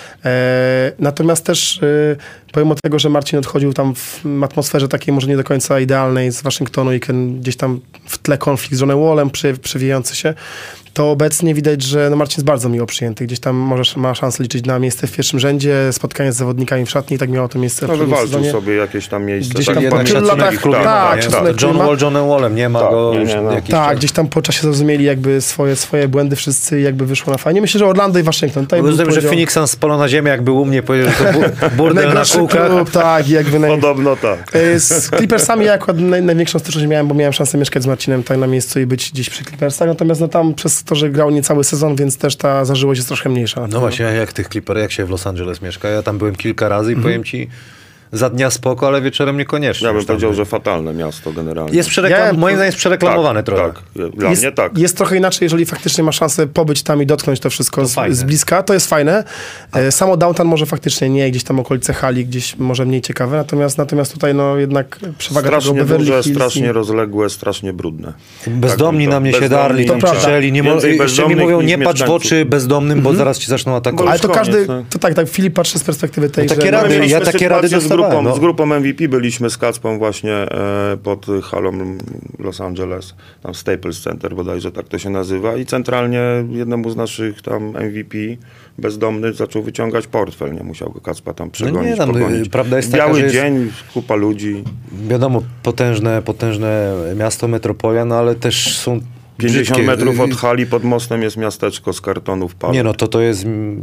Natomiast też pomimo tego, że Marcin odchodził tam w atmosferze takiej może nie do końca idealnej z Waszyngtonu i gdzieś tam w tle konflikt z Johnem Wallem przewijający się, to obecnie widać, że Marcin jest bardzo miło przyjęty. Gdzieś tam ma szansę liczyć na miejsce w pierwszym rzędzie, spotkanie z zawodnikami w szatni, tak miało to miejsce w No poprzednim wywalczył sezonie. sobie jakieś tam miejsce. Gdzieś tak tam Jednak po tylu szacunek latach- i klub nie tak, ma, nie? szacunek John ma. Wall Johnem Wallem, nie ma Tak, go nie, już no. jakiś Tak, czas. gdzieś tam po czasie zrozumieli jakby swoje błędy wszyscy i jakby wyszło na fajnie. Myślę, że Orlando i Waszyngton. Tutaj bym Rozumiem, że powiedział- Phoenix Suns spolo na ziemię, jakby u mnie powiedział, że to burdel na najgorszy kółkach. klub, tak, i jakby Podobno tak. z Clippersami ja akurat największą styczność miałem, bo miałem szansę mieszkać z Marcinem tak na miejscu i być gdzieś przy Clippersach, natomiast no tam przez to, że grał niecały sezon, więc też ta zażyłość jest troszkę mniejsza. No właśnie, jak tych Clipper, jak się w Los Angeles mieszka? Ja tam byłem kilka razy i powiem ci, za dnia spoko, ale wieczorem niekoniecznie. Ja bym Już tam powiedział, byłem. że fatalne miasto generalnie. Jest Ja- moim zdaniem jest przereklamowane trochę. Tak, dla mnie tak. Jest trochę inaczej, jeżeli faktycznie ma szansę pobyć tam i dotknąć to wszystko fajne. z bliska, to jest fajne. Samo downtown może faktycznie nie, gdzieś tam okolice hali, gdzieś może mniej ciekawe, natomiast tutaj no jednak przewaga tego Strasznie Beverly duże, Hills strasznie i... rozległe, strasznie brudne. Bezdomni Tak, na mnie się bezdomni, darli, to tam prawda. krzyczeli. Nie Więcej jeszcze mi bezdomnych mówią, niż nie patrz w mieszkańców. oczy bezdomnym, bo zaraz ci zaczną atakować. Ale to koniec, każdy, no. to tak, Filip patrzy z perspektywy tej, No takie że... rady, Mieliśmy ja takie rady sytuację dostawałem, no. z grupą MVP byliśmy z Kacpą właśnie pod halą Los Angeles, tam Staples Center bodajże tak to się nazywa i centralnie jednemu z naszych tam MVP bezdomny zaczął wyciągać portfel, nie musiał go Kacpa tam przegonić, nie, tam, pogonić. prawda jest taka, Biały że jest- dzień, kupa ludzi, Wiadomo, potężne miasto, metropolia, no ale też są 50 brzydkie. metrów od hali pod mostem jest miasteczko z kartonów palek. Nie no, to jest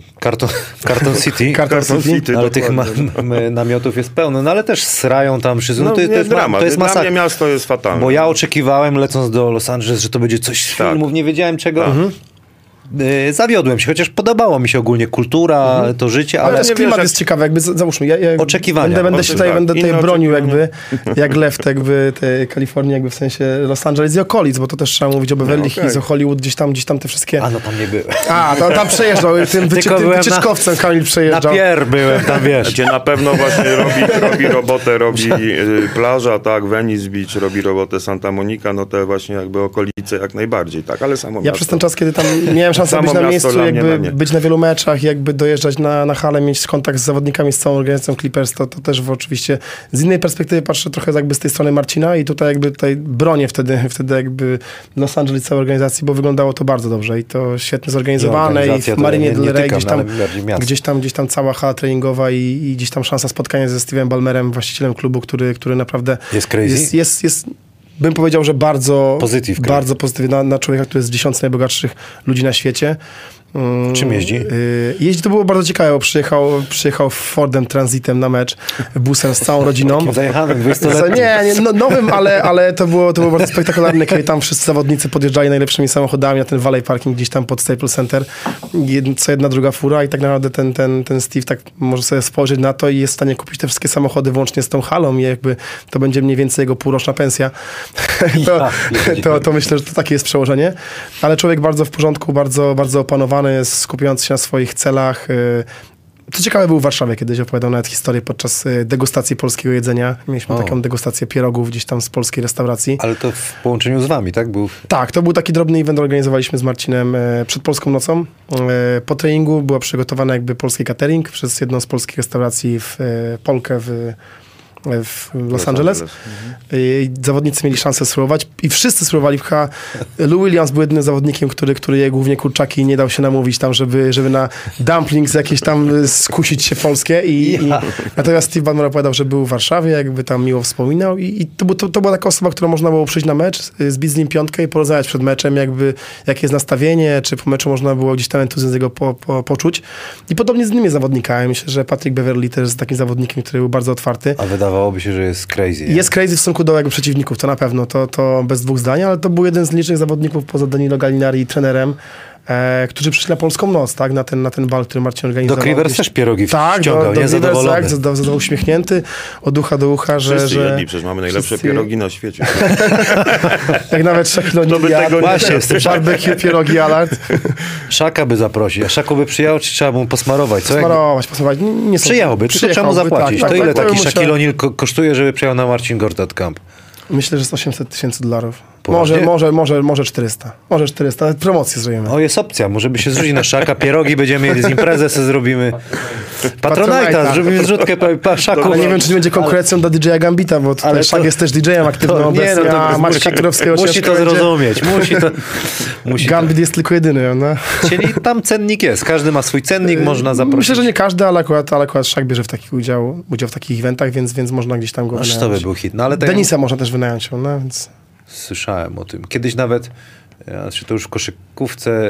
Carton City. Carton City, ale tych dokładnie. namiotów jest pełno, no ale też srają tam wszyscy. No, No, to nie, jest dramat. to jest Dla masakra. mnie miasto jest fatalne. Bo ja oczekiwałem, lecąc do Los Angeles, że to będzie coś z Tak. filmów, nie wiedziałem czego. zawiodłem się, chociaż podobało mi się ogólnie kultura, to życie, Ale ale też nie klimat wiesz, jest ciekawy, jakby załóżmy, ja Oczekiwania. będę się tutaj, Tak, będę tutaj inne bronił oczekiwania. jakby, jak Left, jakby tej Kalifornii, jakby w sensie Los Angeles i okolic, bo to też trzeba mówić o Beverly Hills, o Hollywood, gdzieś tam te wszystkie... A no tam nie byłem. Tam przejeżdżał, tym Tylko byłem wycieczkowcem Kamil Na przejeżdżał. pier byłem tam, wiesz. Gdzie na pewno właśnie robi robotę, plaża, tak, Venice Beach, robi robotę Santa Monica, no te właśnie jakby okolice jak najbardziej, tak, ale samo Ja miasto. przez ten czas, kiedy tam miałem szansę Samo być na miasto miejscu, dla mnie, jakby dla mnie. być na wielu meczach, jakby dojeżdżać na halę, mieć kontakt z zawodnikami, z całą organizacją Clippers, to też oczywiście z innej perspektywy patrzę trochę jakby z tej strony Marcina i tutaj jakby bronię wtedy jakby Los Angeles całej organizacji, bo wyglądało to bardzo dobrze i to świetnie zorganizowane i organizacja w to Marinie nie del Rey tykam, ale bardziej miasto. gdzieś tam cała hala treningowa i gdzieś tam szansa spotkania ze Steve'em Ballmerem, właścicielem klubu, który naprawdę Jest crazy? jest bym powiedział, że bardzo pozytywny na człowieka, który jest 10 najbogatszych ludzi na świecie. Czym jeździ? Jeździ, to było bardzo ciekawe, bo przyjechał Fordem Transitem na mecz, busem z całą rodziną. Zajechanym 20-letnim. Nie, nowym, ale to było bardzo spektakularne, kiedy tam wszyscy zawodnicy podjeżdżali najlepszymi samochodami na ten Valley Parking gdzieś tam pod Staples Center. Co jedna, druga fura i tak naprawdę ten Steve tak może sobie spojrzeć na to i jest w stanie kupić te wszystkie samochody wyłącznie z tą halą i jakby to będzie mniej więcej jego półroczna pensja. To myślę, że to takie jest przełożenie. Ale człowiek bardzo w porządku, bardzo, bardzo opanowany, jest skupiający się na swoich celach. Co ciekawe, był w Warszawie kiedyś, opowiadał nawet historię podczas degustacji polskiego jedzenia. Mieliśmy taką degustację pierogów gdzieś tam z polskiej restauracji. Ale to w połączeniu z wami, tak? Tak, to był taki drobny event, organizowaliśmy z Marcinem przed Polską Nocą. Po treningu była przygotowana jakby polski catering przez jedną z polskich restauracji w Polkę w Los Angeles. I zawodnicy mieli szansę spróbować i wszyscy spróbowali. Lou Williams był jedynym zawodnikiem, który je głównie kurczaki nie dał się namówić tam, żeby na dumplings jakieś tam skusić się polskie. Natomiast Steve Ballmer opowiadał, że był w Warszawie, jakby tam miło wspominał i to była taka osoba, która można było przyjść na mecz, zbić z nim piątkę i porozmawiać przed meczem, jakby jakie jest nastawienie, czy po meczu można było gdzieś tam entuzjazm jego poczuć. I podobnie z innymi zawodnikami. Myślę, że Patrick Beverley też jest takim zawodnikiem, który był bardzo otwarty. A wydawałoby się, że jest crazy. Nie? Jest crazy w stosunku do jakby przeciwników, to na pewno, to bez dwóch zdań, ale to był jeden z licznych zawodników poza Danilo Gallinari i trenerem, którzy przyszli na Polską Noc, tak, na ten bal, który Marcin organizował. Do Clippers też pierogi wciągał, do niezadowolony. Tak, uśmiechnięty, od ucha do ucha, Wszyscy jedli, przecież mamy najlepsze pierogi na świecie. Jak nawet Shaquille To by tego nie Właśnie, z tym barbecue, pierogi, Allard. Szaka by zaprosić. A Szaku by przyjechał, czy trzeba mu posmarować? Co? Posmarować. Nie Przyjechałby, tylko trzeba mu zapłacić. Tak, to ile taki musiał- Shaquille O'Neal kosztuje, żeby przyjechał na Marcin Gortat Camp? Myślę, że jest $800,000. Poważnie? Może 400. Może 400, ale promocję zrobimy. O, jest opcja, może by się zrzucić na Szaka, pierogi będziemy mieli, z imprezę sobie zrobimy. Patronite'a, zrobimy zrzutkę Szaku. Ale nie wiem, czy nie będzie konkurencją dla DJ-a Gambita, bo tutaj Ale Szak to- jest też DJ-em aktywnym obecnie, a Maćka Kurowskiego musi ciężko to będzie. zrozumieć. Musi Gambit jest tylko jedyny, no. Czyli tam cennik jest, każdy ma swój cennik, można zaprosić. Myślę, że nie każdy, ale akurat Szak bierze w takich udział w takich eventach, więc można gdzieś tam go Aż to by wynająć. był hit. No, ale tak Denisa można też wynająć, no więc... słyszałem o tym. Kiedyś nawet, to już w koszykówce...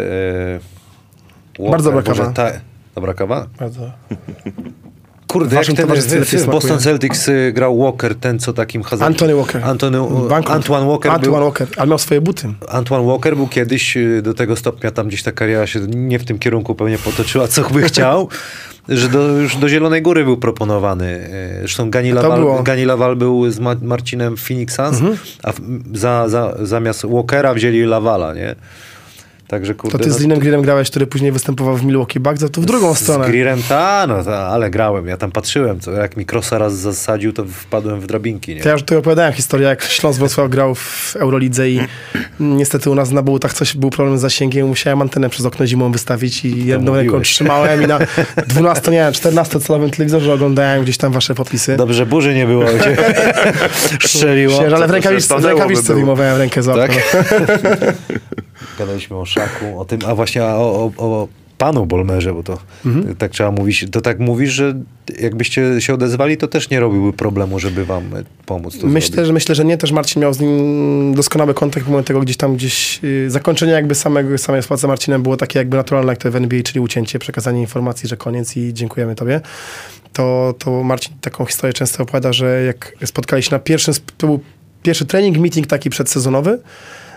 Bardzo dobra kawa. Dobra kawa? Bardzo. Kurde, jak Waszym ten towarzystwie lepiej w Boston smakuje. Celtics grał Walker, ten co takim hazardem. Anthony Walker. Antoine Walker. Ale miał swoje buty. Antoine Walker był kiedyś do tego stopnia, tam gdzieś ta kariera się nie w tym kierunku pewnie potoczyła, co by chciał, że już do Zielonej Góry był proponowany. Zresztą Gani Laval był z Marcinem w Phoenix Suns, a zamiast Walkera wzięli Lavala, nie? Także kurde, To ty z Linem Greerem grałeś, który później występował w Milwaukee Bucks, a tu w drugą stronę. Z Greerem, ale grałem. Ja tam patrzyłem, jak mi Krosa raz zasadził, to wpadłem w drabinki. Nie? To ja już tutaj opowiadałem historię, jak Śląsk Wrocław grał w Eurolidze i niestety u nas na Bułtach był problem z zasięgiem, musiałem antenę przez okno zimą wystawić i jedną ręką trzymałem i na 14-calowym telewizorze oglądałem gdzieś tam wasze popisy. Dobrze, burzy nie było, gdzie strzeliło. Ale w rękawiczce wyjmowałem rękę z okna. Tak? Gadaliśmy o Szaku, o tym, a właśnie o panu Ballmerze, bo to tak trzeba mówić. To tak mówisz, że jakbyście się odezwali, to też nie robiłby problemu, żeby wam pomóc to Myślę, że nie. Też Marcin miał z nim doskonały kontakt, pomimo tego gdzieś zakończenie jakby samej współpracy z Marcinem było takie jakby naturalne, jak to w NBA, czyli ucięcie, przekazanie informacji, że koniec i dziękujemy tobie. To Marcin taką historię często opowiada, że jak spotkali się to był pierwszy trening, meeting taki przedsezonowy,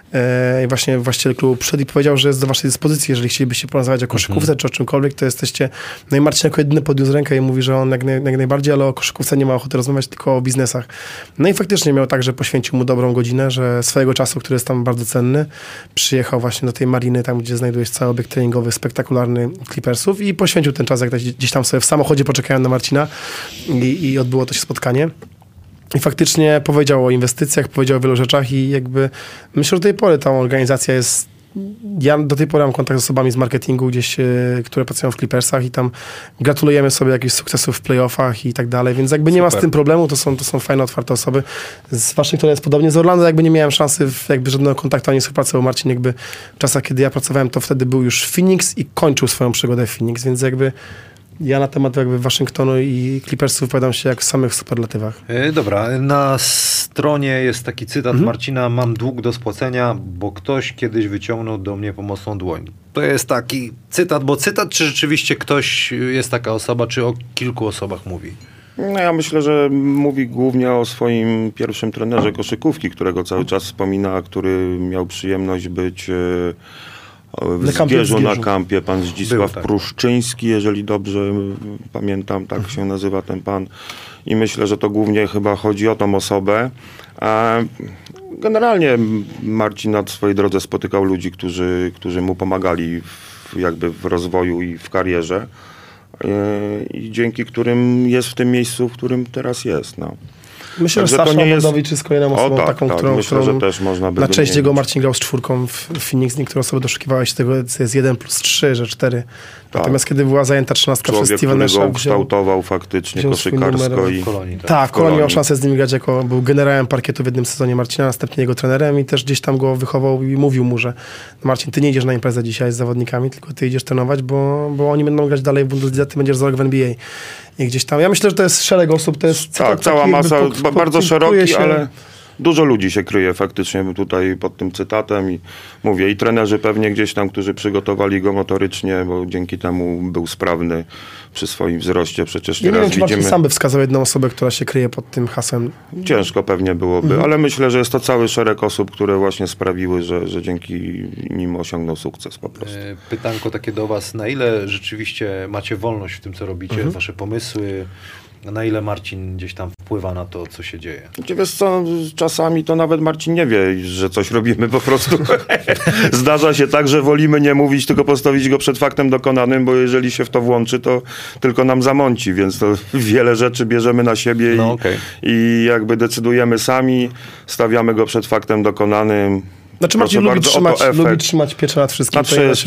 i właśnie właściciel klubu przyszedł i powiedział, że jest do waszej dyspozycji, jeżeli chcielibyście porozmawiać o koszykówce czy o czymkolwiek, to jesteście... No i Marcin jako jedyny podniósł rękę i mówi, że on jak najbardziej, ale o koszykówce nie ma ochoty rozmawiać, tylko o biznesach. No i faktycznie miał tak, że poświęcił mu dobrą godzinę, że swojego czasu, który jest tam bardzo cenny, przyjechał właśnie do tej mariny, tam gdzie znajduje się cały obiekt treningowy, spektakularny Clippersów i poświęcił ten czas, jak gdzieś tam sobie w samochodzie poczekałem na Marcina i odbyło to się spotkanie. I faktycznie powiedział o inwestycjach, powiedział o wielu rzeczach i jakby myślę, że do tej pory ta organizacja jest... Ja do tej pory mam kontakt z osobami z marketingu gdzieś, które pracują w Clippersach i tam gratulujemy sobie jakichś sukcesów w playoffach i tak dalej, więc jakby nie ma z tym problemu, to są fajne, otwarte osoby. Z Waszyngtonu jest podobnie, z Orlando jakby nie miałem szansy jakby żadnego kontaktu ani współpracy, bo Marcin jakby w czasach, kiedy ja pracowałem, to wtedy był już w Phoenix i kończył swoją przygodę w Phoenix, więc jakby ja na temat jakby Waszyngtonu i Clippersów wypowiadam się jak w samych superlatywach. Dobra, na stronie jest taki cytat Marcina: mam dług do spłacenia, bo ktoś kiedyś wyciągnął do mnie pomocną dłoń. To jest taki cytat, bo cytat, czy rzeczywiście ktoś jest taka osoba, czy o kilku osobach mówi? No ja myślę, że mówi głównie o swoim pierwszym trenerze koszykówki, którego cały czas wspomina, który miał przyjemność być w Zgierzu na kampie, pan Zdzisław Pruszczyński, jeżeli dobrze pamiętam, tak się nazywa ten pan. I myślę, że to głównie chyba chodzi o tą osobę. A generalnie Marcin na swojej drodze spotykał ludzi, którzy mu pomagali jakby w rozwoju i w karierze. I dzięki którym jest w tym miejscu, w którym teraz jest. No. Myślę, że Sasza Wodowicz jest kolejną osobą taką, którą myślę, że też można by na część jego Marcin grał z 4 w Phoenix. Niektóre osoby doszukiwały się tego, co jest 1+3, że 4. Natomiast kiedy była zajęta 13 przez Steven Nasha, go kształtował faktycznie koszykarsko. W Kolonii miał szansę z nim grać, jako był generałem parkietu w jednym sezonie Marcina, następnie jego trenerem i też gdzieś tam go wychował i mówił mu, że Marcin, ty nie idziesz na imprezę dzisiaj z zawodnikami, tylko ty idziesz trenować, bo oni będą grać dalej w Bundesliga, ty będziesz za rok w NBA. I gdzieś tam, ja myślę, że to jest szereg osób, to jest... Tak, cała masa, bardzo szeroki, ale dużo ludzi się kryje faktycznie tutaj pod tym cytatem i mówię, i trenerzy pewnie gdzieś tam, którzy przygotowali go motorycznie, bo dzięki temu był sprawny przy swoim wzroście. Przecież nie wiem, czy Marcin sam by wskazał jedną osobę, która się kryje pod tym hasłem. Ciężko pewnie byłoby, ale myślę, że jest to cały szereg osób, które właśnie sprawiły, że dzięki nim osiągnął sukces po prostu. Pytanko takie do was, na ile rzeczywiście macie wolność w tym, co robicie, wasze pomysły, na ile Marcin gdzieś tam wpływa na to, co się dzieje? Wiesz co, czasami to nawet Marcin nie wie, że coś robimy po prostu. Zdarza się tak, że wolimy nie mówić, tylko postawić go przed faktem dokonanym, bo jeżeli się w to włączy, to tylko nam zamąci, więc to wiele rzeczy bierzemy na siebie i jakby decydujemy sami, stawiamy go przed faktem dokonanym. Znaczy Marcin lubi trzymać pieczę nad wszystkim.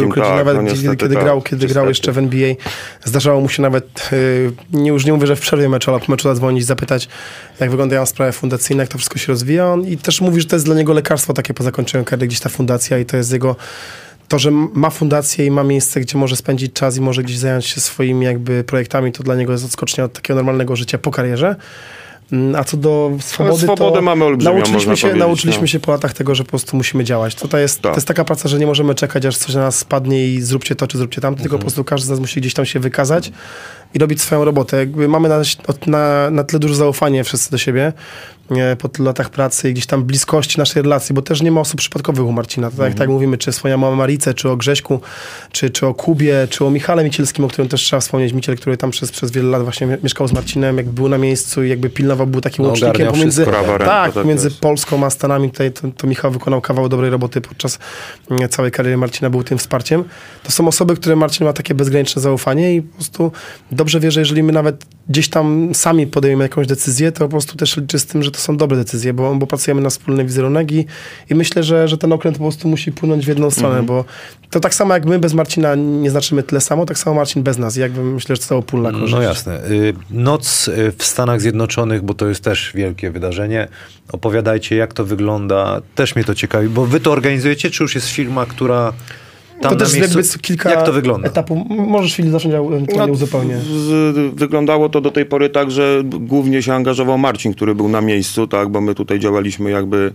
Kiedy grał jeszcze w NBA, zdarzało mu się nawet, już nie mówię, że w przerwie meczu, ale po meczu zadzwonić, zapytać, jak wyglądają sprawy fundacyjne, jak to wszystko się rozwija. On i też mówi, że to jest dla niego lekarstwo takie po zakończeniu kariery, gdzieś ta fundacja i to jest jego... To, że ma fundację i ma miejsce, gdzie może spędzić czas i może gdzieś zająć się swoimi jakby projektami, to dla niego jest odskocznia od takiego normalnego życia po karierze. A co do swobody, to mamy olbrzymią, nauczyliśmy się po latach tego, że po prostu musimy działać. To jest taka praca, że nie możemy czekać, aż coś na nas spadnie i zróbcie to, czy zróbcie tamto, tylko po prostu każdy z nas musi gdzieś tam się wykazać i robić swoją robotę. Jakby mamy na tyle duże zaufanie wszyscy do siebie po tylu latach pracy i gdzieś tam bliskości naszej relacji, bo też nie ma osób przypadkowych u Marcina. To tak mówimy, czy swoja mama Marice, czy o Grześku, czy o Kubie, czy o Michale Micielskim, o którym też trzeba wspomnieć. Miciel, który tam przez wiele lat właśnie mieszkał z Marcinem, jakby był na miejscu i jakby pilnował, był takim łącznikiem pomiędzy Polską a Stanami. Tutaj to Michał wykonał kawał dobrej roboty podczas całej kariery Marcina, był tym wsparciem. To są osoby, które Marcin ma takie bezgraniczne zaufanie i po prostu dobrze wie, że jeżeli my nawet gdzieś tam sami podejmiemy jakąś decyzję, to po prostu też liczy z tym, że to są dobre decyzje, bo pracujemy na wspólny wizerunek i myślę, że ten okręt po prostu musi płynąć w jedną stronę, bo to tak samo jak my bez Marcina nie znaczymy tyle samo, tak samo Marcin bez nas. Jakby myślę, że to cało pól na korzyść. No jasne. Noc w Stanach Zjednoczonych, bo to jest też wielkie wydarzenie. Opowiadajcie, jak to wygląda. Też mnie to ciekawi, bo wy to organizujecie, czy już jest firma, która... To też jakby kilka jak to wygląda? etapów. Możesz chwilę zacząć, ja uzupełnię. Wyglądało to do tej pory tak, że głównie się angażował Marcin, który był na miejscu, tak, bo my tutaj działaliśmy jakby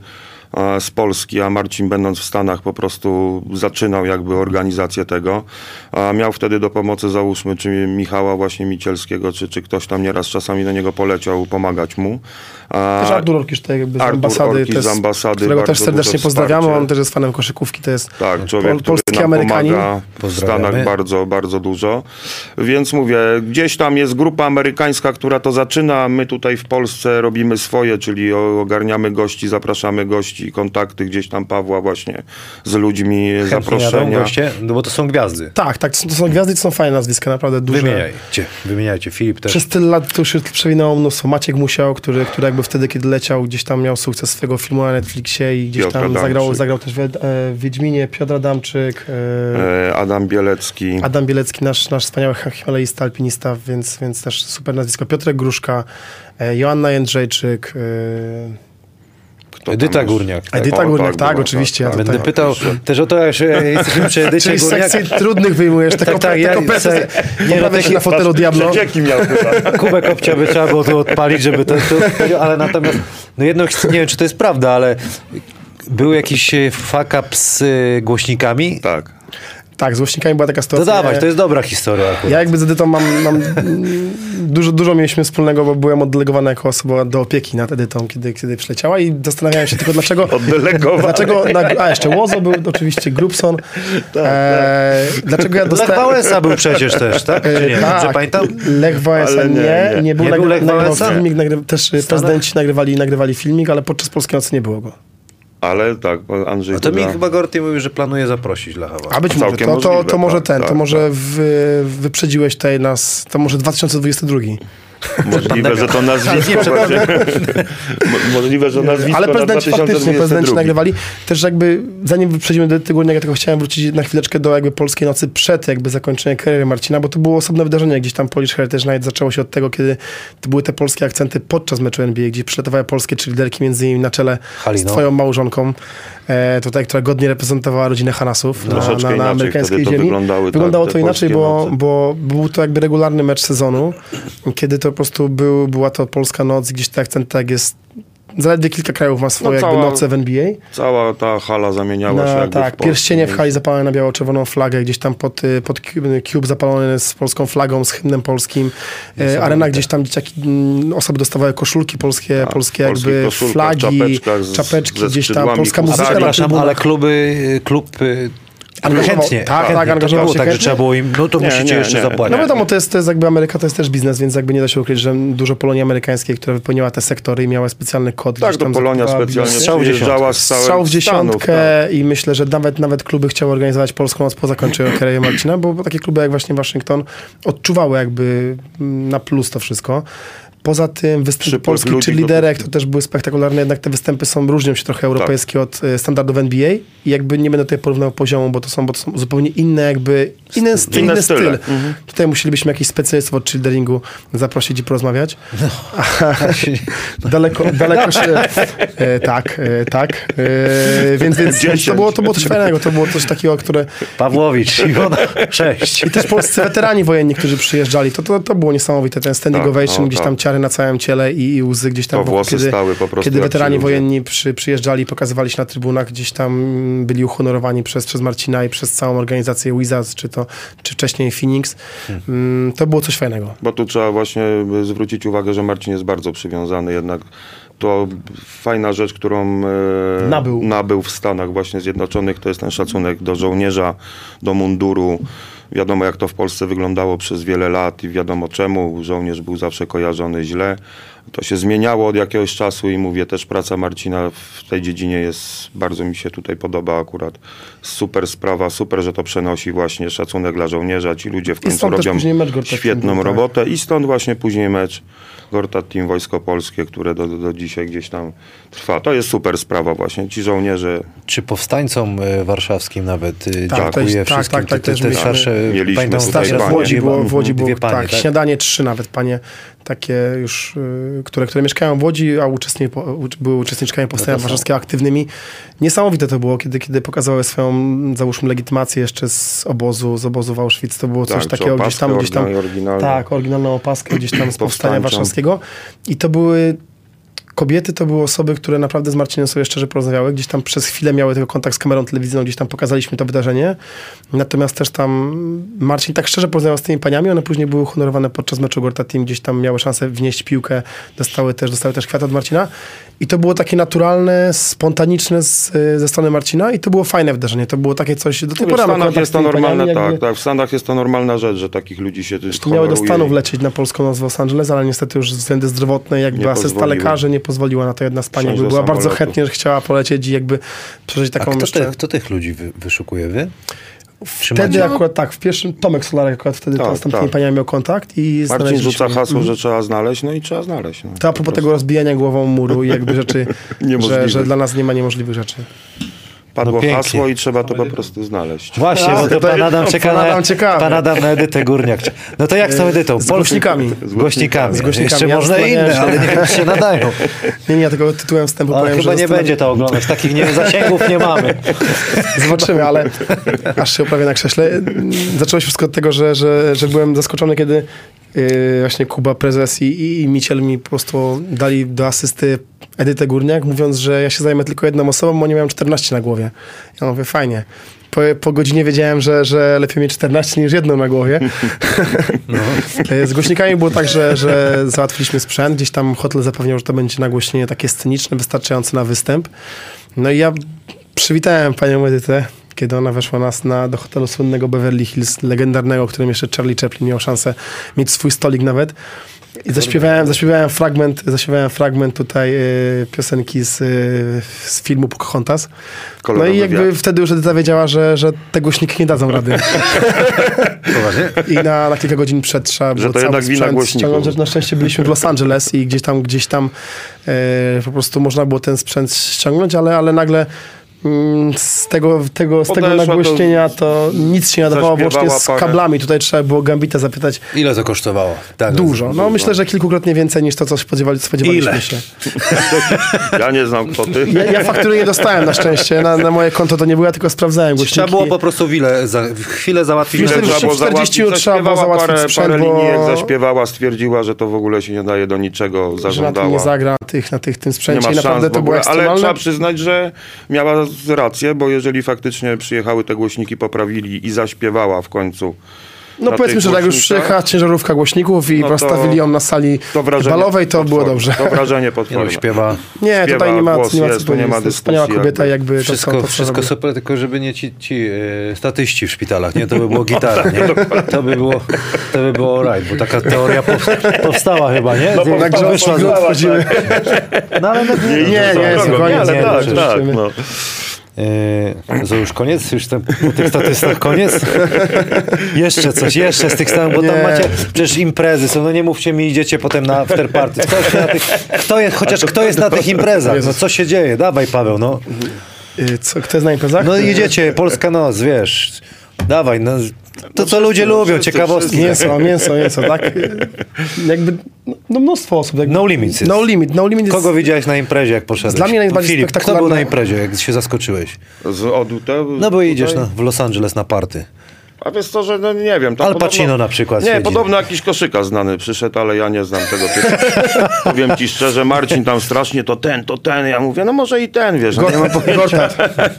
z Polski, a Marcin będąc w Stanach po prostu zaczynał jakby organizację tego, a miał wtedy do pomocy załóżmy czy Michała właśnie Micielskiego, czy ktoś tam nieraz czasami do niego poleciał pomagać mu. Też Artur Orkisz tutaj jakby z Artur ambasady, Orkisz z ambasady, którego też bardzo serdecznie duże pozdrawiamy, wsparcie. on też jest fanem koszykówki, to jest Tak, człowiek, polski który nam Amerykanin. pomaga w Pozdrawiamy. Stanach bardzo, bardzo dużo. Więc mówię, gdzieś tam jest grupa amerykańska, która to zaczyna, my tutaj w Polsce robimy swoje, czyli ogarniamy gości, zapraszamy gości, kontakty gdzieś tam Pawła właśnie z ludźmi, Chętnie jadą zaproszenia. goście, no bo to są gwiazdy. Tak, to są gwiazdy, to są fajne nazwiska, naprawdę duże. Wymieniajcie. Filip też. Przez tyle lat to już przewinęło mnóstwo. Maciek Musiał, który jakby wtedy, kiedy leciał, gdzieś tam miał sukces swojego filmu na Netflixie i gdzieś Piotr tam Adamczyk. zagrał też w Wiedźminie, Piotr Adamczyk, Adam Bielecki. Adam Bielecki, nasz wspaniały himalaista, alpinista, więc też super nazwisko. Piotrek Gruszka, Joanna Jędrzejczyk, Kto Edyta tam jeszcze? Górniak. Edyta O, Górniak, tak, była, oczywiście. Ja Będę tutaj- pytał też o to, jak jesteśmy przy Edycie Czyli z Górniak. sekcji trudnych wyjmujesz, Nie, poprawia się na fotelu Diablo. Przecieki miał chyba. Kubek obcia by trzeba było to odpalić, żeby to ale natomiast, no jedno, nie wiem, czy to jest prawda, ale był jakiś fuck up z głośnikami? Tak. Tak, z głośnikami była taka To sytuacja. dawać, to jest dobra historia akurat. Ja jakby z Edytą mam dużo mieliśmy wspólnego, bo byłem oddelegowany jako osoba do opieki nad Edytą, kiedy przyleciała i zastanawiałem się tylko dlaczego... A jeszcze Łozo był, oczywiście Grubson. Dlaczego ja Lech dostałem... Wałęsa był przecież też, tak? Czy nie? Dobrze pamiętam? Lech Wałęsa Ale nie był. Nie był Lech Wałęsa? Filmik, też prezydenci nagrywali filmik, ale podczas Polskiej Nocy nie było go. Ale tak, Andrzej No to mi Duda. chyba Gorty mówił, że planuje zaprosić Lecha Wałęsę. A być może, Całkiem to możliwe, może tak, tak, to może tak. wyprzedziłeś tutaj nas, to może 2022. Możliwe, że to nazwisko Nie, właśnie. Możliwe, że nazwisko Ale na prezydenci faktycznie, 2022. nagrywali. Też jakby, zanim wyprzedzimy do tego, ja tylko chciałem wrócić na chwileczkę do jakby Polskiej Nocy przed jakby zakończeniem kariery Marcina, bo to było osobne wydarzenie. Gdzieś tam Polish Heritage Night zaczęło się od tego, kiedy to były te polskie akcenty podczas meczu NBA, gdzie przylatowały polskie cheerleaderki, między innymi na czele Halino. z twoją małżonką, tutaj, która godnie reprezentowała rodzinę Hanasów Troszeczkę na inaczej amerykańskiej wtedy to ziemi. wyglądały, Wyglądało te to inaczej, polskie noce. bo był to jakby regularny mecz sezonu, kiedy to po prostu była to Polska Noc, gdzieś te akcenty tak jest. Zaledwie kilka krajów ma swoje No jakby cała- noce w NBA. Cała ta hala zamieniała się jakby Tak, w Polsce. pierścienie w hali zapalone na biało-czerwoną flagę, gdzieś tam pod cube zapalony z polską flagą, z hymnem polskim. Arena gdzieś tam dzieciaki, osoby dostawały koszulki polskie, Tak, polskie w polskich jakby koszulkach, flagi, czapeczkach czapeczki ze gdzieś tam, skrzydłami polska husarii. muzyka na Przepraszam, trybunach. ale klub Angażował- chętnie. tak, chętnie. angażował To było się tak, że chętnie. trzeba było im, no to Nie, musicie nie, jeszcze nie. zapłacić. No wiadomo, to jest jakby Ameryka, to jest też biznes, więc jakby nie da się ukryć, że dużo Polonii amerykańskiej, która wypełniała te sektory i miała specjalny kod. Tak, gdzieś to tam Polonia zakupowała specjalnie bilety. Strzał w przyjeżdżała z dziesiątkę. Strzał w całych Stanów, dziesiątkę tak. i myślę, że nawet kluby chciały organizować Polską Noc po zakończeniu kariery Marcina, bo takie kluby jak właśnie Waszyngton odczuwały jakby na plus to wszystko. Poza tym występy Przypływ polskich ludzi czy do liderek tego. to też były spektakularne, jednak te występy różnią się trochę europejskie od standardów NBA i jakby nie będę tutaj porównywał poziomu, bo to są zupełnie inne jakby, inny styl. Mhm. Tutaj musielibyśmy jakichś specjalistów od cheerleadingu zaprosić i porozmawiać. Daleko się... Więc to było coś fajnego, to było coś takiego, które... Pawłowicz, Iwona, 6. I też polscy weterani wojenni, którzy przyjeżdżali, to było niesamowite, ten standing Tak, ovation, no, gdzieś tak. tam ciary na całym ciele i łzy gdzieś tam To włosy stały po prostu kiedy jak weterani ci ludzie. wojenni przyjeżdżali, pokazywali się na trybunach, gdzieś tam byli uhonorowani przez Marcina i przez całą organizację Wizards, czy wcześniej Phoenix. To było coś fajnego. Bo tu trzeba właśnie zwrócić uwagę, że Marcin jest bardzo przywiązany jednak. To fajna rzecz, którą nabył w Stanach właśnie Zjednoczonych, to jest ten szacunek do żołnierza, do munduru. Wiadomo, jak to w Polsce wyglądało przez wiele lat i wiadomo czemu. Żołnierz był zawsze kojarzony źle. To się zmieniało od jakiegoś czasu i mówię, też praca Marcina w tej dziedzinie jest, bardzo mi się tutaj podoba akurat. Super sprawa, super, że to przenosi właśnie szacunek dla żołnierza. Ci ludzie w końcu stąd też robią później mecz Gortat świetną Team był, tak. robotę i stąd właśnie później mecz Gortat Team Wojsko Polskie, które do dzisiaj gdzieś tam trwa. To jest super sprawa właśnie. Ci żołnierze... Czy powstańcom warszawskim nawet dziękuję tak, wszystkim. tak, też te mieliśmy- starsze, mieliśmy pamiętam, tutaj Starsze panie. w Łodzi było dwie panie, tak, śniadanie 3 nawet panie, takie już, które mieszkają w Łodzi, a były uczestniczkami powstania warszawskiego aktywnymi. Niesamowite to było, kiedy pokazały swoją, załóżmy, legitymację jeszcze z obozu w Auschwitz. To było coś czy takiego gdzieś tam, oryginalną. tak, oryginalną opaskę gdzieś tam z powstania Powstańczą. warszawskiego. I to były Kobiety to były osoby, które naprawdę z Marcinem sobie szczerze porozmawiały. Gdzieś tam przez chwilę miały tylko kontakt z kamerą telewizyjną, gdzieś tam pokazaliśmy to wydarzenie. Natomiast też tam Marcin tak szczerze porozmawiał z tymi paniami, one później były honorowane podczas meczu Gorta Team, gdzieś tam miały szansę wnieść piłkę, dostały też kwiat od Marcina. I to było takie naturalne, spontaniczne ze strony Marcina i to było fajne wydarzenie. To było takie coś... Do tej W pory mamy Stanach kontakt jest z to tymi normalne, paniami, tak. W Stanach jest to normalna rzecz, że takich ludzi się Miały do honoruje Stanów i- lecieć na polską noc w Los Angeles, ale niestety już ze względy zdrowotne, jakby Nie asysta pozwoliły. lekarzy nie pozwoliła na to. Jedna z pań Wsiąść jakby do była bardzo samolotu. chętnie, że chciała polecieć i jakby przeżyć A taką jeszcze... kto tych ludzi wyszukuje? Wy? Wtedy akurat tak, w pierwszym Tomek Solarek akurat wtedy Tak, z tamtymi tak. paniami miał kontakt i Marcin znaleźliśmy. rzuca hasło, że trzeba znaleźć, no i trzeba znaleźć. No. To a propos tego rozbijania głową muru i jakby rzeczy, Niemożliwych. że dla nas nie ma niemożliwych rzeczy. Padło No pięknie. hasło i trzeba to po prostu znaleźć. Właśnie, bo to to pan Adam jest- czeka pan Adam na, ciekawy. pan Adam na Edytę Górniak. No to jak z tą Edytą? Z głośnikami. Z głośnikami. Z głośnikami. Jeszcze Ja można zastanawiałem inne, się. ale nie wiem, czy się nadają. Nie, ja tego tytułem wstępu Ale powiem, chyba że nie będzie to oglądać. Takich zasięgów nie mamy. Zobaczymy, ale aż się oprawię na krześle. Zaczęło się wszystko od tego, że byłem zaskoczony, kiedy właśnie Kuba, prezes i Miciel mi po prostu dali do asysty Edytę Górniak, mówiąc, że ja się zajmę tylko jedną osobą, bo oni mają 14 na głowie. Ja mówię, fajnie. Po godzinie wiedziałem, że lepiej mieć 14 niż jedną na głowie. Z głośnikami było tak, że załatwiliśmy sprzęt. Gdzieś tam hotel zapewniał, że to będzie nagłośnienie takie sceniczne, wystarczające na występ. No i ja przywitałem panią Edytę, kiedy ona weszła do hotelu słynnego Beverly Hills, legendarnego, w którym jeszcze Charlie Chaplin miał szansę mieć swój stolik nawet. I zaśpiewałem fragment tutaj piosenki z filmu Pocahontas. Kolorowy No i jakby wiatr. wtedy już Edyta wiedziała, że te głośniki nie dadzą rady. Poważnie? I na kilka godzin przed trzeba było to cały jednak wina sprzęt głośników. ściągnąć. Że na szczęście byliśmy w Los Angeles i gdzieś tam po prostu można było ten sprzęt ściągnąć, ale nagle z tego Podeszła, nagłośnienia to nic się nie nadawało, zaśpiewała włącznie z parę. kablami. Tutaj trzeba było Gambita zapytać. Ile to kosztowało? Tak, Dużo. No myślę, że kilkukrotnie więcej niż to, co spodziewaliśmy Ile? się. Ja nie znam kwoty. Ja faktury nie dostałem na szczęście. Na moje konto to nie było, ja tylko sprawdzałem głośniki. Trzeba było po prostu w chwilę załatwić. Myślę, rzeczy. że Trzeba było 40 załatwić. trzeba było Zaśpiewała załatwić sprzęt, parę bo- linijek, zaśpiewała, stwierdziła, że to w ogóle się nie daje do niczego, że na tym zażądała. nie zagra na tym Nie sprzęcie ma i naprawdę szans w to było ogóle, ale ekstremalne. trzeba przyznać, że miała rację, bo jeżeli faktycznie przyjechały te głośniki, poprawili i zaśpiewała w końcu. No na powiedzmy, tych że jak już głośnikach, przyjechała ciężarówka głośników i no to- postawili ją na sali to wrażenie balowej, to było potworne. dobrze. To wrażenie Nie no, potworne. śpiewa. Nie, Śpiewa, tutaj nie ma głos co jest, tu nie powiedzieć. ma Jest wspaniała dyskusji kobieta, jakby Wszystko robi. super, tylko żeby nie ci statyści w szpitalach, nie? To by było gitara, nie? To by było alright, bo taka teoria powstała chyba, nie? Na grząski grunt wchodzimy. No ale Nie, spokojnie, ale nie, tak, nie, tak. nie. No. To już koniec? Już po tych statystach koniec? Jeszcze coś, jeszcze z tych stanów, bo tam Nie. macie przecież imprezy są, no nie mówcie mi, idziecie potem na afterparty. Kto jest na tych imprezach? No co się dzieje? Dawaj Paweł, no. Kto jest na imprezach? No idziecie, Polska Noc, wiesz. Dawaj, no. To co ludzie lubią, wszyscy, ciekawostki. Mięso, tak? Jakby, no mnóstwo osób. Jakby, No Limits jest. No limit jest... Kogo widziałeś na imprezie, jak poszedłeś? Dla mnie najbardziej Filip, kto spektakularne- był na imprezie, jak się zaskoczyłeś? Z Odute, No bo idziesz tutaj? w Los Angeles na party. A wiesz co, że no nie wiem. tam Al Pacino na przykład Nie, siedzi. podobno jakiś koszykarz znany przyszedł, ale ja nie znam tego typu. Powiem ci szczerze, Marcin tam strasznie to ten. Ja mówię, no może i ten, wiesz. No, nie mam pojęcia.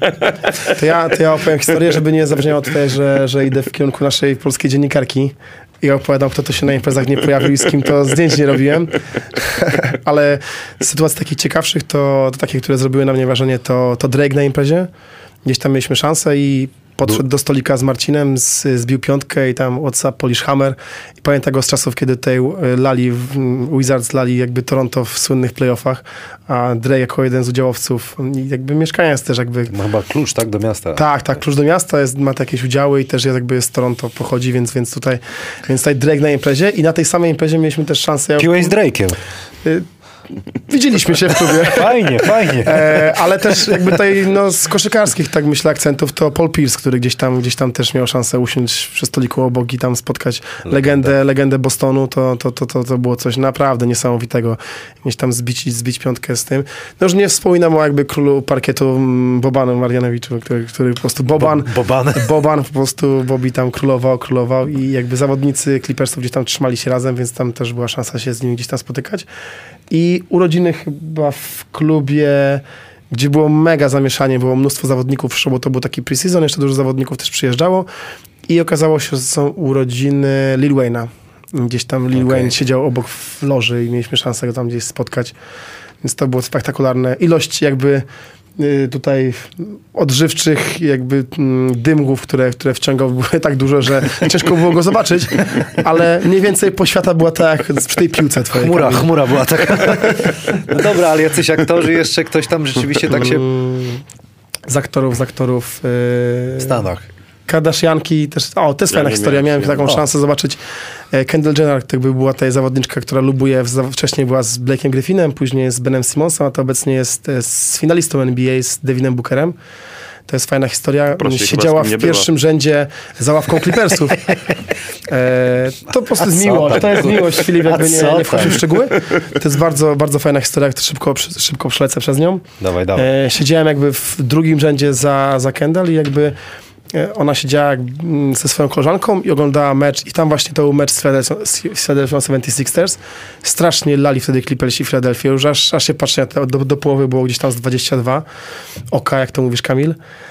To ja opowiem historię, żeby nie zabrzmiało tutaj, że idę w kierunku naszej polskiej dziennikarki i opowiadam, kto to się na imprezach nie pojawił i z kim to zdjęć nie robiłem. Ale z sytuacji takich ciekawszych, to takie, które zrobiły na mnie wrażenie, to Drake na imprezie. Gdzieś tam mieliśmy szansę i podszedł do stolika z Marcinem, zbił piątkę i tam WhatsApp, Polish Hammer. I pamiętam go z czasów, kiedy tutaj Wizards lali jakby Toronto w słynnych playoffach, a Drake jako jeden z udziałowców i jakby mieszkając też jakby... Ma chyba klucz, tak, do miasta. Tak, klucz do miasta, ma jakieś udziały i też jakby z Toronto pochodzi, więc tutaj Drake na imprezie i na tej samej imprezie mieliśmy też szansę... Piłeś z Drake'iem. Widzieliśmy się w klubie. Fajnie. Ale też jakby tutaj z koszykarskich, tak myślę, akcentów, to Paul Pierce, który gdzieś tam też miał szansę usiąść przy stoliku obok i tam spotkać legendę Bostonu, to było coś naprawdę niesamowitego. Gdzieś tam zbić piątkę z tym. No już nie wspominam o jakby królu parkietu Bobanu Marjanowiczu, który po prostu Boban po prostu, Bobby tam królował i jakby zawodnicy Clippersów gdzieś tam trzymali się razem, więc tam też była szansa się z nimi gdzieś tam spotykać. I urodziny chyba w klubie, gdzie było mega zamieszanie, było mnóstwo zawodników, bo to był taki pre-season, jeszcze dużo zawodników też przyjeżdżało i okazało się, że są urodziny Lil Wayne'a. Gdzieś tam Lil Wayne siedział obok w loży i mieliśmy szansę go tam gdzieś spotkać, więc to było spektakularne. Ilość jakby tutaj odżywczych jakby dymków, które wciągał, były tak dużo, że ciężko było go zobaczyć, ale mniej więcej poświata była tak jak przy tej piłce twojej. Chmura była taka. No dobra, ale jacyś aktorzy jeszcze, ktoś tam rzeczywiście tak się... Z aktorów W Stanach. Kardashianki też, to jest fajna historia, miałem taką szansę zobaczyć. Kendall Jenner, to była ta zawodniczka, która lubuje, wcześniej była z Blake'em Griffinem, później z Benem Simmonsem, a to obecnie jest z finalistą NBA, z Devinem Bookerem. To jest fajna historia. Siedziała w pierwszym rzędzie za ławką Clippersów. To po prostu jest miłość. To jest miłość, Filip, jakby nie wchodził w szczegóły. To jest bardzo, bardzo fajna historia, to szybko przelecę przez nią. Dawaj. Siedziałem jakby w drugim rzędzie za Kendall i jakby ona siedziała ze swoją koleżanką i oglądała mecz i tam właśnie to był mecz z Philadelphia 76ers. Strasznie lali wtedy Clippersi w Philadelphia. Już aż się patrzę, do połowy było gdzieś tam z 22 oka, jak to mówisz, Kamil.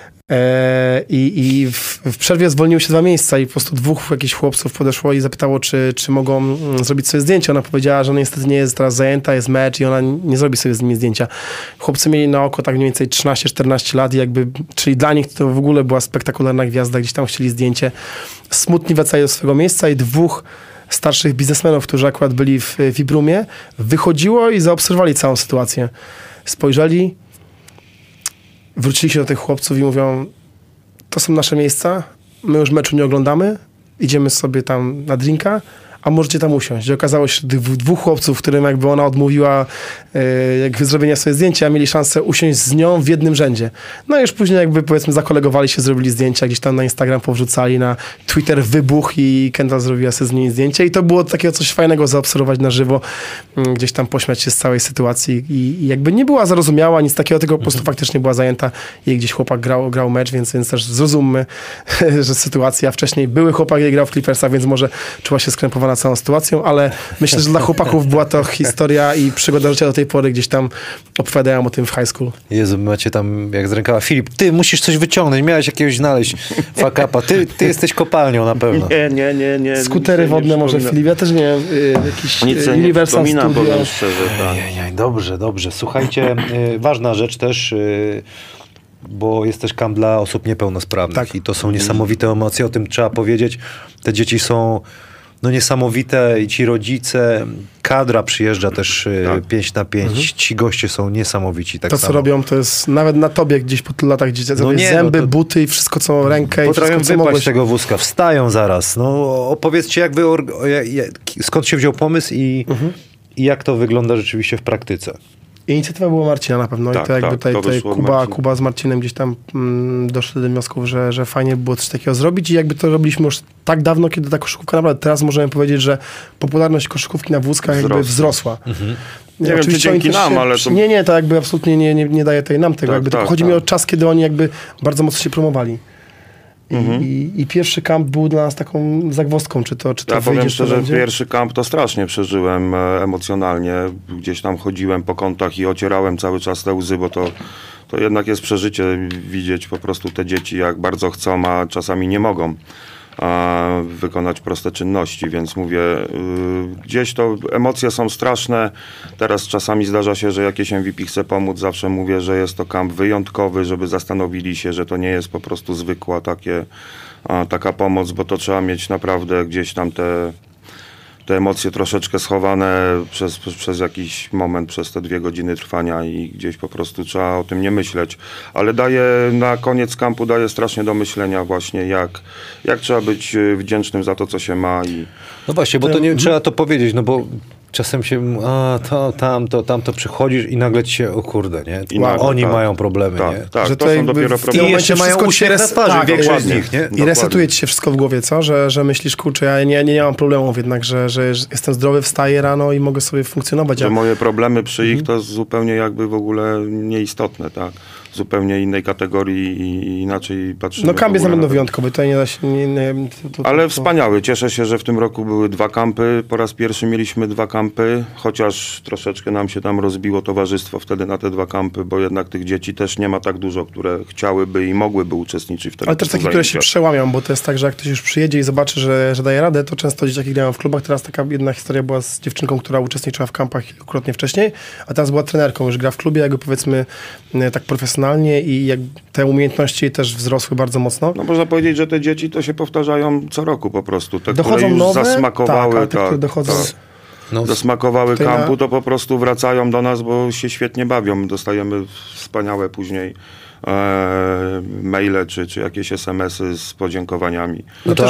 I w przerwie zwolniły się 2 miejsca i po prostu 2 jakichś chłopców podeszło i zapytało, czy mogą zrobić sobie zdjęcie. Ona powiedziała, że niestety nie jest teraz zajęta, jest mecz i ona nie zrobi sobie z nimi zdjęcia. Chłopcy mieli na oko tak mniej więcej 13-14 lat i jakby, czyli dla nich to w ogóle była spektakularna gwiazda, gdzieś tam chcieli zdjęcie. Smutni wracali do swojego miejsca i 2 starszych biznesmenów, którzy akurat byli w VIP-roomie, wychodziło i zaobserwowali całą sytuację. Spojrzeli, wrócili się do tych chłopców i mówią, to są nasze miejsca, my już meczu nie oglądamy, idziemy sobie tam na drinka, a możecie tam usiąść. I okazało się, że tych 2 chłopców, którym jakby ona odmówiła jakby zrobienia sobie zdjęcia, mieli szansę usiąść z nią w jednym rzędzie. No i już później jakby powiedzmy zakolegowali się, zrobili zdjęcia, gdzieś tam na Instagram powrzucali, na Twitter wybuch i Kendall zrobiła sobie z nimi zdjęcie i to było takiego coś fajnego zaobserwować na żywo, gdzieś tam pośmiać się z całej sytuacji i jakby nie była zarozumiała, nic takiego, tylko po prostu faktycznie była zajęta. Jej gdzieś chłopak grał mecz, więc też zrozummy, że sytuacja wcześniej były chłopak, jej grał w Clippersach, więc może czuła się skrępowana całą sytuacją, ale myślę, że dla chłopaków była to historia i przygoda życia do tej pory, gdzieś tam opowiadają o tym w high school. Jezu, macie tam jak z rękawa. Filip, ty musisz coś wyciągnąć, miałeś jakiegoś znaleźć fuck upa. Ty jesteś kopalnią na pewno. Nie. Skutery wodne może, Filip, ja też nie jakiś Universal Studio. Powiem szczerze, tak. Dobrze. Słuchajcie, ważna rzecz też, bo jest też kamp dla osób niepełnosprawnych. Tak. I to są niesamowite emocje, o tym trzeba powiedzieć. Te dzieci są niesamowite i ci rodzice, kadra przyjeżdża też 5 na 5, ci goście są niesamowici. Tak to, samo. co robią, to jest nawet na tobie gdzieś po tylu latach, gdzie zęby, buty i wszystko, co rękę i potrafią wszystko, co wypaść mogłeś. tego wózka, wstają zaraz. Opowiedzcie, skąd się wziął pomysł i jak to wygląda rzeczywiście w praktyce. Inicjatywa była Marcina na pewno Tak, i to jakby tak, to tutaj wyszło od Marcina. Kuba z Marcinem gdzieś tam doszli do wniosków, że fajnie było coś takiego zrobić i jakby to robiliśmy już tak dawno, kiedy ta koszykówka naprawdę, teraz możemy powiedzieć, że popularność koszykówki na wózkach jakby wzrosła. Nie wiem, czy dzięki nam, ale to... Nie, to jakby absolutnie nie daje tej nam tego. Tak, jakby tak, chodzi mi tak. o czas, kiedy oni jakby bardzo mocno się promowali. I pierwszy kamp był dla nas taką zagwozdką, czy to Ja powiem wyjdzie, szczerze, będzie. pierwszy kamp to strasznie przeżyłem emocjonalnie. Gdzieś tam chodziłem po kątach i ocierałem cały czas te łzy, bo to jednak jest przeżycie widzieć po prostu te dzieci, jak bardzo chcą, a czasami nie mogą wykonać proste czynności, więc mówię, gdzieś to emocje są straszne. Teraz czasami zdarza się, że jakieś MVP chce pomóc, zawsze mówię, że jest to kamp wyjątkowy, żeby zastanowili się, że to nie jest po prostu zwykła taka pomoc, bo to trzeba mieć naprawdę gdzieś tam te emocje troszeczkę schowane przez jakiś moment, przez te 2 godziny trwania i gdzieś po prostu trzeba o tym nie myśleć. Ale na koniec kampu daje strasznie do myślenia właśnie, jak trzeba być wdzięcznym za to, co się ma. No właśnie, bo to nie trzeba to powiedzieć, no bo czasem się, tamto przychodzisz i nagle ci się, o kurde, nie? Oni mają problemy, nie? Tak, Że to to są jakby dopiero w tym problemy. I jeszcze mają wszystko uśmiech na twarzy, większość z nich, nie? I resetuje ci się wszystko w głowie, co? Że myślisz, kurczę, ja nie mam problemów jednak, że jestem zdrowy, wstaję rano i mogę sobie funkcjonować. Że moje problemy przy ich to zupełnie jakby w ogóle nieistotne, tak? zupełnie innej kategorii i inaczej patrzymy. No kamp jest w na ogóle pewno to. wyjątkowy, tutaj nie da się... Ale wspaniały. Cieszę się, że w tym roku były 2 kampy. Po raz pierwszy mieliśmy 2 kampy, chociaż troszeczkę nam się tam rozbiło towarzystwo wtedy na te 2 kampy, bo jednak tych dzieci też nie ma tak dużo, które chciałyby i mogłyby uczestniczyć w tego Ale też takie, które się przełamią, bo to jest tak, że jak ktoś już przyjedzie i zobaczy, że daje radę, to często dzieciaki grają w klubach. Teraz taka jedna historia była z dziewczynką, która uczestniczyła w kampach kilkukrotnie wcześniej, a teraz była trenerką, już gra w klubie, jakby powiedzmy tak profesjonalnie i jak te umiejętności też wzrosły bardzo mocno. No można powiedzieć, że te dzieci to się powtarzają co roku po prostu. Te, Dochodzą które już nowe, zasmakowały, tak, a te, które dochodzą... No, zasmakowały tutaj kampu, to po prostu wracają do nas, bo się świetnie bawią. Dostajemy wspaniałe później maile czy jakieś SMS-y z podziękowaniami. no też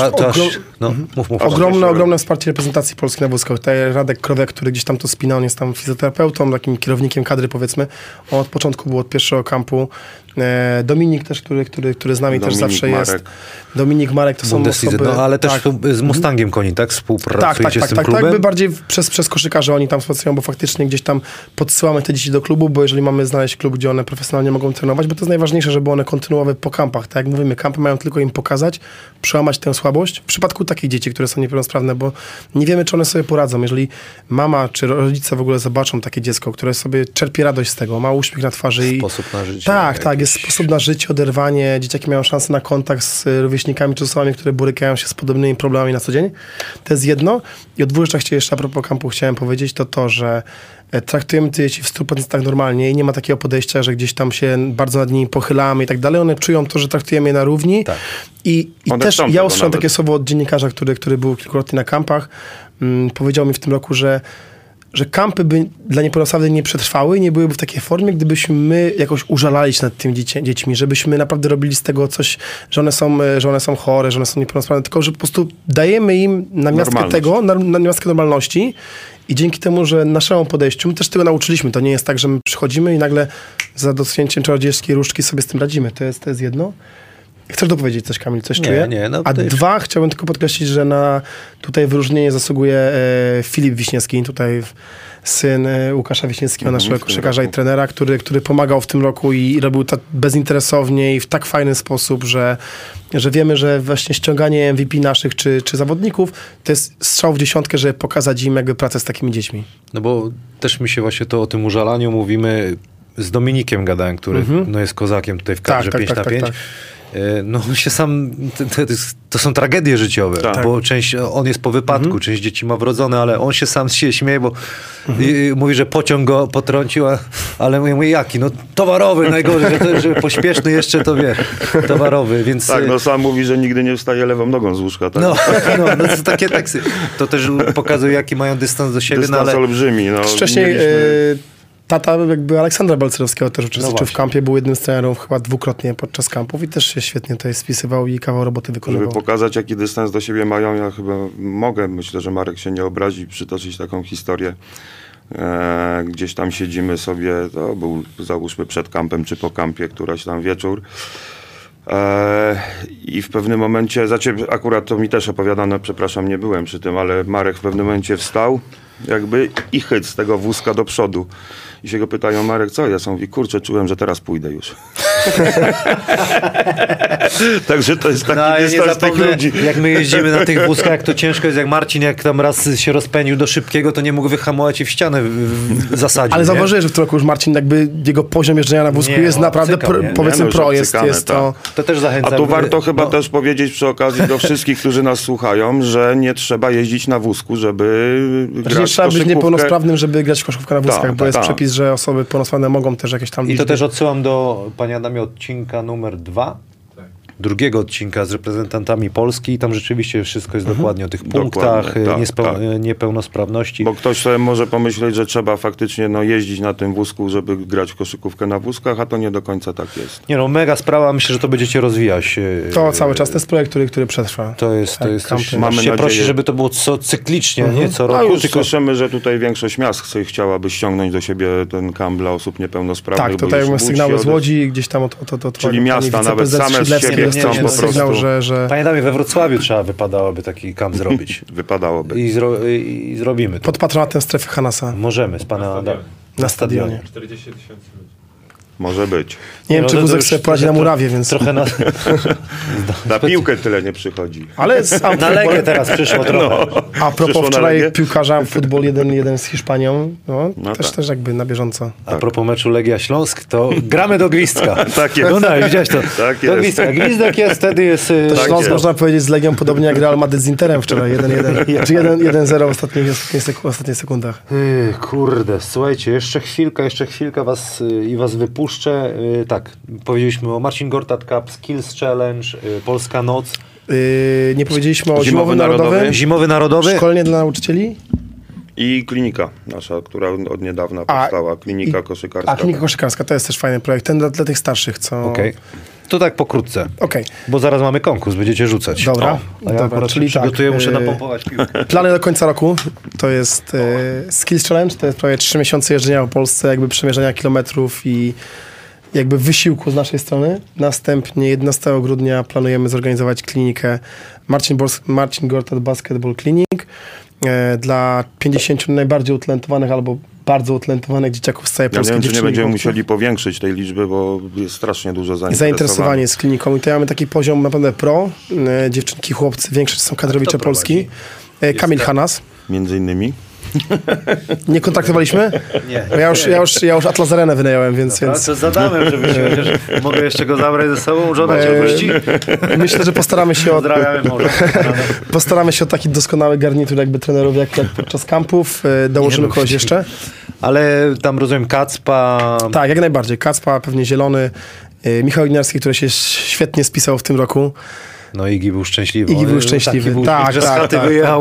mów. Ogromne wsparcie reprezentacji Polski na wózkach. Tutaj Radek Krowiak, który gdzieś tam to spina, on jest tam fizjoterapeutą, takim kierownikiem kadry powiedzmy. On od początku był od pierwszego kampu. Dominik też, który z nami też zawsze Marek. jest. Dominik, Marek to są osoby... No ale też tak. z Mustangiem Koni, tak? Współpracujecie z tym Tak, klubem? jakby bardziej przez koszykarzy oni tam pracują, bo faktycznie gdzieś tam podsyłamy te dzieci do klubu, bo jeżeli mamy znaleźć klub, gdzie one profesjonalnie mogą trenować, bo to jest najważniejsze, żeby one kontynuowały po kampach. Tak jak mówimy, kampy mają tylko im pokazać, przełamać tę słabość. W przypadku takich dzieci, które są niepełnosprawne, bo nie wiemy, czy one sobie poradzą. Jeżeli mama czy rodzice w ogóle zobaczą takie dziecko, które sobie czerpie radość z tego, ma uśmiech na twarzy i... Sposób na życie. Tak, jest sposób na życie, oderwanie. Dzieciaki mają szansę na kontakt z rówieśnikami czy osobami, które borykają się z podobnymi problemami na co dzień. To jest jedno. I o 2 rzeczach jeszcze a propos kampu chciałem powiedzieć, to, że traktujemy te dzieci w 100% normalnie i nie ma takiego podejścia, że gdzieś tam się bardzo nad nimi pochylamy i tak dalej. One czują to, że traktujemy je na równi. Tak. I One też chcą ja tego usłyszałem nawet. takie słowo od dziennikarza, który był kilkukrotnie na kampach. Powiedział mi w tym roku, że kampy by dla niepełnosprawnych nie przetrwały i nie byłyby w takiej formie, gdybyśmy my jakoś użalali się nad tymi dziećmi, żebyśmy naprawdę robili z tego coś, że one są chore, że one są niepełnosprawne, tylko że po prostu dajemy im namiastkę tego, namiastkę normalności i dzięki temu, że naszemu podejściu, my też tego nauczyliśmy, to nie jest tak, że my przychodzimy i nagle za dotknięciem czarodziejskiej różdżki sobie z tym radzimy, to jest jedno. Chcesz dopowiedzieć coś, Kamil? Coś czuję? Nie, no A tutaj... 2, chciałbym tylko podkreślić, że na tutaj wyróżnienie zasługuje Filip Wiśniewski, tutaj syn Łukasza Wiśniewskiego, naszego koszykarza i trenera, który pomagał w tym roku i robił tak bezinteresownie i w tak fajny sposób, że wiemy, że właśnie ściąganie MVP naszych czy zawodników to jest strzał w dziesiątkę, żeby pokazać im jakby pracę z takimi dziećmi. No bo też mi się właśnie to o tym użalaniu mówimy, z Dominikiem gadałem, który no jest kozakiem tutaj w kadrze 5x5. Tak. No on się sam, to są tragedie życiowe, bo on jest po wypadku, część dzieci ma wrodzone, ale on się sam się śmieje, bo mówi, że pociąg go potrącił, ale mówi jaki? No towarowy najgorzej, że pośpieszny jeszcze to wie, towarowy, więc... Tak, no sam mówi, że nigdy nie wstaje lewą nogą z łóżka. Tak? No to takie teksty. To też pokazuje, jaki mają dystans do siebie. Dystans ale olbrzymi. No, wcześniej tata jakby Aleksandra Balcerowskiego też uczestniczył w kampie, był jednym z trenerów chyba 2-krotnie podczas kampów i też się świetnie tutaj spisywał i kawał roboty wykonywał. Żeby pokazać, jaki dystans do siebie mają, ja chyba mogę, myślę, że Marek się nie obrazi, przytoczyć taką historię. Gdzieś tam siedzimy sobie, to był załóżmy przed kampem czy po kampie, któraś tam wieczór. I w pewnym momencie, akurat to mi też opowiadano, przepraszam, nie byłem przy tym, ale Marek w pewnym momencie wstał jakby i chyt z tego wózka do przodu. I się go pytają, Marek, co jest? On mówi, kurczę, czułem, że teraz pójdę już. Także to jest taki dystans tych ludzi. Jak my jeździmy na tych wózkach, jak to ciężko jest, jak Marcin, jak tam raz się rozpędził do szybkiego, to nie mógł wyhamować i w ścianę zasadził. Ale zauważyłeś, że w tym roku już Marcin, jakby jego poziom jeżdżenia na wózku jest naprawdę, powiedzmy, pro. Jest to... To też zachęcam. A tu warto chyba też powiedzieć przy okazji do wszystkich, którzy nas słuchają, że nie trzeba jeździć na wózku, żeby grać nie trzeba być koszykówkę. niepełnosprawnym, żeby grać w koszykówkę na wózkach, bo jest przepis, że osoby pełnosprawne mogą też jakieś tam... I to też odsyłam do, panie Adamie, odcinka numer 2. Drugiego odcinka z reprezentantami Polski i tam rzeczywiście wszystko jest dokładnie o tych punktach, niepełnosprawności. Bo ktoś sobie może pomyśleć, że trzeba faktycznie jeździć na tym wózku, żeby grać w koszykówkę na wózkach, a to nie do końca tak jest. Nie mega sprawa, myślę, że to będziecie rozwijać. To cały czas, to jest projekt, który przetrwa. To jest coś, mamy się nadzieję, prosi, żeby to było cyklicznie, nie co roku. A już słyszymy, że tutaj większość miast chciałaby ściągnąć do siebie ten kamp dla osób niepełnosprawnych. Tak, tutaj mamy sygnały z Łodzi, gdzieś tam czyli miasta nawet same z siebie chcą po prostu. Że... Panie Damie, we Wrocławiu wypadałoby taki kamp zrobić. Wypadałoby. I zrobimy to. Pod patronatem strefy Hanasa. Możemy, z pana na stadionie. 40 000 ludzi. Może być. Nie wiem, No, czy to wózek już sobie poradzi na murawie, więc... Trochę Na piłkę tyle nie przychodzi. Ale na Legę teraz przyszło trochę. a Przyszło propos na wczoraj Legię? piłkarza futbol 1-1 z Hiszpanią, tak. też jakby na bieżąco. A propos meczu Legia Śląsk, to gramy do gwizdka. Tak jest. No tak, widziałeś to. Tak Do jest. gwizdka. Gwizdek jest, wtedy jest... Śląsk jest. można powiedzieć z Legią podobnie jak Real Madrid z Interem wczoraj 1-1. Czy 1-0 w ostatnich sekundach. Kurde, słuchajcie, jeszcze chwilkę was wypuszczę. Tak, powiedzieliśmy o Marcin Gortat Cup, Skills Challenge, Polska Noc, Nie powiedzieliśmy o Zimowy Zimowym Narodowy. Narodowym. Zimowy Narodowy. Szkolenie dla nauczycieli. I klinika nasza, która od niedawna powstała. Klinika koszykarska. A klinika koszykarska, to jest też fajny projekt. Ten dla tych starszych, co... Okej. To tak pokrótce, Okej. bo zaraz mamy konkurs, będziecie rzucać. Dobra, A ja dobra, akurat czyli przygotuję, tak, muszę napompować piłkę. Plany do końca roku to jest Skills Challenge, to jest prawie 3 miesiące jeżdżenia po Polsce, jakby przemierzania kilometrów i jakby wysiłku z naszej strony. Następnie 11 grudnia planujemy zorganizować klinikę Marcin Gortat Basketball Clinic dla 50 najbardziej utalentowanych albo bardzo utalentowanych dzieciaków z całej Ja nie Polski. wiem, czy nie dziewczyn i będziemy chłopców. musieli powiększyć tej liczby, bo jest strasznie dużo Zainteresowanie z kliniką i to mamy taki poziom naprawdę pro. Dziewczynki, chłopcy, większość są kadrowicze Polski. Kamil Hanas. Między innymi. Nie kontaktowaliśmy? Nie. Bo ja już Atlas Arenę wynająłem, więc To z Adamem, żeby się, chociaż mogę jeszcze go zabrać ze sobą, żona cię opuści. myślę, że postaramy się o Pozdrawiamy może. taki doskonały garnitur jakby trenerów jak podczas kampów. Dołożymy Nie, kogoś jeszcze. Ale tam rozumiem Kacpa. Tak, jak najbardziej. Kacpa, pewnie Zielony. Michał Igniarski, który się świetnie spisał w tym roku. No Igi był szczęśliwy. Igi był szczęśliwy. Taki był, Tak, że z tak, chaty tak. wyjechał.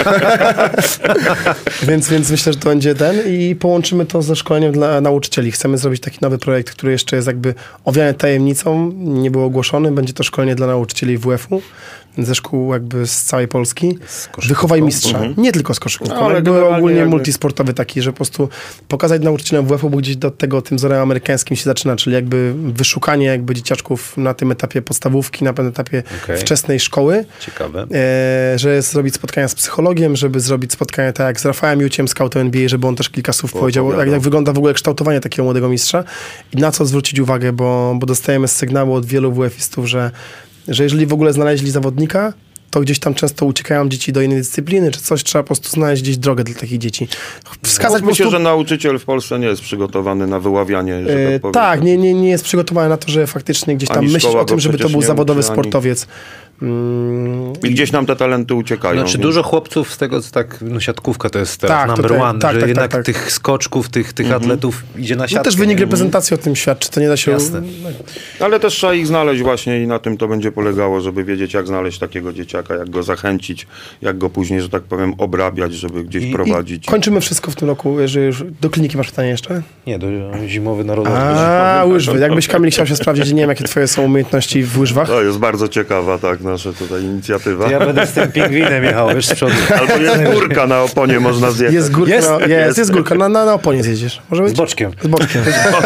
Więc myślę, że to będzie ten i połączymy to ze szkoleniem dla nauczycieli. Chcemy zrobić taki nowy projekt, który jeszcze jest jakby owiany tajemnicą, nie był ogłoszony. Będzie to szkolenie dla nauczycieli WF-u, ze szkół jakby z całej Polski. Wychowaj mistrza. Nie tylko z koszykówką, Ale ale generalnie ogólnie jakby- multisportowy taki, że po prostu pokazać nauczycielom WF-u, bo gdzieś do tego tym wzorem amerykańskim się zaczyna, czyli jakby wyszukanie jakby dzieciaczków na tym etapie podstawówki, na tym etapie Okej. wczesnej szkoły. Ciekawe. Żeby zrobić spotkania z psychologiem, żeby zrobić spotkania tak jak z Rafałem Juciem, scoutem NBA, żeby on też kilka słów powiedział, jak wygląda w ogóle kształtowanie takiego młodego mistrza i na co zwrócić uwagę, bo dostajemy sygnału od wielu WF-istów, że jeżeli w ogóle znaleźli zawodnika, to gdzieś tam często uciekają dzieci do innej dyscypliny, czy coś, trzeba po prostu znaleźć gdzieś drogę dla takich dzieci. Wskazać po Myślę, prostu... że nauczyciel w Polsce nie jest przygotowany na wyławianie, że tak powiem. Tak, nie jest przygotowany na to, że faktycznie gdzieś tam Ani myśli szkoła o tym, go żeby to przecież był nie zawodowy uczy, ani- sportowiec. I gdzieś nam te talenty uciekają. Znaczy więc- dużo chłopców z tego, co tak, no siatkówka to jest teraz Tak, to number te- one, tak, że tak, jednak tak. tych skoczków, tych atletów idzie na siatkę. No też wynik nie? reprezentacji o tym świadczy, to nie da się... Jasne. Ale też trzeba ich znaleźć właśnie i na tym to będzie polegało, żeby wiedzieć, jak znaleźć takiego dzieciaka, jak go zachęcić, jak go później, że tak powiem, obrabiać, żeby gdzieś prowadzić. Kończymy wszystko w tym roku, jeżeli już do kliniki masz pytanie jeszcze? Nie, Zimowy Narodowy. Łyżwy. Jakbyś, Kamil, chciał się sprawdzić, nie wiem, jakie twoje są umiejętności w łyżwach. To jest bardzo ciekawa, tak, nasza tutaj inicjatywa. Ja będę z tym pingwinem jechał, wiesz, z przodu. Albo jest górka na oponie, można zjechać. Jest górka, jest górka, na oponie zjedziesz. Może być? Z boczkiem. Z boczkiem.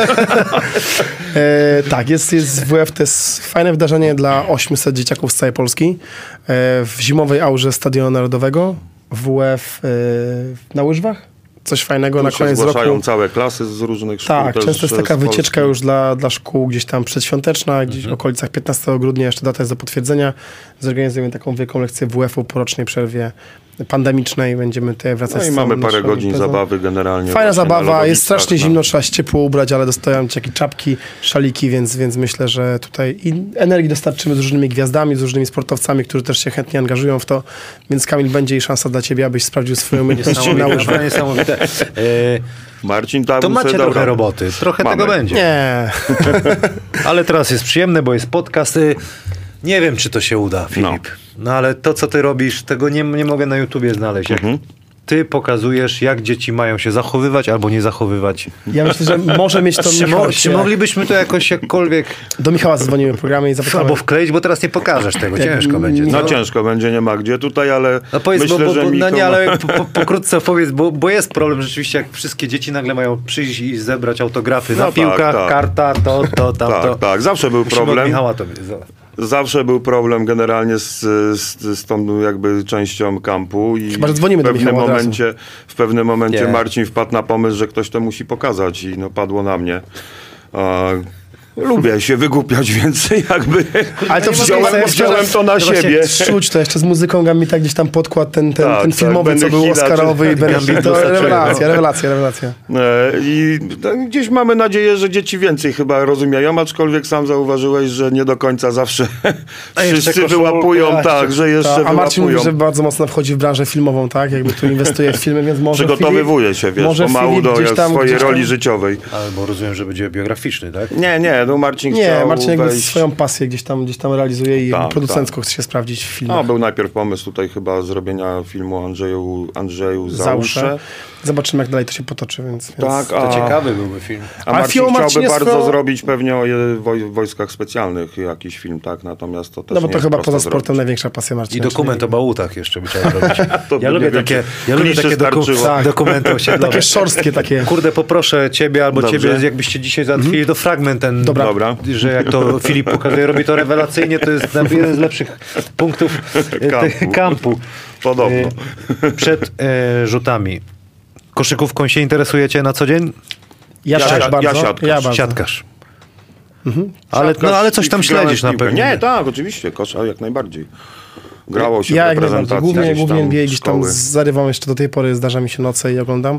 Tak, jest WF, to jest fajne wydarzenie dla 800 dzieciaków z całej Polski. W zimowej aurze Stadionu Narodowego. WF na łyżwach. Coś fajnego na Tu się koniec zgłaszają roku. całe klasy z różnych szkół. Tak, też często jest z taka Polski. wycieczka już dla szkół gdzieś tam przedświąteczna, gdzieś w okolicach 15 grudnia, jeszcze data jest do potwierdzenia. Zorganizujemy taką wielką lekcję WF-u po rocznej przerwie pandemicznej. Będziemy tutaj wracać No i z całą mamy parę naszą godzin imprezą. zabawy generalnie. Fajna właśnie na zabawa, jest lodowiskach, strasznie no. zimno, trzeba się ciepło ubrać, ale dostają jakieś czapki, szaliki, więc myślę, że tutaj i energii dostarczymy z różnymi gwiazdami, z różnymi sportowcami, którzy też się chętnie angażują w to, więc Kamil, będzie i szansa dla ciebie, abyś sprawdził swoje umiejętności na łyżwach. Niesamowite. Marcin, tam To macie sobie trochę dobra. roboty, trochę Mamy. tego będzie. Nie, Ale teraz jest przyjemne, bo jest podcast. Nie wiem, czy to się uda, Filip. No ale to, co ty robisz, tego nie mogę na YouTubie znaleźć. Jak ty pokazujesz, jak dzieci mają się zachowywać albo nie zachowywać. ja myślę, że może mieć to Michał, Czy moglibyśmy to jakoś jakkolwiek do Michała zadzwonimy w programie i zapytamy. albo wkleić, bo teraz nie pokażesz tego, ciężko będzie. No co? ciężko będzie, nie ma gdzie tutaj, ale No powiedz, myślę, że no Miko nie, ma- ale pokrótce opowiedz, bo jest problem rzeczywiście, jak wszystkie dzieci nagle mają przyjść i zebrać autografy No na tak, piłkach, tak. karta, to, tamto. Tak, tak, zawsze był Musimy od problem. Michała to... Zawsze był problem generalnie z tą jakby częścią kampu i Chyba, że dzwonimy do Michała od razu. w pewnym momencie Nie. Marcin wpadł na pomysł, że ktoś to musi pokazać i no padło na mnie. Lubię się wygłupiać, więc jakby Ale to wziąłem to na siebie. Czuć to jeszcze z muzyką Gambita gdzieś tam podkład ten filmowy, będę co był Hilla, Oscarowy i Gambit to dostarczyłem, rewelacja. I gdzieś mamy nadzieję, że dzieci więcej chyba rozumieją, aczkolwiek sam zauważyłeś, że nie do końca zawsze wszyscy wyłapują, tak, że jeszcze A Marcin mówi, wyłapują. że bardzo mocno wchodzi w branżę filmową, tak? Jakby tu inwestuje w filmy, więc może Przygotowywuje się, wiesz, może pomału Filip do gdzieś tam- swojej gdzieś tam- roli życiowej. Albo rozumiem, że będzie biograficzny, tak? Nie, no Marcin Nie, chciał Marcin jakby wejść. swoją pasję gdzieś tam realizuje i Tak, producencko chce się sprawdzić w filmach. No, był najpierw pomysł tutaj chyba zrobienia filmu Andrzeju Zausze. Zausze. Zobaczymy, jak dalej to się potoczy, więc... Tak, To ciekawy byłby film. A Ale Marcin film o chciałby Marcinie bardzo swoją- zrobić pewnie o wojskach specjalnych jakiś film, tak? Natomiast to też No bo nie to jest chyba prosto poza sportem zrobić. największa pasja Marcina. I dokument o bałutach jeszcze by trzeba zrobić. To Ja by lubię nie takie, wiem, kliszy starczyło. dokumenty osiedlowe. Takie szorstkie, takie... Kurde, poproszę ciebie albo Dobrze. ciebie, jakbyście dzisiaj załatwili to fragment ten, Dobra. że jak to Filip pokazuje, robi to rewelacyjnie, to jest jeden z lepszych punktów kampu. Podobno. Przed rzutami. Koszykówką się interesujecie na co dzień? Ja też ja bardzo. siatkarz. Ja bardzo. Siatkarz. Siatkarz Ale coś i tam grałem śledzisz w na piłkę. pewno. Nie, tak, oczywiście, kosza jak najbardziej. Grało się Ja w jak najbardziej. reprezentacji. Głównie gdzieś tam NBA gdzieś tam szkoły. zarywam jeszcze do tej pory, zdarza mi się noce i oglądam.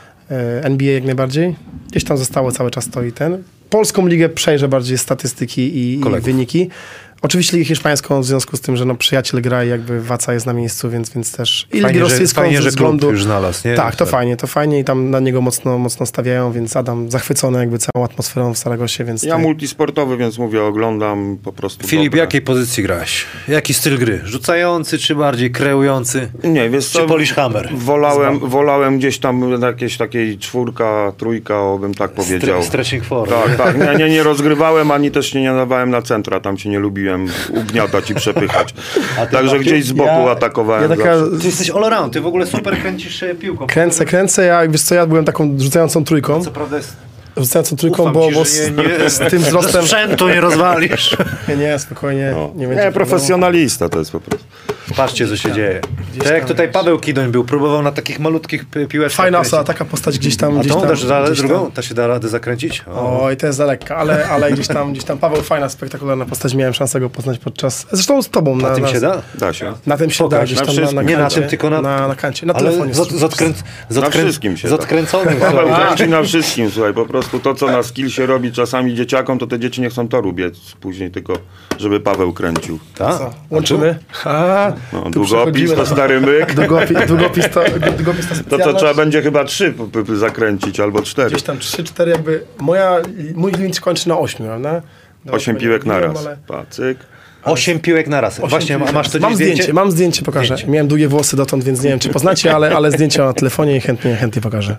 NBA jak najbardziej. Gdzieś tam zostało cały czas to i ten. Polską ligę przejrzę bardziej statystyki i Kolegów. wyniki. Oczywiście ligę hiszpańską w związku z tym, że no przyjaciel gra i jakby Waca jest na miejscu, więc też... I ligę rosyjską fajnie, ze że względu... klub już znalazł, nie? Tak, to fajnie i tam na niego mocno stawiają, więc Adam zachwycony jakby całą atmosferą w Saragosie, więc... Ja multisportowy, więc mówię, oglądam po prostu. Filip, dobre. jakiej pozycji grałeś? Jaki styl gry? Rzucający czy bardziej kreujący? Nie, wiesz Czy co, Polish Hammer? wolałem gdzieś tam jakieś takiej czwórka, trójka, bym tak powiedział. Stretching four. Tak. Nie rozgrywałem, ani też nie nadawałem na centra, tam się nie lubiłem ugniatać i przepychać. Także gdzieś z boku atakowałem zawsze. Ty jesteś all around, ty w ogóle super kręcisz piłką. Kręcę, ja wiesz co, ja byłem taką rzucającą trójką. Co prawda jest... Rzucającą trójką, Ufam bo ci, że nie, z tym wzrostem... sprzętu nie rozwalisz. Nie, spokojnie, nie będzie Nie, profesjonalista to jest po prostu. Patrzcie, co się dzieje. Tak jak tutaj Paweł Kidoń był, próbował na takich malutkich piłeczkach Fajna kręcić. osoba, taka postać gdzieś tam... A gdzieś tą tam, dasz radę gdzieś drugą? tam. Ta się da radę zakręcić? O. Oj, to jest za lekka, ale gdzieś tam Paweł, fajna, spektakularna postać, miałem szansę go poznać podczas... Zresztą z tobą. Na tym się da? Da się. Na tym się da, Pokaż, gdzieś na tam na wszystkim. Nie na kancie, tym, tylko na kancie, na Ale telefonie. Na wszystkim się z da. odkręconym. Paweł słuchaj. kręci na wszystkim, słuchaj, po prostu to, co na skill się robi czasami dzieciakom, to te dzieci nie chcą toru biec później, tylko żeby Paweł kręcił. Ta? Łączymy? No, tu długopis przechodzimy to na- stary myk. Długopis to To co, specjalność. trzeba będzie chyba 3 zakręcić, albo 4. Gdzieś tam 3-4 jakby... Mój limit się kończy na 8, prawda? 8 piłek na raz. Ale... Pacyk. 8 piłek na raz. Właśnie, a masz to Mam zdjęcie? mam zdjęcie, pokażę. Zdjęcie. Miałem długie włosy dotąd, więc nie wiem, czy poznacie, ale zdjęcie mam na telefonie i chętnie pokażę.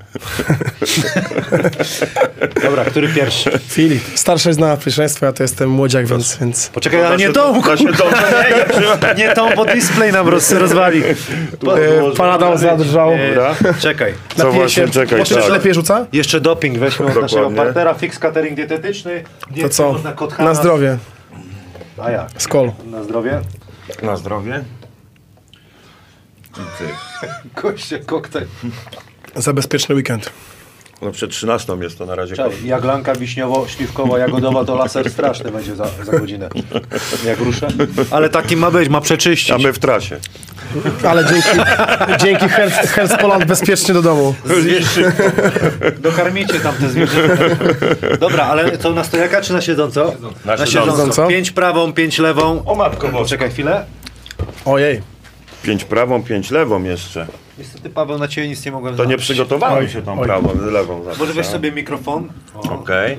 Dobra, który pierwszy? Filip, starszy jest na pierwszeństwo, ja to jestem młodziak, więc... Poczekaj, ale nie tą! Da się to, Nie tą, bo display nam rozwali. Pan Adam zadrżał. Dobra. Czekaj. Co Napije właśnie, się. czekaj, Może tak. lepiej rzuca? Jeszcze doping weźmy od naszego Dokładnie. partnera. Fix catering dietetyczny. To co? Można kod Hanna. Na zdrowie. A jak? Skol. Na zdrowie? Na zdrowie. Koście, koktajl. Za bezpieczny weekend. No przed 13 jest to na razie. Cześć, jaglanka wiśniowo-śliwkowa, jagodowa to laser straszny będzie za godzinę. Jak ruszę. Ale taki ma być, ma przeczyścić. A my w trasie. Ale dzięki Health Poland bezpiecznie do domu. Dokarmicie tam te zwierzęta. Dobra, ale to na stojaka czy na siedząco? Na siedząco. 5 prawą, 5 lewą. O matko boska. Czekaj chwilę. Ojej. 5 prawą, 5 lewą jeszcze. Niestety Paweł, na ciebie nic nie mogłem To nie znaleźć. przygotowałem się tą prawą, z lewą. zawsze. Może weź sobie mikrofon. Okej.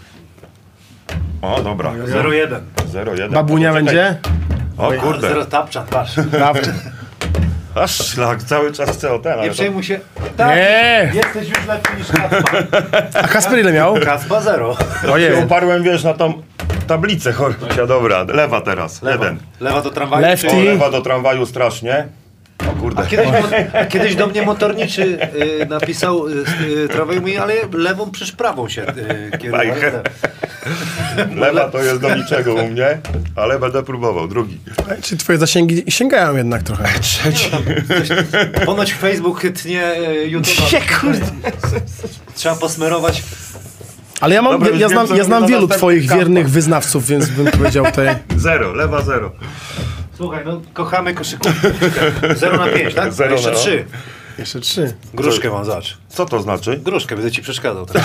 O, dobra. 0-1. 0-1. Babunia Poczekaj. będzie? O kurde. 0 tapczan, patrz. Prawda. Aż szlak, cały czas chcę o ten, ale Nie to... przejmuj się. Tak, Nie! jesteś już lepszy niż Kacpa. A Kasper ile miał? Kacpa 0. Ojej. Oparłem, wiesz, na tą tablicę, chorcia, dobra. Lewa teraz, jeden. Lewa do tramwaju. Lefty. O, lewa do tramwaju strasznie. O kurde. Kiedyś do mnie motorniczy napisał tramwaj mówi, ale lewą przecież prawą się kieruje. Lewa to jest do niczego u mnie, ale będę próbował. Drugi. Czy twoje zasięgi sięgają jednak trochę? Trzeci. Ponoć Facebook tnie YouTube'a. Trzeba posmerować. Ale ja, Dobra, już wiem, co ja znam robię na wielu następnych twoich kampach. wiernych wyznawców, więc bym powiedział tutaj... 0, lewa 0. Słuchaj, no kochamy koszykówkę. 0-5, tak? 0 jeszcze na 3. Jeszcze 3. Gruszkę mam, zacz. Co to znaczy? Gruszkę, będę ci przeszkadzał teraz.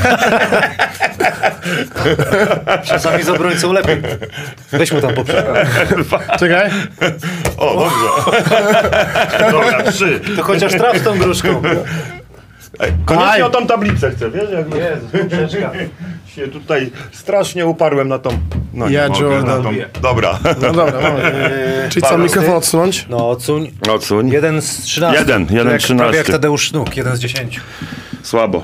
Czasami z obrońcą lepiej. Weź mu tam poprzekaz. Czekaj. O, dobrze. Dobra, 3. To chociaż traf z tą gruszką. Koniecznie Aj. o tą tablicę chcę, wiesz? Jak Jezus, poprzeczka. się tutaj strasznie uparłem na tą... No, Ja, nie mogę, Jordan. na tą... Dobra. No dobra, mamy. Czyli co, mikrofon odsunąć? No, odsuń. Odsuń. 1 z 13. 1 To jak, 13. prawie jak Tadeusz Sznuk, 1 z 10. Słabo.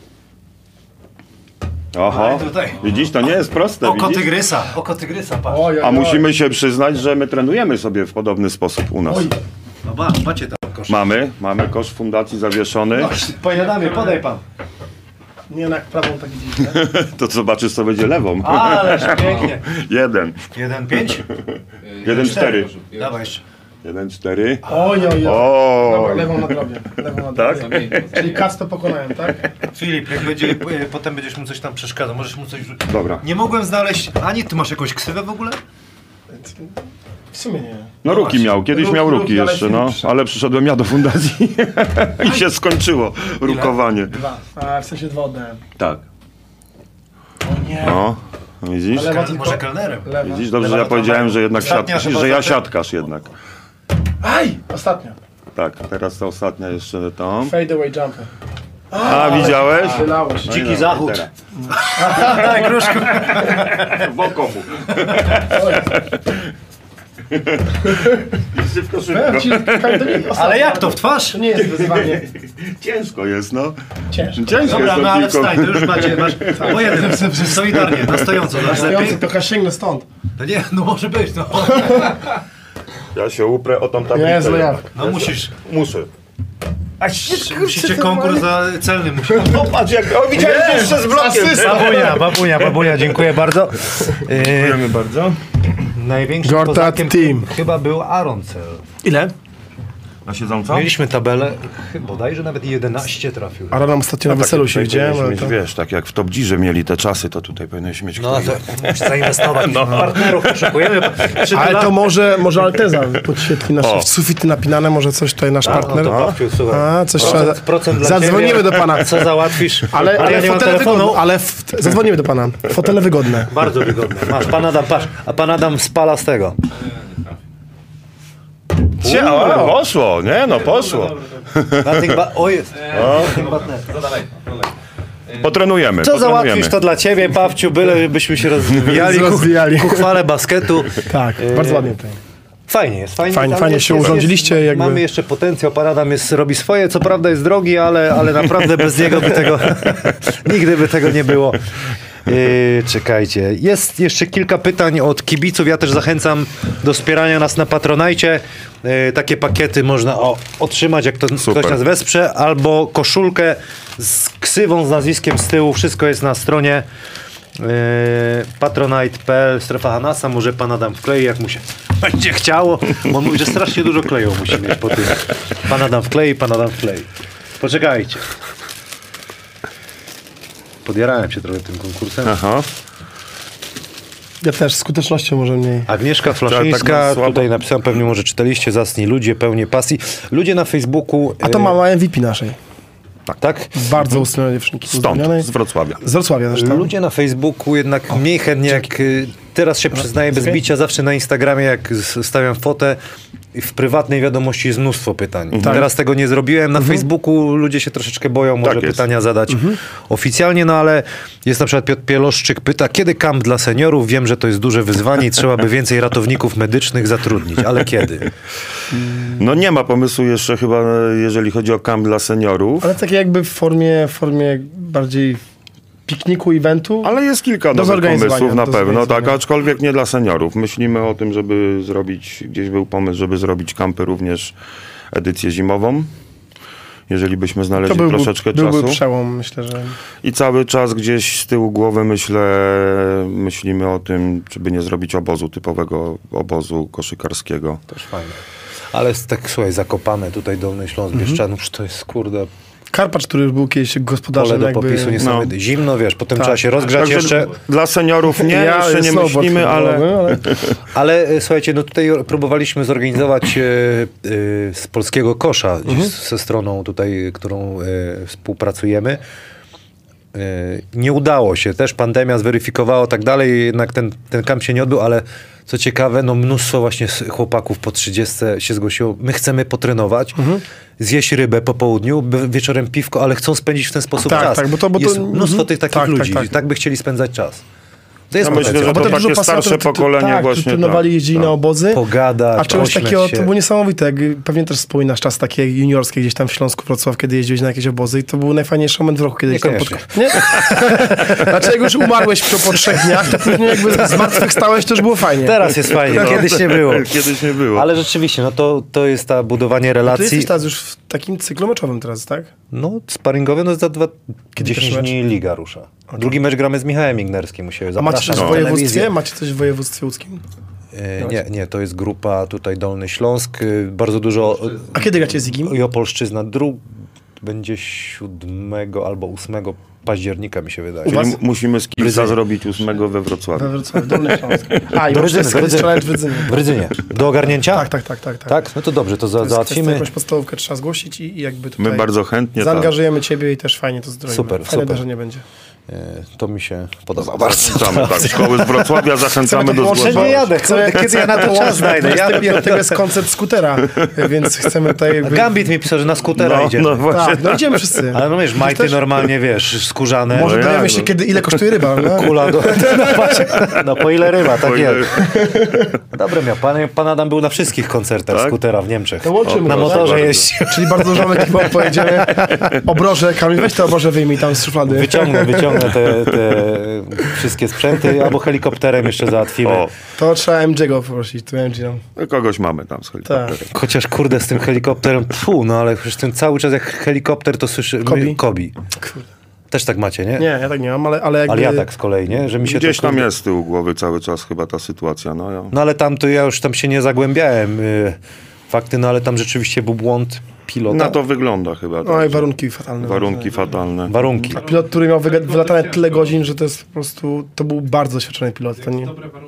Oho. No i tutaj. Widzisz, to nie jest proste, Oko widzisz? tygrysa, patrz. A musimy się przyznać, że my trenujemy sobie w podobny sposób u nas. No macie tam kosz. Mamy kosz fundacji zawieszony. Pojadamy, podaj pan. Nie, jak prawą tak widzisz, nie? To zobaczysz, co będzie lewą. Ależ pięknie. 1. 1-5? 1-4. Dawaj jeszcze. 1-4. Oj. Dobra, O. lewą nadrobię. Tak? Czyli kas to pokonałem, tak? Filip, jak potem będziesz mu coś tam przeszkadzał, możesz mu coś rzucić. Dobra. Nie mogłem znaleźć, ani ty masz jakąś ksywę w ogóle? W sumie nie. No Ruki miał, kiedyś miał Ruki Ruki, ale jeszcze, Filip no. przyszedł. Ale przyszedłem ja do fundacji i się skończyło rukowanie. 2. A w sensie 2 oddałem. Tak. O nie. No, widzisz? Lewa tylko... Może kelnerem? Lewa. Widzisz, dobrze, że ja powiedziałem, że jednak Ostatnia chyba że ja za te- siatkarz jednak. Aj! Ostatnia. Tak, teraz ta ostatnia jeszcze tą. Fade away jumper. A, widziałeś? Wylałeś. No i Dziki dobra, zachód. teraz. Daj gruszku. W okopu. Szybko, Ja ci szybko. Ale jak to, w twarz? To nie jest wyzwanie. Ciężko jest, no. Ciężko. Ciężko Dobra, jest no tą ale piłką. wstań, to już masz po jeden, solidarnie, na stojąco, dasz lepiej? Stojący, to sięgnę stąd. No nie, no może być, no. Ja się uprę o tą tablicę. Nie, złe jednak. jabłko. No musisz. Muszę. Musicie konkurs celny musisz. Popatrz, jak... O, widziałem że jeszcze z blokiem. Babunia, dziękuję bardzo. Dziękujemy bardzo. Największym Gortat kozakiem Team. chyba był Aaron Cell. Ile? Na siedząco? Mieliśmy tabelę, bodajże nawet 11 trafił. A rano ostatnio na weselu się widziałem, ale mieć, to... wiesz, tak jak w Top Gearze mieli te czasy, to tutaj powinieneś mieć No kto to musisz zainwestować. Partnerów potrzebujemy. Ale to może Alteza podświetli nasze sufity napinane, może coś tutaj nasz partner. No to Babciu, słuchaj. A, coś trzeba... Procent dla Zadzwonimy ciebie. do pana. Co załatwisz? Ale ja nie mam fotele telefonu. wygodne, zadzwonimy do pana. Fotele wygodne. Bardzo wygodne. Masz, pan Adam, patrz. A pan Adam spala z tego. Poszło, nie no, poszło. Na tych o jest. No dalej. Potrenujemy, Co potrenujemy. załatwisz, to dla ciebie, Pawciu, byle byśmy się rozwijali Rozwijali. ku chwale basketu. Tak, bardzo ładnie tutaj. Fajnie jest, fajnie. Fajnie Tam się urządziliście, jakby- Mamy jeszcze potencjał, pan Adam robi swoje, co prawda jest drogi, ale naprawdę bez niego by tego, nigdy by tego nie było. Czekajcie, jest jeszcze kilka pytań od kibiców, ja też zachęcam do wspierania nas na Patronajcie. Takie pakiety można otrzymać, jak to Super. ktoś nas wesprze, albo koszulkę z ksywą, z nazwiskiem z tyłu, wszystko jest na stronie patronite.pl, strefa Hanasa, może pan Adam wklei, jak mu się będzie chciało, bo on mówi, że strasznie dużo kleju musi mieć po tym. Pan Adam wklei. Poczekajcie. Podjarałem się trochę tym konkursem. Aha. Ja też, skutecznością może mniej. Agnieszka Tak Flaszyńska, na słabo. tutaj napisałem, pewnie może czytaliście, zacni ludzie, pełni pasji. Ludzie na Facebooku... A to mama MVP naszej. Tak? Bardzo ustrojone dziewczynki. Stąd, uzdolnionej. z Wrocławia. Z Wrocławia zresztą. Ludzie na Facebooku jednak mniej chętnie, jak teraz się przyznaję bez bicia, zawsze na Instagramie, jak stawiam fotę, w prywatnej wiadomości jest mnóstwo pytań. Teraz tego nie zrobiłem. Na Facebooku ludzie się troszeczkę boją może Tak jest. pytania zadać oficjalnie, no ale jest na przykład Piotr Pieloszczyk pyta, kiedy kamp dla seniorów? Wiem, że to jest duże wyzwanie i trzeba by więcej ratowników medycznych zatrudnić, ale kiedy? No nie ma pomysłu jeszcze chyba, jeżeli chodzi o kamp dla seniorów. Ale takie jakby w formie bardziej pikniku, eventu. Ale jest kilka Do nowych zorganizowania, pomysłów na do pewno, tak, zorganizowania. aczkolwiek nie dla seniorów. Myślimy o tym, żeby zrobić, gdzieś był pomysł, żeby zrobić kampy również edycję zimową, jeżeli byśmy To znaleźli troszeczkę byłby czasu. przełom, myślę, że... I cały czas gdzieś z tyłu głowy myślimy o tym, żeby nie zrobić obozu, typowego obozu koszykarskiego. Też fajne. Ale tak, słuchaj, Zakopane, tutaj Dolny Śląsk, Bieszczanów, to jest, kurde, Karpacz, który już był kiedyś gospodarzem. Pole do popisu niesamowite. Zimno, wiesz, potem Tak. trzeba się rozgrzać Także jeszcze. Dla seniorów nie, jeszcze nie snowboard myślimy, ale... Ale słuchajcie, no tutaj próbowaliśmy zorganizować z polskiego kosza, gdzieś ze stroną tutaj, którą współpracujemy. Nie udało się. Też pandemia zweryfikowała tak dalej, jednak ten kamp się nie odbył, ale co ciekawe, no mnóstwo właśnie chłopaków po 30 się zgłosiło. My chcemy potrenować, zjeść rybę po południu, wieczorem piwko, ale chcą spędzić w ten sposób czas. Tak, bo to Jest mnóstwo tych takich ludzi. Tak by chcieli spędzać czas. To jest myślę, że Bo to też dużo takie starsze pasjonatów, pokolenie tak, właśnie. trenowali, jeździli na obozy. Pogadać, A czegoś pośmiać takiego, się. to było niesamowite. Jak pewnie też wspominasz czas takie juniorskie gdzieś tam w Śląsku, Wrocław, kiedy jeździłeś na jakieś obozy i to był najfajniejszy moment w roku, kiedy Niekoniecznie. Nie? Znaczy jak już umarłeś po 3 dniach, to później jakby zmartwychwstałeś, to już było fajnie. Teraz jest fajnie, kiedyś nie było. Kiedyś nie było. Ale rzeczywiście, no to jest ta budowanie Ty relacji. jesteś teraz już w takim cyklu meczowym teraz, tak? No, sparingowy, no za 10 pierwszy mecz? dni liga rusza. Drugi mecz gramy z Michałem Ignerskim. A macie coś w na województwie? telewizję. Macie coś w województwie łódzkim? Nie, to jest grupa tutaj Dolny Śląsk. Bardzo dużo. A kiedy gracie z Igim? I Opolszczyzna. Będzie 7 albo 8 października, mi się wydaje. Czyli musimy skillsa zrobić 8 we Wrocławiu. We Wrocławiu, Dolny Śląsk. A, i Do może Rydzyny, jest challenge w Rydzynie. W Rydzynie. Do ogarnięcia? Tak. Tak? No to dobrze, to To jest kwestia, załatwimy. jakąś podstawówkę trzeba zgłosić i jakby tutaj My bardzo chętnie. zaangażujemy ciebie i też fajnie to zrobimy. Super, Fajne super. że nie będzie. To mi się podoba bardzo. Zachęcamy, tak. Szkoły z Wrocławia zachęcamy do połączenie. zgłoszenia. jadę, kiedy ja na to czas znajdę. Tego jest koncert skutera, więc chcemy tutaj... Gambit mi pisał, że na skutera idziemy. No właśnie. Tak, no idziemy wszyscy. Ale no wiesz, majty też- normalnie, wiesz, skórzane. Może jak, dowiemy się, no. ile kosztuje ryba, no? Kula do... No po ile ryba, tak Po ile- jest. Dobre miał. Pan Adam był na wszystkich koncertach Tak? skutera w Niemczech. To łączymy Na go, motorze tak? jeździł. Czyli bardzo dużo ekipą pojedziemy. Obroże, Kamil, weź te obroże wyjmij tam z szuflady. Wyciągnę te wszystkie sprzęty, albo helikopterem jeszcze załatwimy. O, To trzeba MJ-go poprosić, tu MJ nam. kogoś mamy tam z helikopterem. Tak. Chociaż kurde z tym helikopterem, no ale przecież ten cały czas jak helikopter to słyszy... Kobi. Kurde. Też tak macie, nie? Nie, ja tak nie mam, ale jakby... Ale ja tak z kolei, nie? Że mi się Gdzieś to, tam kurde- jest z tyłu głowy cały czas chyba ta sytuacja. No, ja. No ale tam to ja już tam się nie zagłębiałem. Fakty, no ale tam rzeczywiście był błąd pilota. Na to wygląda chyba. No i tak. warunki fatalne. Warunki fatalne. Warunki. Pilot, który miał wylatane tyle godzin, że to jest po prostu... To był bardzo doświadczony pilot. To nie...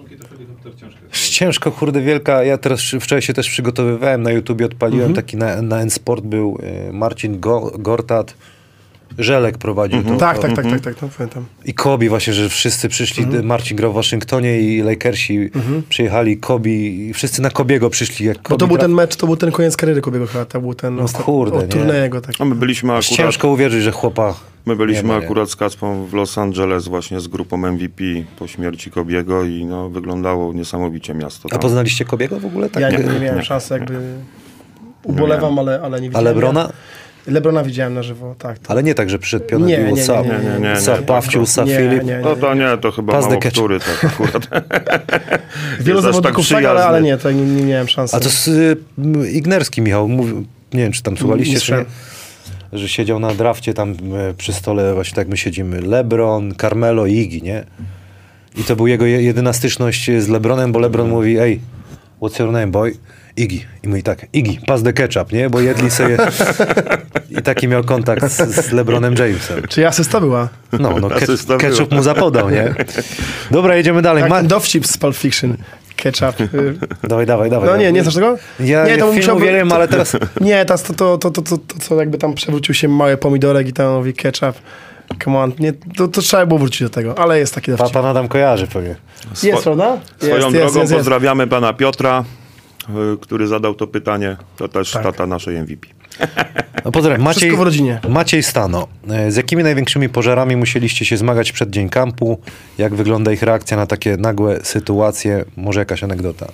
Ciężko, kurde, wielka. Ja teraz wczoraj się też przygotowywałem na YouTubie, odpaliłem taki na N-Sport był Marcin Gortat. Żelek prowadził to. Tak, no pamiętam. I Kobi właśnie, że wszyscy przyszli. Marcin grał w Waszyngtonie i Lakersi przyjechali. Kobi i wszyscy na Kobiego przyszli. Jak Bo Kobi to był traf- ten mecz, to był ten koniec kariery Kobiego chyba, to był ten kurde, nie. turniejego taki. A my byliśmy akurat, Ciężko uwierzyć, że chłopa... my byliśmy nie ma, nie. akurat z Kacpą w Los Angeles właśnie z grupą MVP po śmierci Kobiego i no, wyglądało niesamowicie miasto. A Tam. poznaliście Kobiego w ogóle? Tak? Ja nie miałem szansy jakby... Ubolewam, ale nie A widziałem. Lebrona? Lebrona widziałem na żywo, tak. Ale nie tak, że przyszedł pionet Nie, i nie, Sa, nie. Sa Pawciu, Sa Nie, Filip. nie. No to nie, to chyba Pas de mało ketchup. który tak akurat. Wielu jest aż zawodników tak tak, ale przyjazny. nie, to nie miałem szansy. A to z Ignerski, Michał, mówił, nie wiem, czy tam słuchaliście, czy nie, że siedział na drafcie tam przy stole, właśnie tak my siedzimy, LeBron, Carmelo i Iggy, nie? I to był jego jedyna styczność z LeBronem, bo LeBron mówi, ej, what's your name, boy? Iggy. I mówi tak, Iggy, pass the ketchup, nie? Bo jedli sobie... I taki miał kontakt z LeBronem Jamesem. Czy asysta była? No Asysta ketchup była. mu zapodał, nie? Dobra, jedziemy dalej. Tak, ten dowcip z Pulp Fiction. Ketchup. Dawaj. No nie znasz tego? Ja nie, to film musiałby- uwielbiam, ale teraz... Nie, to co jakby tam przewrócił się mały pomidorek i tam mówi ketchup. Come on, nie, to trzeba było wrócić do tego, ale jest taki dowcip. Pan Adam kojarzy pewnie. Jest, prawda? Swoją Jest. drogą pozdrawiamy pana Piotra, który zadał to pytanie. To też Tak. tata naszej MVP. No pozdrawiam. Wszystko w rodzinie. Maciej Stano. Z jakimi największymi pożarami musieliście się zmagać przed dzień kampu? Jak wygląda ich reakcja na takie nagłe sytuacje? Może jakaś anegdota?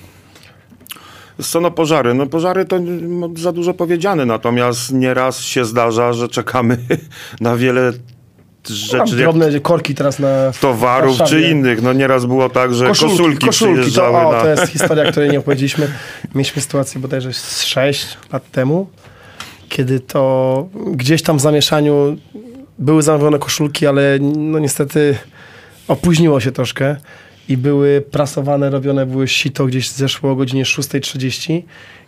Co no pożary? No pożary to za dużo powiedziane, natomiast nieraz się zdarza, że czekamy na wiele Mam rzeczy, jak drobne korki teraz na towarów Warszawie. czy innych. No nieraz było tak, że koszulki przyjeżdżały to jest historia, której nie opowiedzieliśmy. Mieliśmy sytuację bodajże z 6 lat temu, kiedy to gdzieś tam w zamieszaniu były zamówione koszulki, ale no niestety opóźniło się troszkę i były prasowane, robione były sito, gdzieś zeszło o godzinie 6:30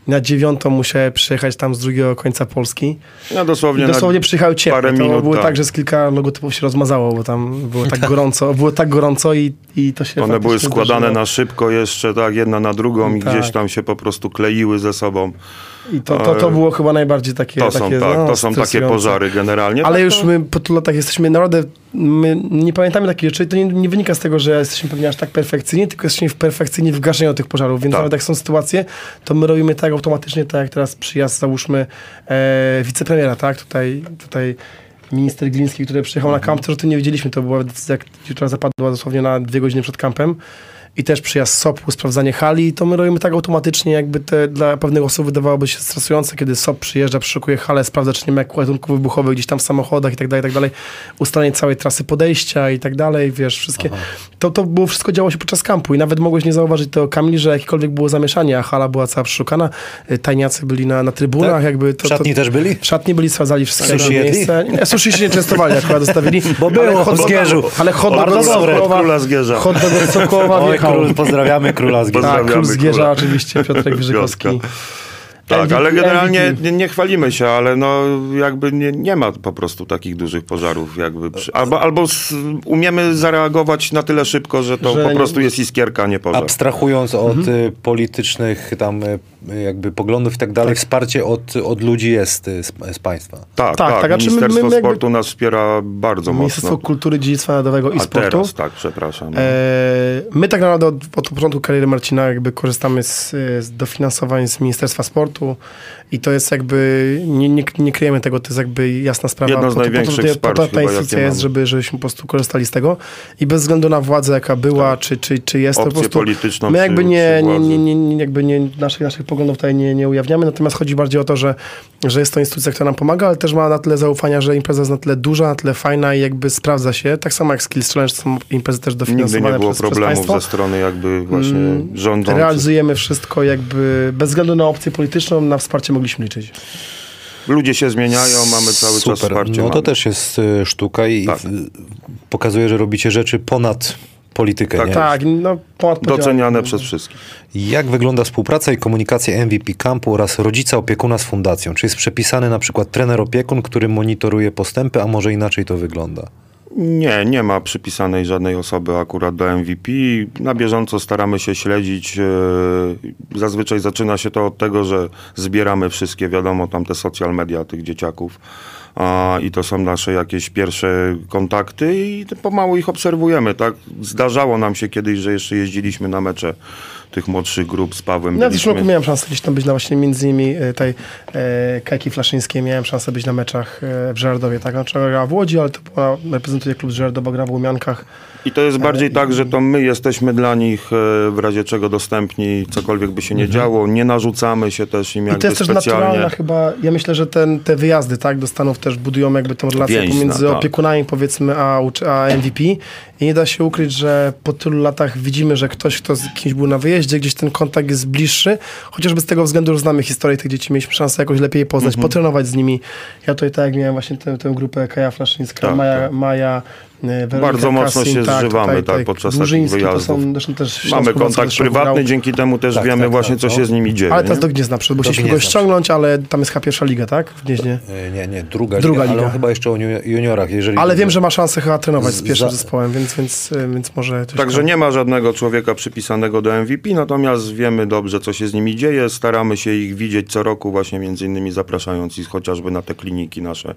Na 9 musiałem przyjechać tam z drugiego końca Polski. No dosłownie przyjechał ciepło. parę To minut, było tak. tak, że z kilka logotypów się rozmazało, bo tam było tak gorąco. Było tak gorąco i to się One były faktycznie składane zdarzyło. na szybko jeszcze, tak, jedna na drugą i Tak. gdzieś tam się po prostu kleiły ze sobą. I to było chyba najbardziej takie... To są, takie, to są takie stresujące. pożary generalnie. Ale Tak, już my po tylu latach jesteśmy naprawdę, my nie pamiętamy takich rzeczy. To nie wynika z tego, że jesteśmy pewnie aż tak perfekcyjni, tylko jesteśmy perfekcyjni w gaszeniu tych pożarów. Więc Tak. nawet jak są sytuacje, to my robimy tak automatycznie, tak jak teraz przyjazd, załóżmy, wicepremiera, tak? Tutaj minister Gliński, który przyjechał na kamp, to nie wiedzieliśmy, to była decyzja, która zapadła dosłownie na 2 godziny przed kampem. I też przyjazd SOP-u, sprawdzanie hali, to my robimy tak automatycznie, jakby dla pewnych osób wydawałoby się stresujące, kiedy SOP przyjeżdża, przeszukuje halę, sprawdza, czy nie ma ładunków wybuchowych gdzieś tam w samochodach i tak dalej, ustalenie całej trasy podejścia i tak dalej, wiesz, wszystkie. To było wszystko działo się podczas kampu i nawet mogłeś nie zauważyć tego, Kamil, że jakiekolwiek było zamieszanie, a hala była cała przeszukana, tajniacy byli na trybunach, Tak? jakby W szatni też byli? W szatni byli, sprawdzali wszystkie Sushi jedli? miejsca. Nie, sushi się nie częstowali, akurat dostawili. Bo było w Zgierzu. Ale hot dog Bardzo od dobre. Sokołowa, Króla Zgierza. hot dog od Sokołowa Oj, wjechał. pozdrawiamy króla z Gier. Tak, Pozdrawiamy król Zgierza króla. oczywiście, Piotrek Wyżykowski. Piotrka. Tak, ale generalnie nie chwalimy się, ale no jakby nie ma po prostu takich dużych pożarów. Jakby albo umiemy zareagować na tyle szybko, że to Że po nie- prostu jest iskierka, nie pożar. Abstrahując od politycznych tam jakby poglądów i tak dalej, wsparcie od ludzi jest z państwa. Tak, tak, tak. znaczy Ministerstwo my jakby- Sportu nas wspiera bardzo Ministerstwo mocno. Kultury, Dziedzictwa Narodowego i A Sportu. teraz, tak, przepraszam. My tak naprawdę od początku kariery Marcina jakby korzystamy z dofinansowań z Ministerstwa Sportu i to jest jakby, nie kryjemy tego, to jest jakby jasna sprawa. Jedno z największych wsparć ta chyba, instytucja jakie jest, mamy. żebyśmy po prostu korzystali z tego i bez względu na władzę, jaka była, czy jest, to po Opcję prostu polityczną my jakby przy władzy. jakby naszych poglądów tutaj nie ujawniamy, natomiast chodzi bardziej o to, że jest to instytucja, która nam pomaga, ale też ma na tyle zaufania, że impreza jest na tyle duża, na tyle fajna i jakby sprawdza się, tak samo jak Skills Challenge, są imprezy też Nigdy dofinansowane nie było przez problemów państwo. ze strony jakby właśnie rządzących. Realizujemy wszystko jakby bez względu na opcję polityczną, na wsparcie mogliśmy liczyć. Ludzie się zmieniają, mamy cały czas wsparcie. No to mamy. też jest sztuka i Tak. pokazuje, że robicie rzeczy ponad politykę. Tak, nie? Tak, no ponad podziałami. Doceniane przez wszystkich. Jak wygląda współpraca i komunikacja MVP Campu oraz rodzica opiekuna z fundacją? Czy jest przepisany na przykład trener opiekun, który monitoruje postępy, a może inaczej to wygląda? Nie ma przypisanej żadnej osoby akurat do MVP. Na bieżąco staramy się śledzić. Zazwyczaj zaczyna się to od tego, że zbieramy wszystkie, wiadomo, tam te social media tych dzieciaków. I to są nasze jakieś pierwsze kontakty i pomału ich obserwujemy, tak? Zdarzało nam się kiedyś, że jeszcze jeździliśmy na mecze tych młodszych grup z Pawłem. Ja w zeszłym roku miałem szansę gdzieś tam być na właśnie między innymi tej Kajki Flaszyńskiej, miałem szansę być na meczach w Żerardowie, tak? Znaczy grała w Łodzi, ale to była, reprezentuje klub z Żerardowa, gra w Łomiankach. I to jest bardziej tak, że to my jesteśmy dla nich w razie czego dostępni, cokolwiek by się nie działo, nie narzucamy się też im I jakby to jest też specjalnie. naturalna chyba, ja myślę, że te wyjazdy, tak, do Stanów też budują jakby tą relację Więź, pomiędzy tak. opiekunami, powiedzmy, a MVP i nie da się ukryć, że po tylu latach widzimy, że ktoś, kto z kimś był na wyjeździe, gdzieś ten kontakt jest bliższy, chociażby z tego względu, że znamy historię tych dzieci, mieliśmy szansę jakoś lepiej je poznać, potrenować z nimi. Ja tutaj tak jak miałem właśnie tę grupę Kaja Flaszyńska, Tak, Maja Weronika Bardzo mocno Kasin, się zżywamy tutaj podczas takich Dłużyński, to wyjazdów. są zresztą też w Mamy Śląsku kontakt zresztą prywatny, grał. dzięki temu też Tak, wiemy tak, właśnie, tak, co no. się z nimi dzieje. Ale teraz nie? do Gniezna przyszedł, bo chcieliśmy go Gniezna ściągnąć, ale tam jest chyba pierwsza liga, tak? W Gnieźnie. Nie, druga Druga liga, ale liga. on chyba jeszcze o juniorach. Jeżeli Ale wiem, że ma szansę chyba trenować z pierwszym Za- zespołem, więc może coś Także tam. nie ma żadnego człowieka przypisanego do MVP, natomiast wiemy dobrze, co się z nimi dzieje. Staramy się ich widzieć co roku, właśnie między innymi zapraszając ich chociażby na te kliniki nasze.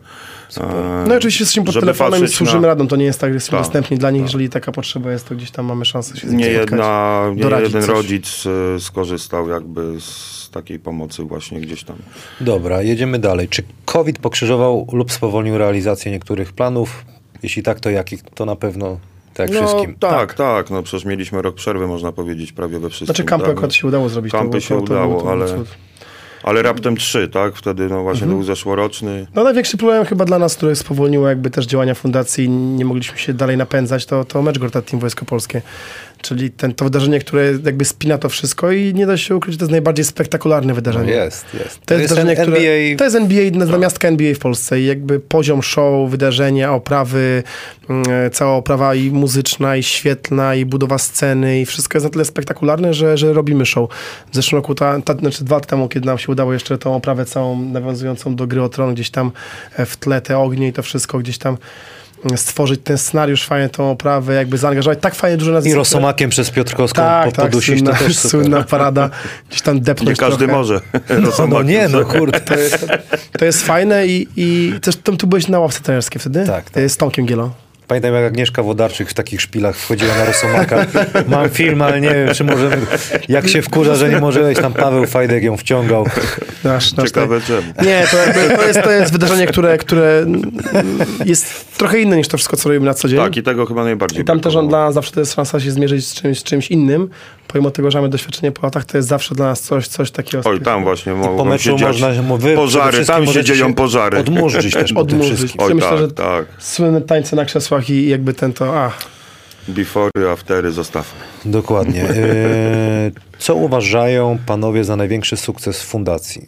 No oczywiście jesteśmy pod żeby telefonem i patrzeć służymy na- radą, to nie jest tak, że jesteśmy Tak, dostępni dla nich, jeżeli taka potrzeba jest, to gdzieś tam mamy szansę się z Nie nimi spotkać. nie doradzić jeden coś. rodzic skorzystał jakby z takiej pomocy właśnie gdzieś tam. Dobra, jedziemy dalej. Czy COVID pokrzyżował lub spowolnił realizację niektórych planów? Jeśli tak, to jakich? To na pewno tak jak wszystkim. Tak. No przecież mieliśmy rok przerwy, można powiedzieć, prawie we wszystkim. Znaczy kampy prawda? akurat się udało zrobić. Kampy się udało, był ale- cud. Ale raptem 3, tak? Wtedy no właśnie był zeszłoroczny. No największy problem chyba dla nas, które spowolniło jakby też działania fundacji i nie mogliśmy się dalej napędzać, to mecz Gortat Team Wojsko Polskie. Czyli to wydarzenie, które jakby spina to wszystko i nie da się ukryć, to jest najbardziej spektakularne wydarzenie. No jest. To jest wydarzenie, które... NBA... To jest NBA, namiastka NBA w Polsce i jakby poziom show, wydarzenia, oprawy, cała oprawa i muzyczna, i świetlna, i budowa sceny i wszystko jest na tyle spektakularne, że robimy show. W zeszłym roku, znaczy 2 lata temu, kiedy nam się udało jeszcze tą oprawę całą nawiązującą do Gry o Tron, gdzieś tam w tle te ognie i to wszystko gdzieś tam stworzyć ten scenariusz, fajnie tą oprawę, jakby zaangażować tak fajnie dużo nazwisk. I Rosomakiem przez Piotrkowską podusić, słynna, to też super. słynna parada, gdzieś tam depnąć Nie każdy trochę. może. Kurde. To jest fajne i też tu byłeś na ławce trenerskiej wtedy? Tak. Z Tomkiem Gielo. Pamiętam, jak Agnieszka Wodarczyk w takich szpilach wchodziła na Rosomaka. Mam film, ale nie wiem, czy może... Jak się wkurza, że nie może wejść, tam Paweł Fajdek ją wciągał. Ciekawe czemu. Nie, to jest wydarzenie, które jest trochę inne niż to wszystko, co robimy na co dzień. Tak, i tego chyba najbardziej. I tam też dla nas zawsze to jest szansa się zmierzyć z czymś innym. Pomimo tego, że mamy doświadczenie po latach, to jest zawsze dla nas coś takiego. Oj, tam właśnie Po meczu można... Pożary, tam się dzieją pożary. Odmurzyć też po tym wszystkim. Oj, myślę, że tak. słynne tańce na krzesłach i jakby Before'y, aftery zostawmy. Dokładnie. Co uważają panowie za największy sukces fundacji?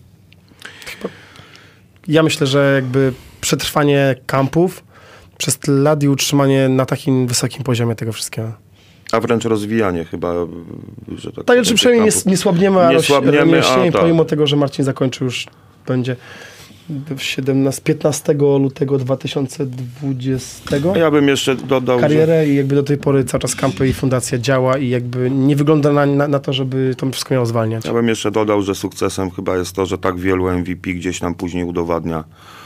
Ja myślę, że jakby przetrwanie kampów przez tyle lat i utrzymanie na takim wysokim poziomie tego wszystkiego. A wręcz rozwijanie chyba, że tak. Tak, czy przynajmniej nie słabniemy, a rośniemy, tak. pomimo tego, że Marcin zakończył już będzie 15 lutego 2020 Ja bym jeszcze dodał, karierę i jakby do tej pory cały czas kampy i fundacja działa i jakby nie wygląda na to, żeby to wszystko miało zwalniać. Ja bym jeszcze dodał, że sukcesem chyba jest to, że tak wielu MVP gdzieś nam później udowadnia,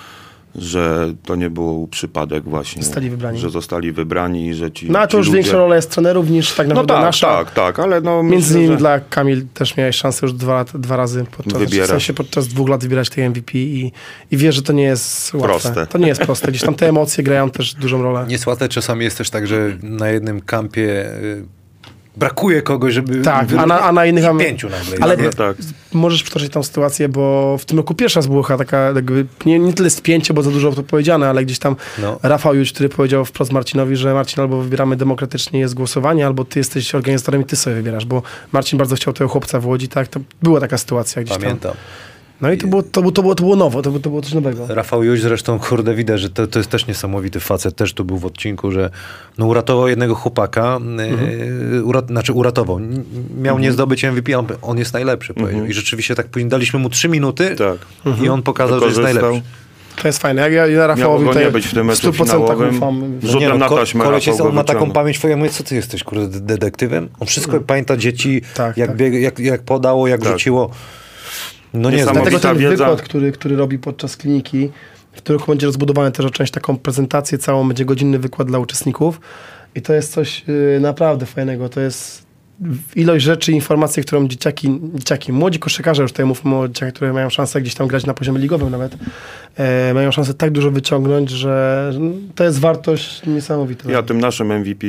że to nie był przypadek właśnie. Zostali wybrani. Że zostali wybrani i że ci No a to ci już ludzie... większa rola jest trenerów niż tak naprawdę nasza. Tak, ale no Między myślę, innymi że... dla Kamil też miałeś szansę już dwa razy podczas 2 lat wybierać tej MVP i wiesz, że to nie jest łatwe. Proste. To nie jest proste. Gdzieś tam te emocje grają też dużą rolę. Niesłate czasami jest też tak, że na jednym kampie brakuje kogoś, żeby... Tak, a na innych... 5 nagle. Ale tak. możesz przytoczyć tą sytuację, bo w tym roku pierwsza raz była taka jakby, nie tyle spięcie, bo za dużo to powiedziane, ale gdzieś tam Rafał Juć, który powiedział wprost Marcinowi, że Marcin, albo wybieramy demokratycznie, jest głosowanie, albo ty jesteś organizatorem i ty sobie wybierasz, bo Marcin bardzo chciał tego chłopca w Łodzi, tak? To była taka sytuacja gdzieś Pamiętam. tam. No i to było nowo, to było coś nowego. Rafał Juś zresztą, kurde, widać, że to jest też niesamowity facet, też tu był w odcinku, że no, uratował jednego chłopaka, uratował. Miał nie zdobyć MVP, on jest najlepszy, powiedział. I rzeczywiście tak później daliśmy mu 3 minuty i on pokazał, że jest najlepszy. To jest fajne. Ja Rafałowi Miało go nie być w tym meczu finałowym. Rzutem na taśmę On ma taką pamięć, ja mówię, co ty jesteś, kurde, detektywem? On wszystko pamięta dzieci, jak podało, jak rzuciło. No nie, dlatego ten wiedza. wykład, który robi podczas kliniki, w którym będzie rozbudowany też o część taką prezentację całą, będzie godzinny wykład dla uczestników i to jest coś naprawdę fajnego. To jest ilość rzeczy, informacji, którą dzieciaki, młodzi koszykarze, już tutaj mówmy o dzieciakach, które mają szansę gdzieś tam grać na poziomie ligowym nawet, mają szansę tak dużo wyciągnąć, że to jest wartość niesamowita. Ja tym naszym MVP,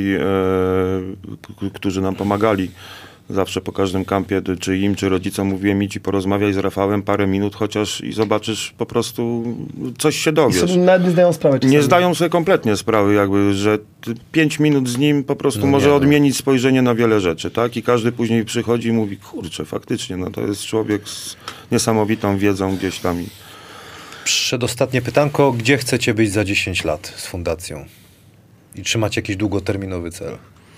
którzy nam pomagali, zawsze po każdym kampie, czy im, czy rodzicom mówiłem, idź i porozmawiaj z Rafałem parę minut chociaż i zobaczysz po prostu, coś się dowiesz. I sobie nawet nie zdają sprawy. Nie zdają sobie kompletnie sprawy, jakby, że 5 minut z nim po prostu może odmienić spojrzenie na wiele rzeczy, tak? I każdy później przychodzi i mówi, kurczę, faktycznie, no to jest człowiek z niesamowitą wiedzą gdzieś tam. Przedostatnie pytanko, gdzie chcecie być za 10 lat z fundacją? I czy macie jakiś długoterminowy cel?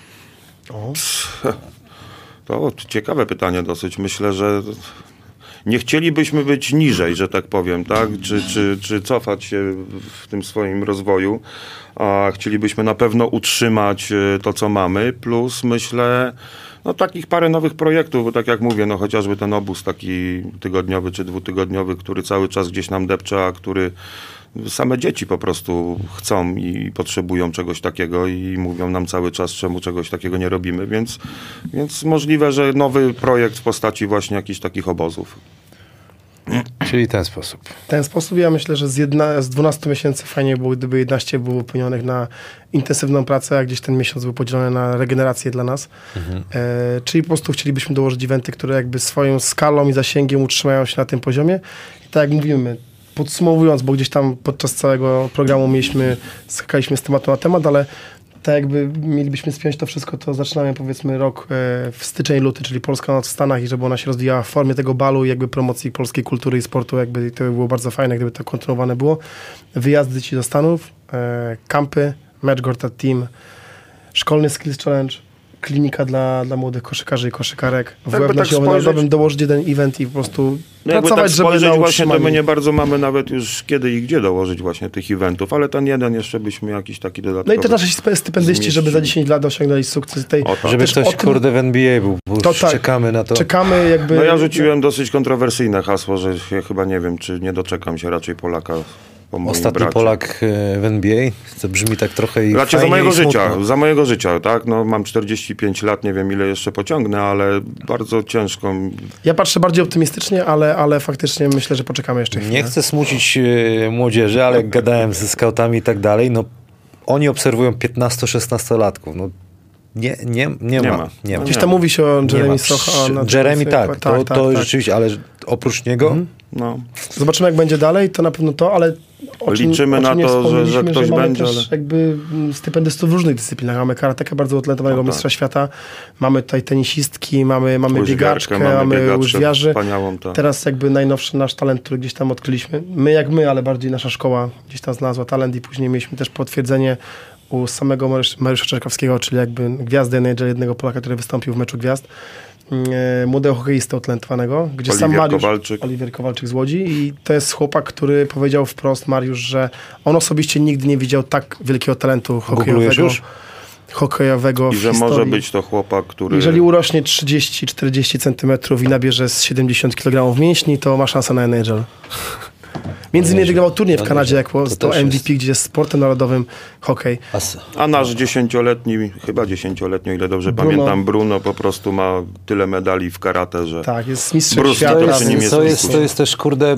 To ciekawe pytanie dosyć. Myślę, że nie chcielibyśmy być niżej, że tak powiem, tak? Czy cofać się w tym swoim rozwoju, a chcielibyśmy na pewno utrzymać to, co mamy, plus myślę, no takich parę nowych projektów, bo tak jak mówię, no chociażby ten obóz taki tygodniowy czy 2-tygodniowy, który cały czas gdzieś nam depcze, a który same dzieci po prostu chcą i potrzebują czegoś takiego i mówią nam cały czas, czemu czegoś takiego nie robimy, więc możliwe, że nowy projekt w postaci właśnie jakichś takich obozów. Czyli ten sposób. W ten sposób ja myślę, że z 12 miesięcy fajnie było, gdyby 11 było wypełnionych na intensywną pracę, a gdzieś ten miesiąc był podzielony na regenerację dla nas. Czyli po prostu chcielibyśmy dołożyć eventy, które jakby swoją skalą i zasięgiem utrzymają się na tym poziomie. I tak jak mówimy, podsumowując, bo gdzieś tam podczas całego programu skakaliśmy z tematu na temat, ale tak jakby mielibyśmy spiąć to wszystko, to zaczynamy powiedzmy rok w styczeń, luty, czyli Polska Noc w Stanach i żeby ona się rozwijała w formie tego balu i jakby promocji polskiej kultury i sportu, jakby to by było bardzo fajne, gdyby to kontynuowane było. Wyjazdy ci do Stanów, kampy, Match Gortat Team, szkolny Skills Challenge, klinika dla młodych koszykarzy i koszykarek. W WF Narodowym dołożyć jeden event i po prostu pracować, tak żeby na właśnie, to utrzymanie. my nie bardzo mamy nawet już kiedy i gdzie dołożyć właśnie tych eventów, ale ten jeden jeszcze byśmy jakiś taki dodatkowy... No i też nasi stypendyści, żeby za 10 lat osiągnęli sukces tej... Żeby ktoś, kurde, w NBA był, bo już tak, czekamy na to. Czekamy jakby... No ja rzuciłem dosyć kontrowersyjne hasło, że ja chyba nie wiem, czy nie doczekam się raczej Polaka po moim Ostatni bracie. Polak w NBA, to brzmi tak trochę i Znaczy fajnie za mojego życia, tak? No mam 45 lat, nie wiem ile jeszcze pociągnę, ale bardzo ciężko. Ja patrzę bardziej optymistycznie, ale faktycznie myślę, że poczekamy jeszcze chwilę. Nie chcę smucić młodzieży, ale jak gadałem ze skautami i tak dalej, no oni obserwują 15-16-latków, no nie ma. Gdzieś tam mówi się o Jeremy Socha. Jeremy tak, to rzeczywiście, ale oprócz niego... No. Zobaczymy jak będzie dalej, to na pewno to, ale liczymy na to, że ktoś mamy będzie. Też jakby stypendystów w różnych dyscyplinach. Mamy karatekę bardzo utalentowanego mistrza świata, mamy tutaj tenisistki, mamy biegaczkę, mamy łyżwiarzy. Teraz jakby najnowszy nasz talent, który gdzieś tam odkryliśmy. Ale bardziej nasza szkoła gdzieś tam znalazła talent i później mieliśmy też potwierdzenie u samego Mariusza Czerkowskiego, czyli jakby gwiazdy NHL, jednego Polaka, który wystąpił w meczu gwiazd. Młodego hokeistę utalentowanego, gdzie Oliwier Kowalczyk z Łodzi i to jest chłopak, który powiedział wprost, Mariusz, że on osobiście nigdy nie widział tak wielkiego talentu hokejowego i w że historii. może być to chłopak, który... Jeżeli urośnie 30-40 cm i nabierze z 70 kg mięśni, to ma szansę na NHL. Między innymi wygrał turniej w Kanadzie, jako to MVP, gdzie jest sportem narodowym hokej. A nasz 10-letni, chyba 10-letni, o ile dobrze pamiętam, Bruno po prostu ma tyle medali w karate, że... Tak, jest mistrzem świata. To jest też, kurde,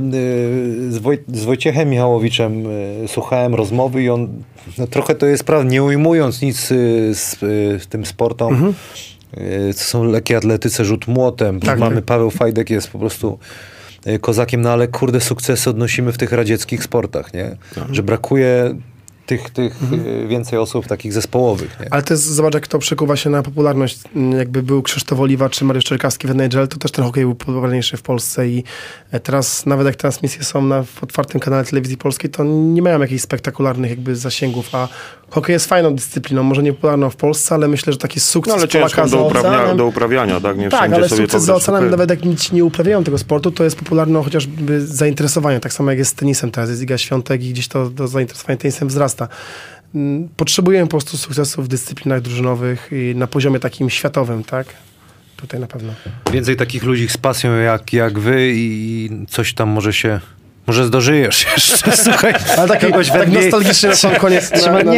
z Wojciechem Michałowiczem słuchałem rozmowy i on, no trochę to jest prawda, nie ujmując nic z tym sportom, to są lekkie atletyce, rzut młotem, mamy Paweł Fajdek, jest po prostu... kozakiem, no ale kurde sukcesy odnosimy w tych radzieckich sportach, nie? Że brakuje tych więcej osób takich zespołowych. Nie? Ale to jest, zobacz jak to przekuwa się na popularność. Jakby był Krzysztof Oliwa czy Mariusz Czerkawski w NHL, to też ten hokej był popularniejszy w Polsce i teraz, nawet jak transmisje są w otwartym kanale telewizji polskiej, to nie mają jakichś spektakularnych jakby zasięgów, a hokej jest fajną dyscypliną, może nie popularną w Polsce, ale myślę, że taki sukces ale Polaka do uprawiania, tak? Nie wszędzie ale sobie sukces za oceanem, nawet jak nic nie uprawiają tego sportu, to jest popularne chociażby zainteresowanie, tak samo jak jest z tenisem teraz, jest Iga Świątek i gdzieś to zainteresowanie tenisem wzrasta. Potrzebujemy po prostu sukcesu w dyscyplinach drużynowych i na poziomie takim światowym, tak? Tutaj na pewno. Więcej takich ludzi z pasją jak wy i coś tam może dożyjesz jeszcze, słuchaj. Ale tak nostalgicznie na sam koniec.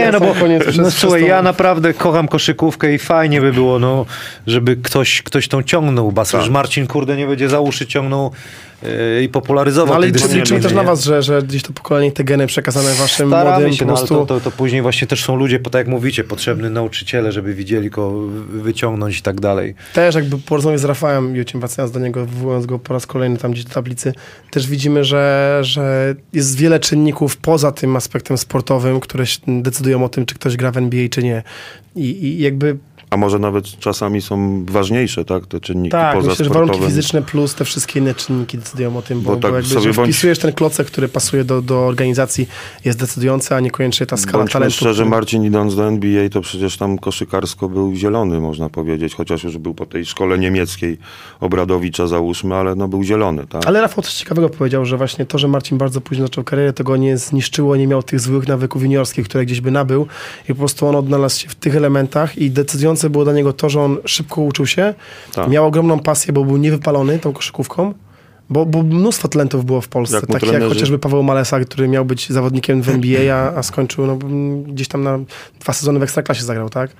Słuchaj, ja naprawdę kocham koszykówkę i fajnie by było, no, żeby ktoś tą ciągnął basę. Już Marcin, kurde, nie będzie za uszy ciągnął i popularyzował. Ale liczymy też na was, że gdzieś to pokolenie, te geny przekazane waszym młodym się, po prostu... to później właśnie też są ludzie, tak jak mówicie, potrzebni nauczyciele, żeby widzieli go wyciągnąć i tak dalej. Też jakby po rozmowie z Rafałem Juciem, wracając do niego, wywołując go po raz kolejny tam gdzieś do tablicy, też widzimy, że jest wiele czynników poza tym aspektem sportowym, które decydują o tym, czy ktoś gra w NBA, czy nie. I jakby... A może nawet czasami są ważniejsze, tak, te czynniki pozasportowe. Myślę, że warunki fizyczne plus te wszystkie inne czynniki decydują o tym, bo jakby, że wpisujesz ten klocek, który pasuje do organizacji, jest decydujący, a niekoniecznie ta skala talentu. Szczerze, Marcin idąc do NBA, to przecież tam koszykarsko był zielony, można powiedzieć, chociaż już był po tej szkole niemieckiej Obradowicza, załóżmy, ale no był zielony, tak. Ale Rafał coś ciekawego powiedział, że właśnie to, że Marcin bardzo późno zaczął karierę, tego nie zniszczyło, nie miał tych złych nawyków juniorskich, które gdzieś by nabył i po prostu on odnalazł się w tych elementach i decydujące było dla niego to, że on szybko uczył się, miał ogromną pasję, bo był niewypalony tą koszykówką, bo mnóstwo talentów było w Polsce, takich jak chociażby Paweł Malesa, który miał być zawodnikiem w NBA, a skończył gdzieś tam na 2 sezony w Ekstraklasie zagrał, tak?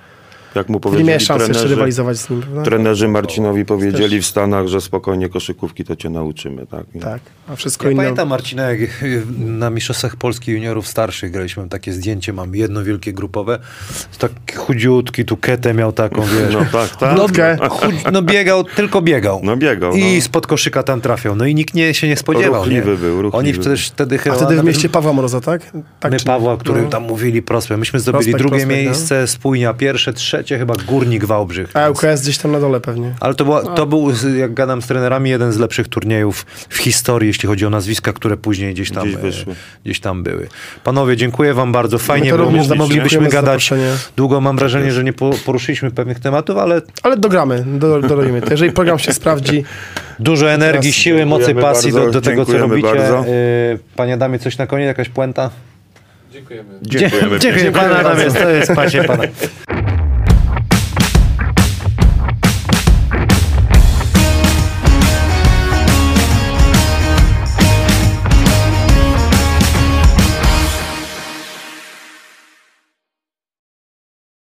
Jak mu Nie powiedzieli miałeś szansy jeszcze trenerzy, rywalizować z nim, prawda? trenerzy Marcinowi powiedzieli w Stanach, że spokojnie koszykówki to cię nauczymy. Tak, I Tak, a wszystko Ja inne... pamiętam, Marcina, jak na Mistrzostwach Polski juniorów starszych graliśmy, mam takie zdjęcie, mam jedno wielkie grupowe, taki chudziutki, tu ketę miał taką, wiesz. No tak, tak. Blotkę. No biegał, tylko biegał. No biegał. I No. spod koszyka tam trafiał. No i nikt się nie spodziewał. Ruchliwy nie? był, ruchliwy. Oni też wtedy A chyba... wtedy w nawet mieście Pawła Moroza, tak? Tak my czy nie? Pawła, który No. tam mówili prospekt. Myśmy zdobyli drugie Prospekt, miejsce, Spójnia pierwsze, trzecie, chyba Górnik Wałbrzych. A ŁKS gdzieś tam na dole pewnie. Ale to był, jak gadam z trenerami, jeden z lepszych turniejów w historii, jeśli chodzi o nazwiska, które później gdzieś tam, Gdzieś wyszły. gdzieś tam były. Panowie, dziękuję wam bardzo. Fajnie to było. również Moglibyśmy dziękujemy za gadać zaproszenie. długo. Mam wrażenie, że nie poruszyliśmy pewnych tematów, ale Ale dogramy, dorobimy to. Jeżeli program się sprawdzi, dużo energii, siły, mocy, Dziękujemy pasji bardzo, do tego, co dziękujemy robicie. bardzo. Panie Adamie, coś na koniec? Jakaś puenta? Dziękujemy. Dziękuję. Pan Adam jest, to jest pasie pana.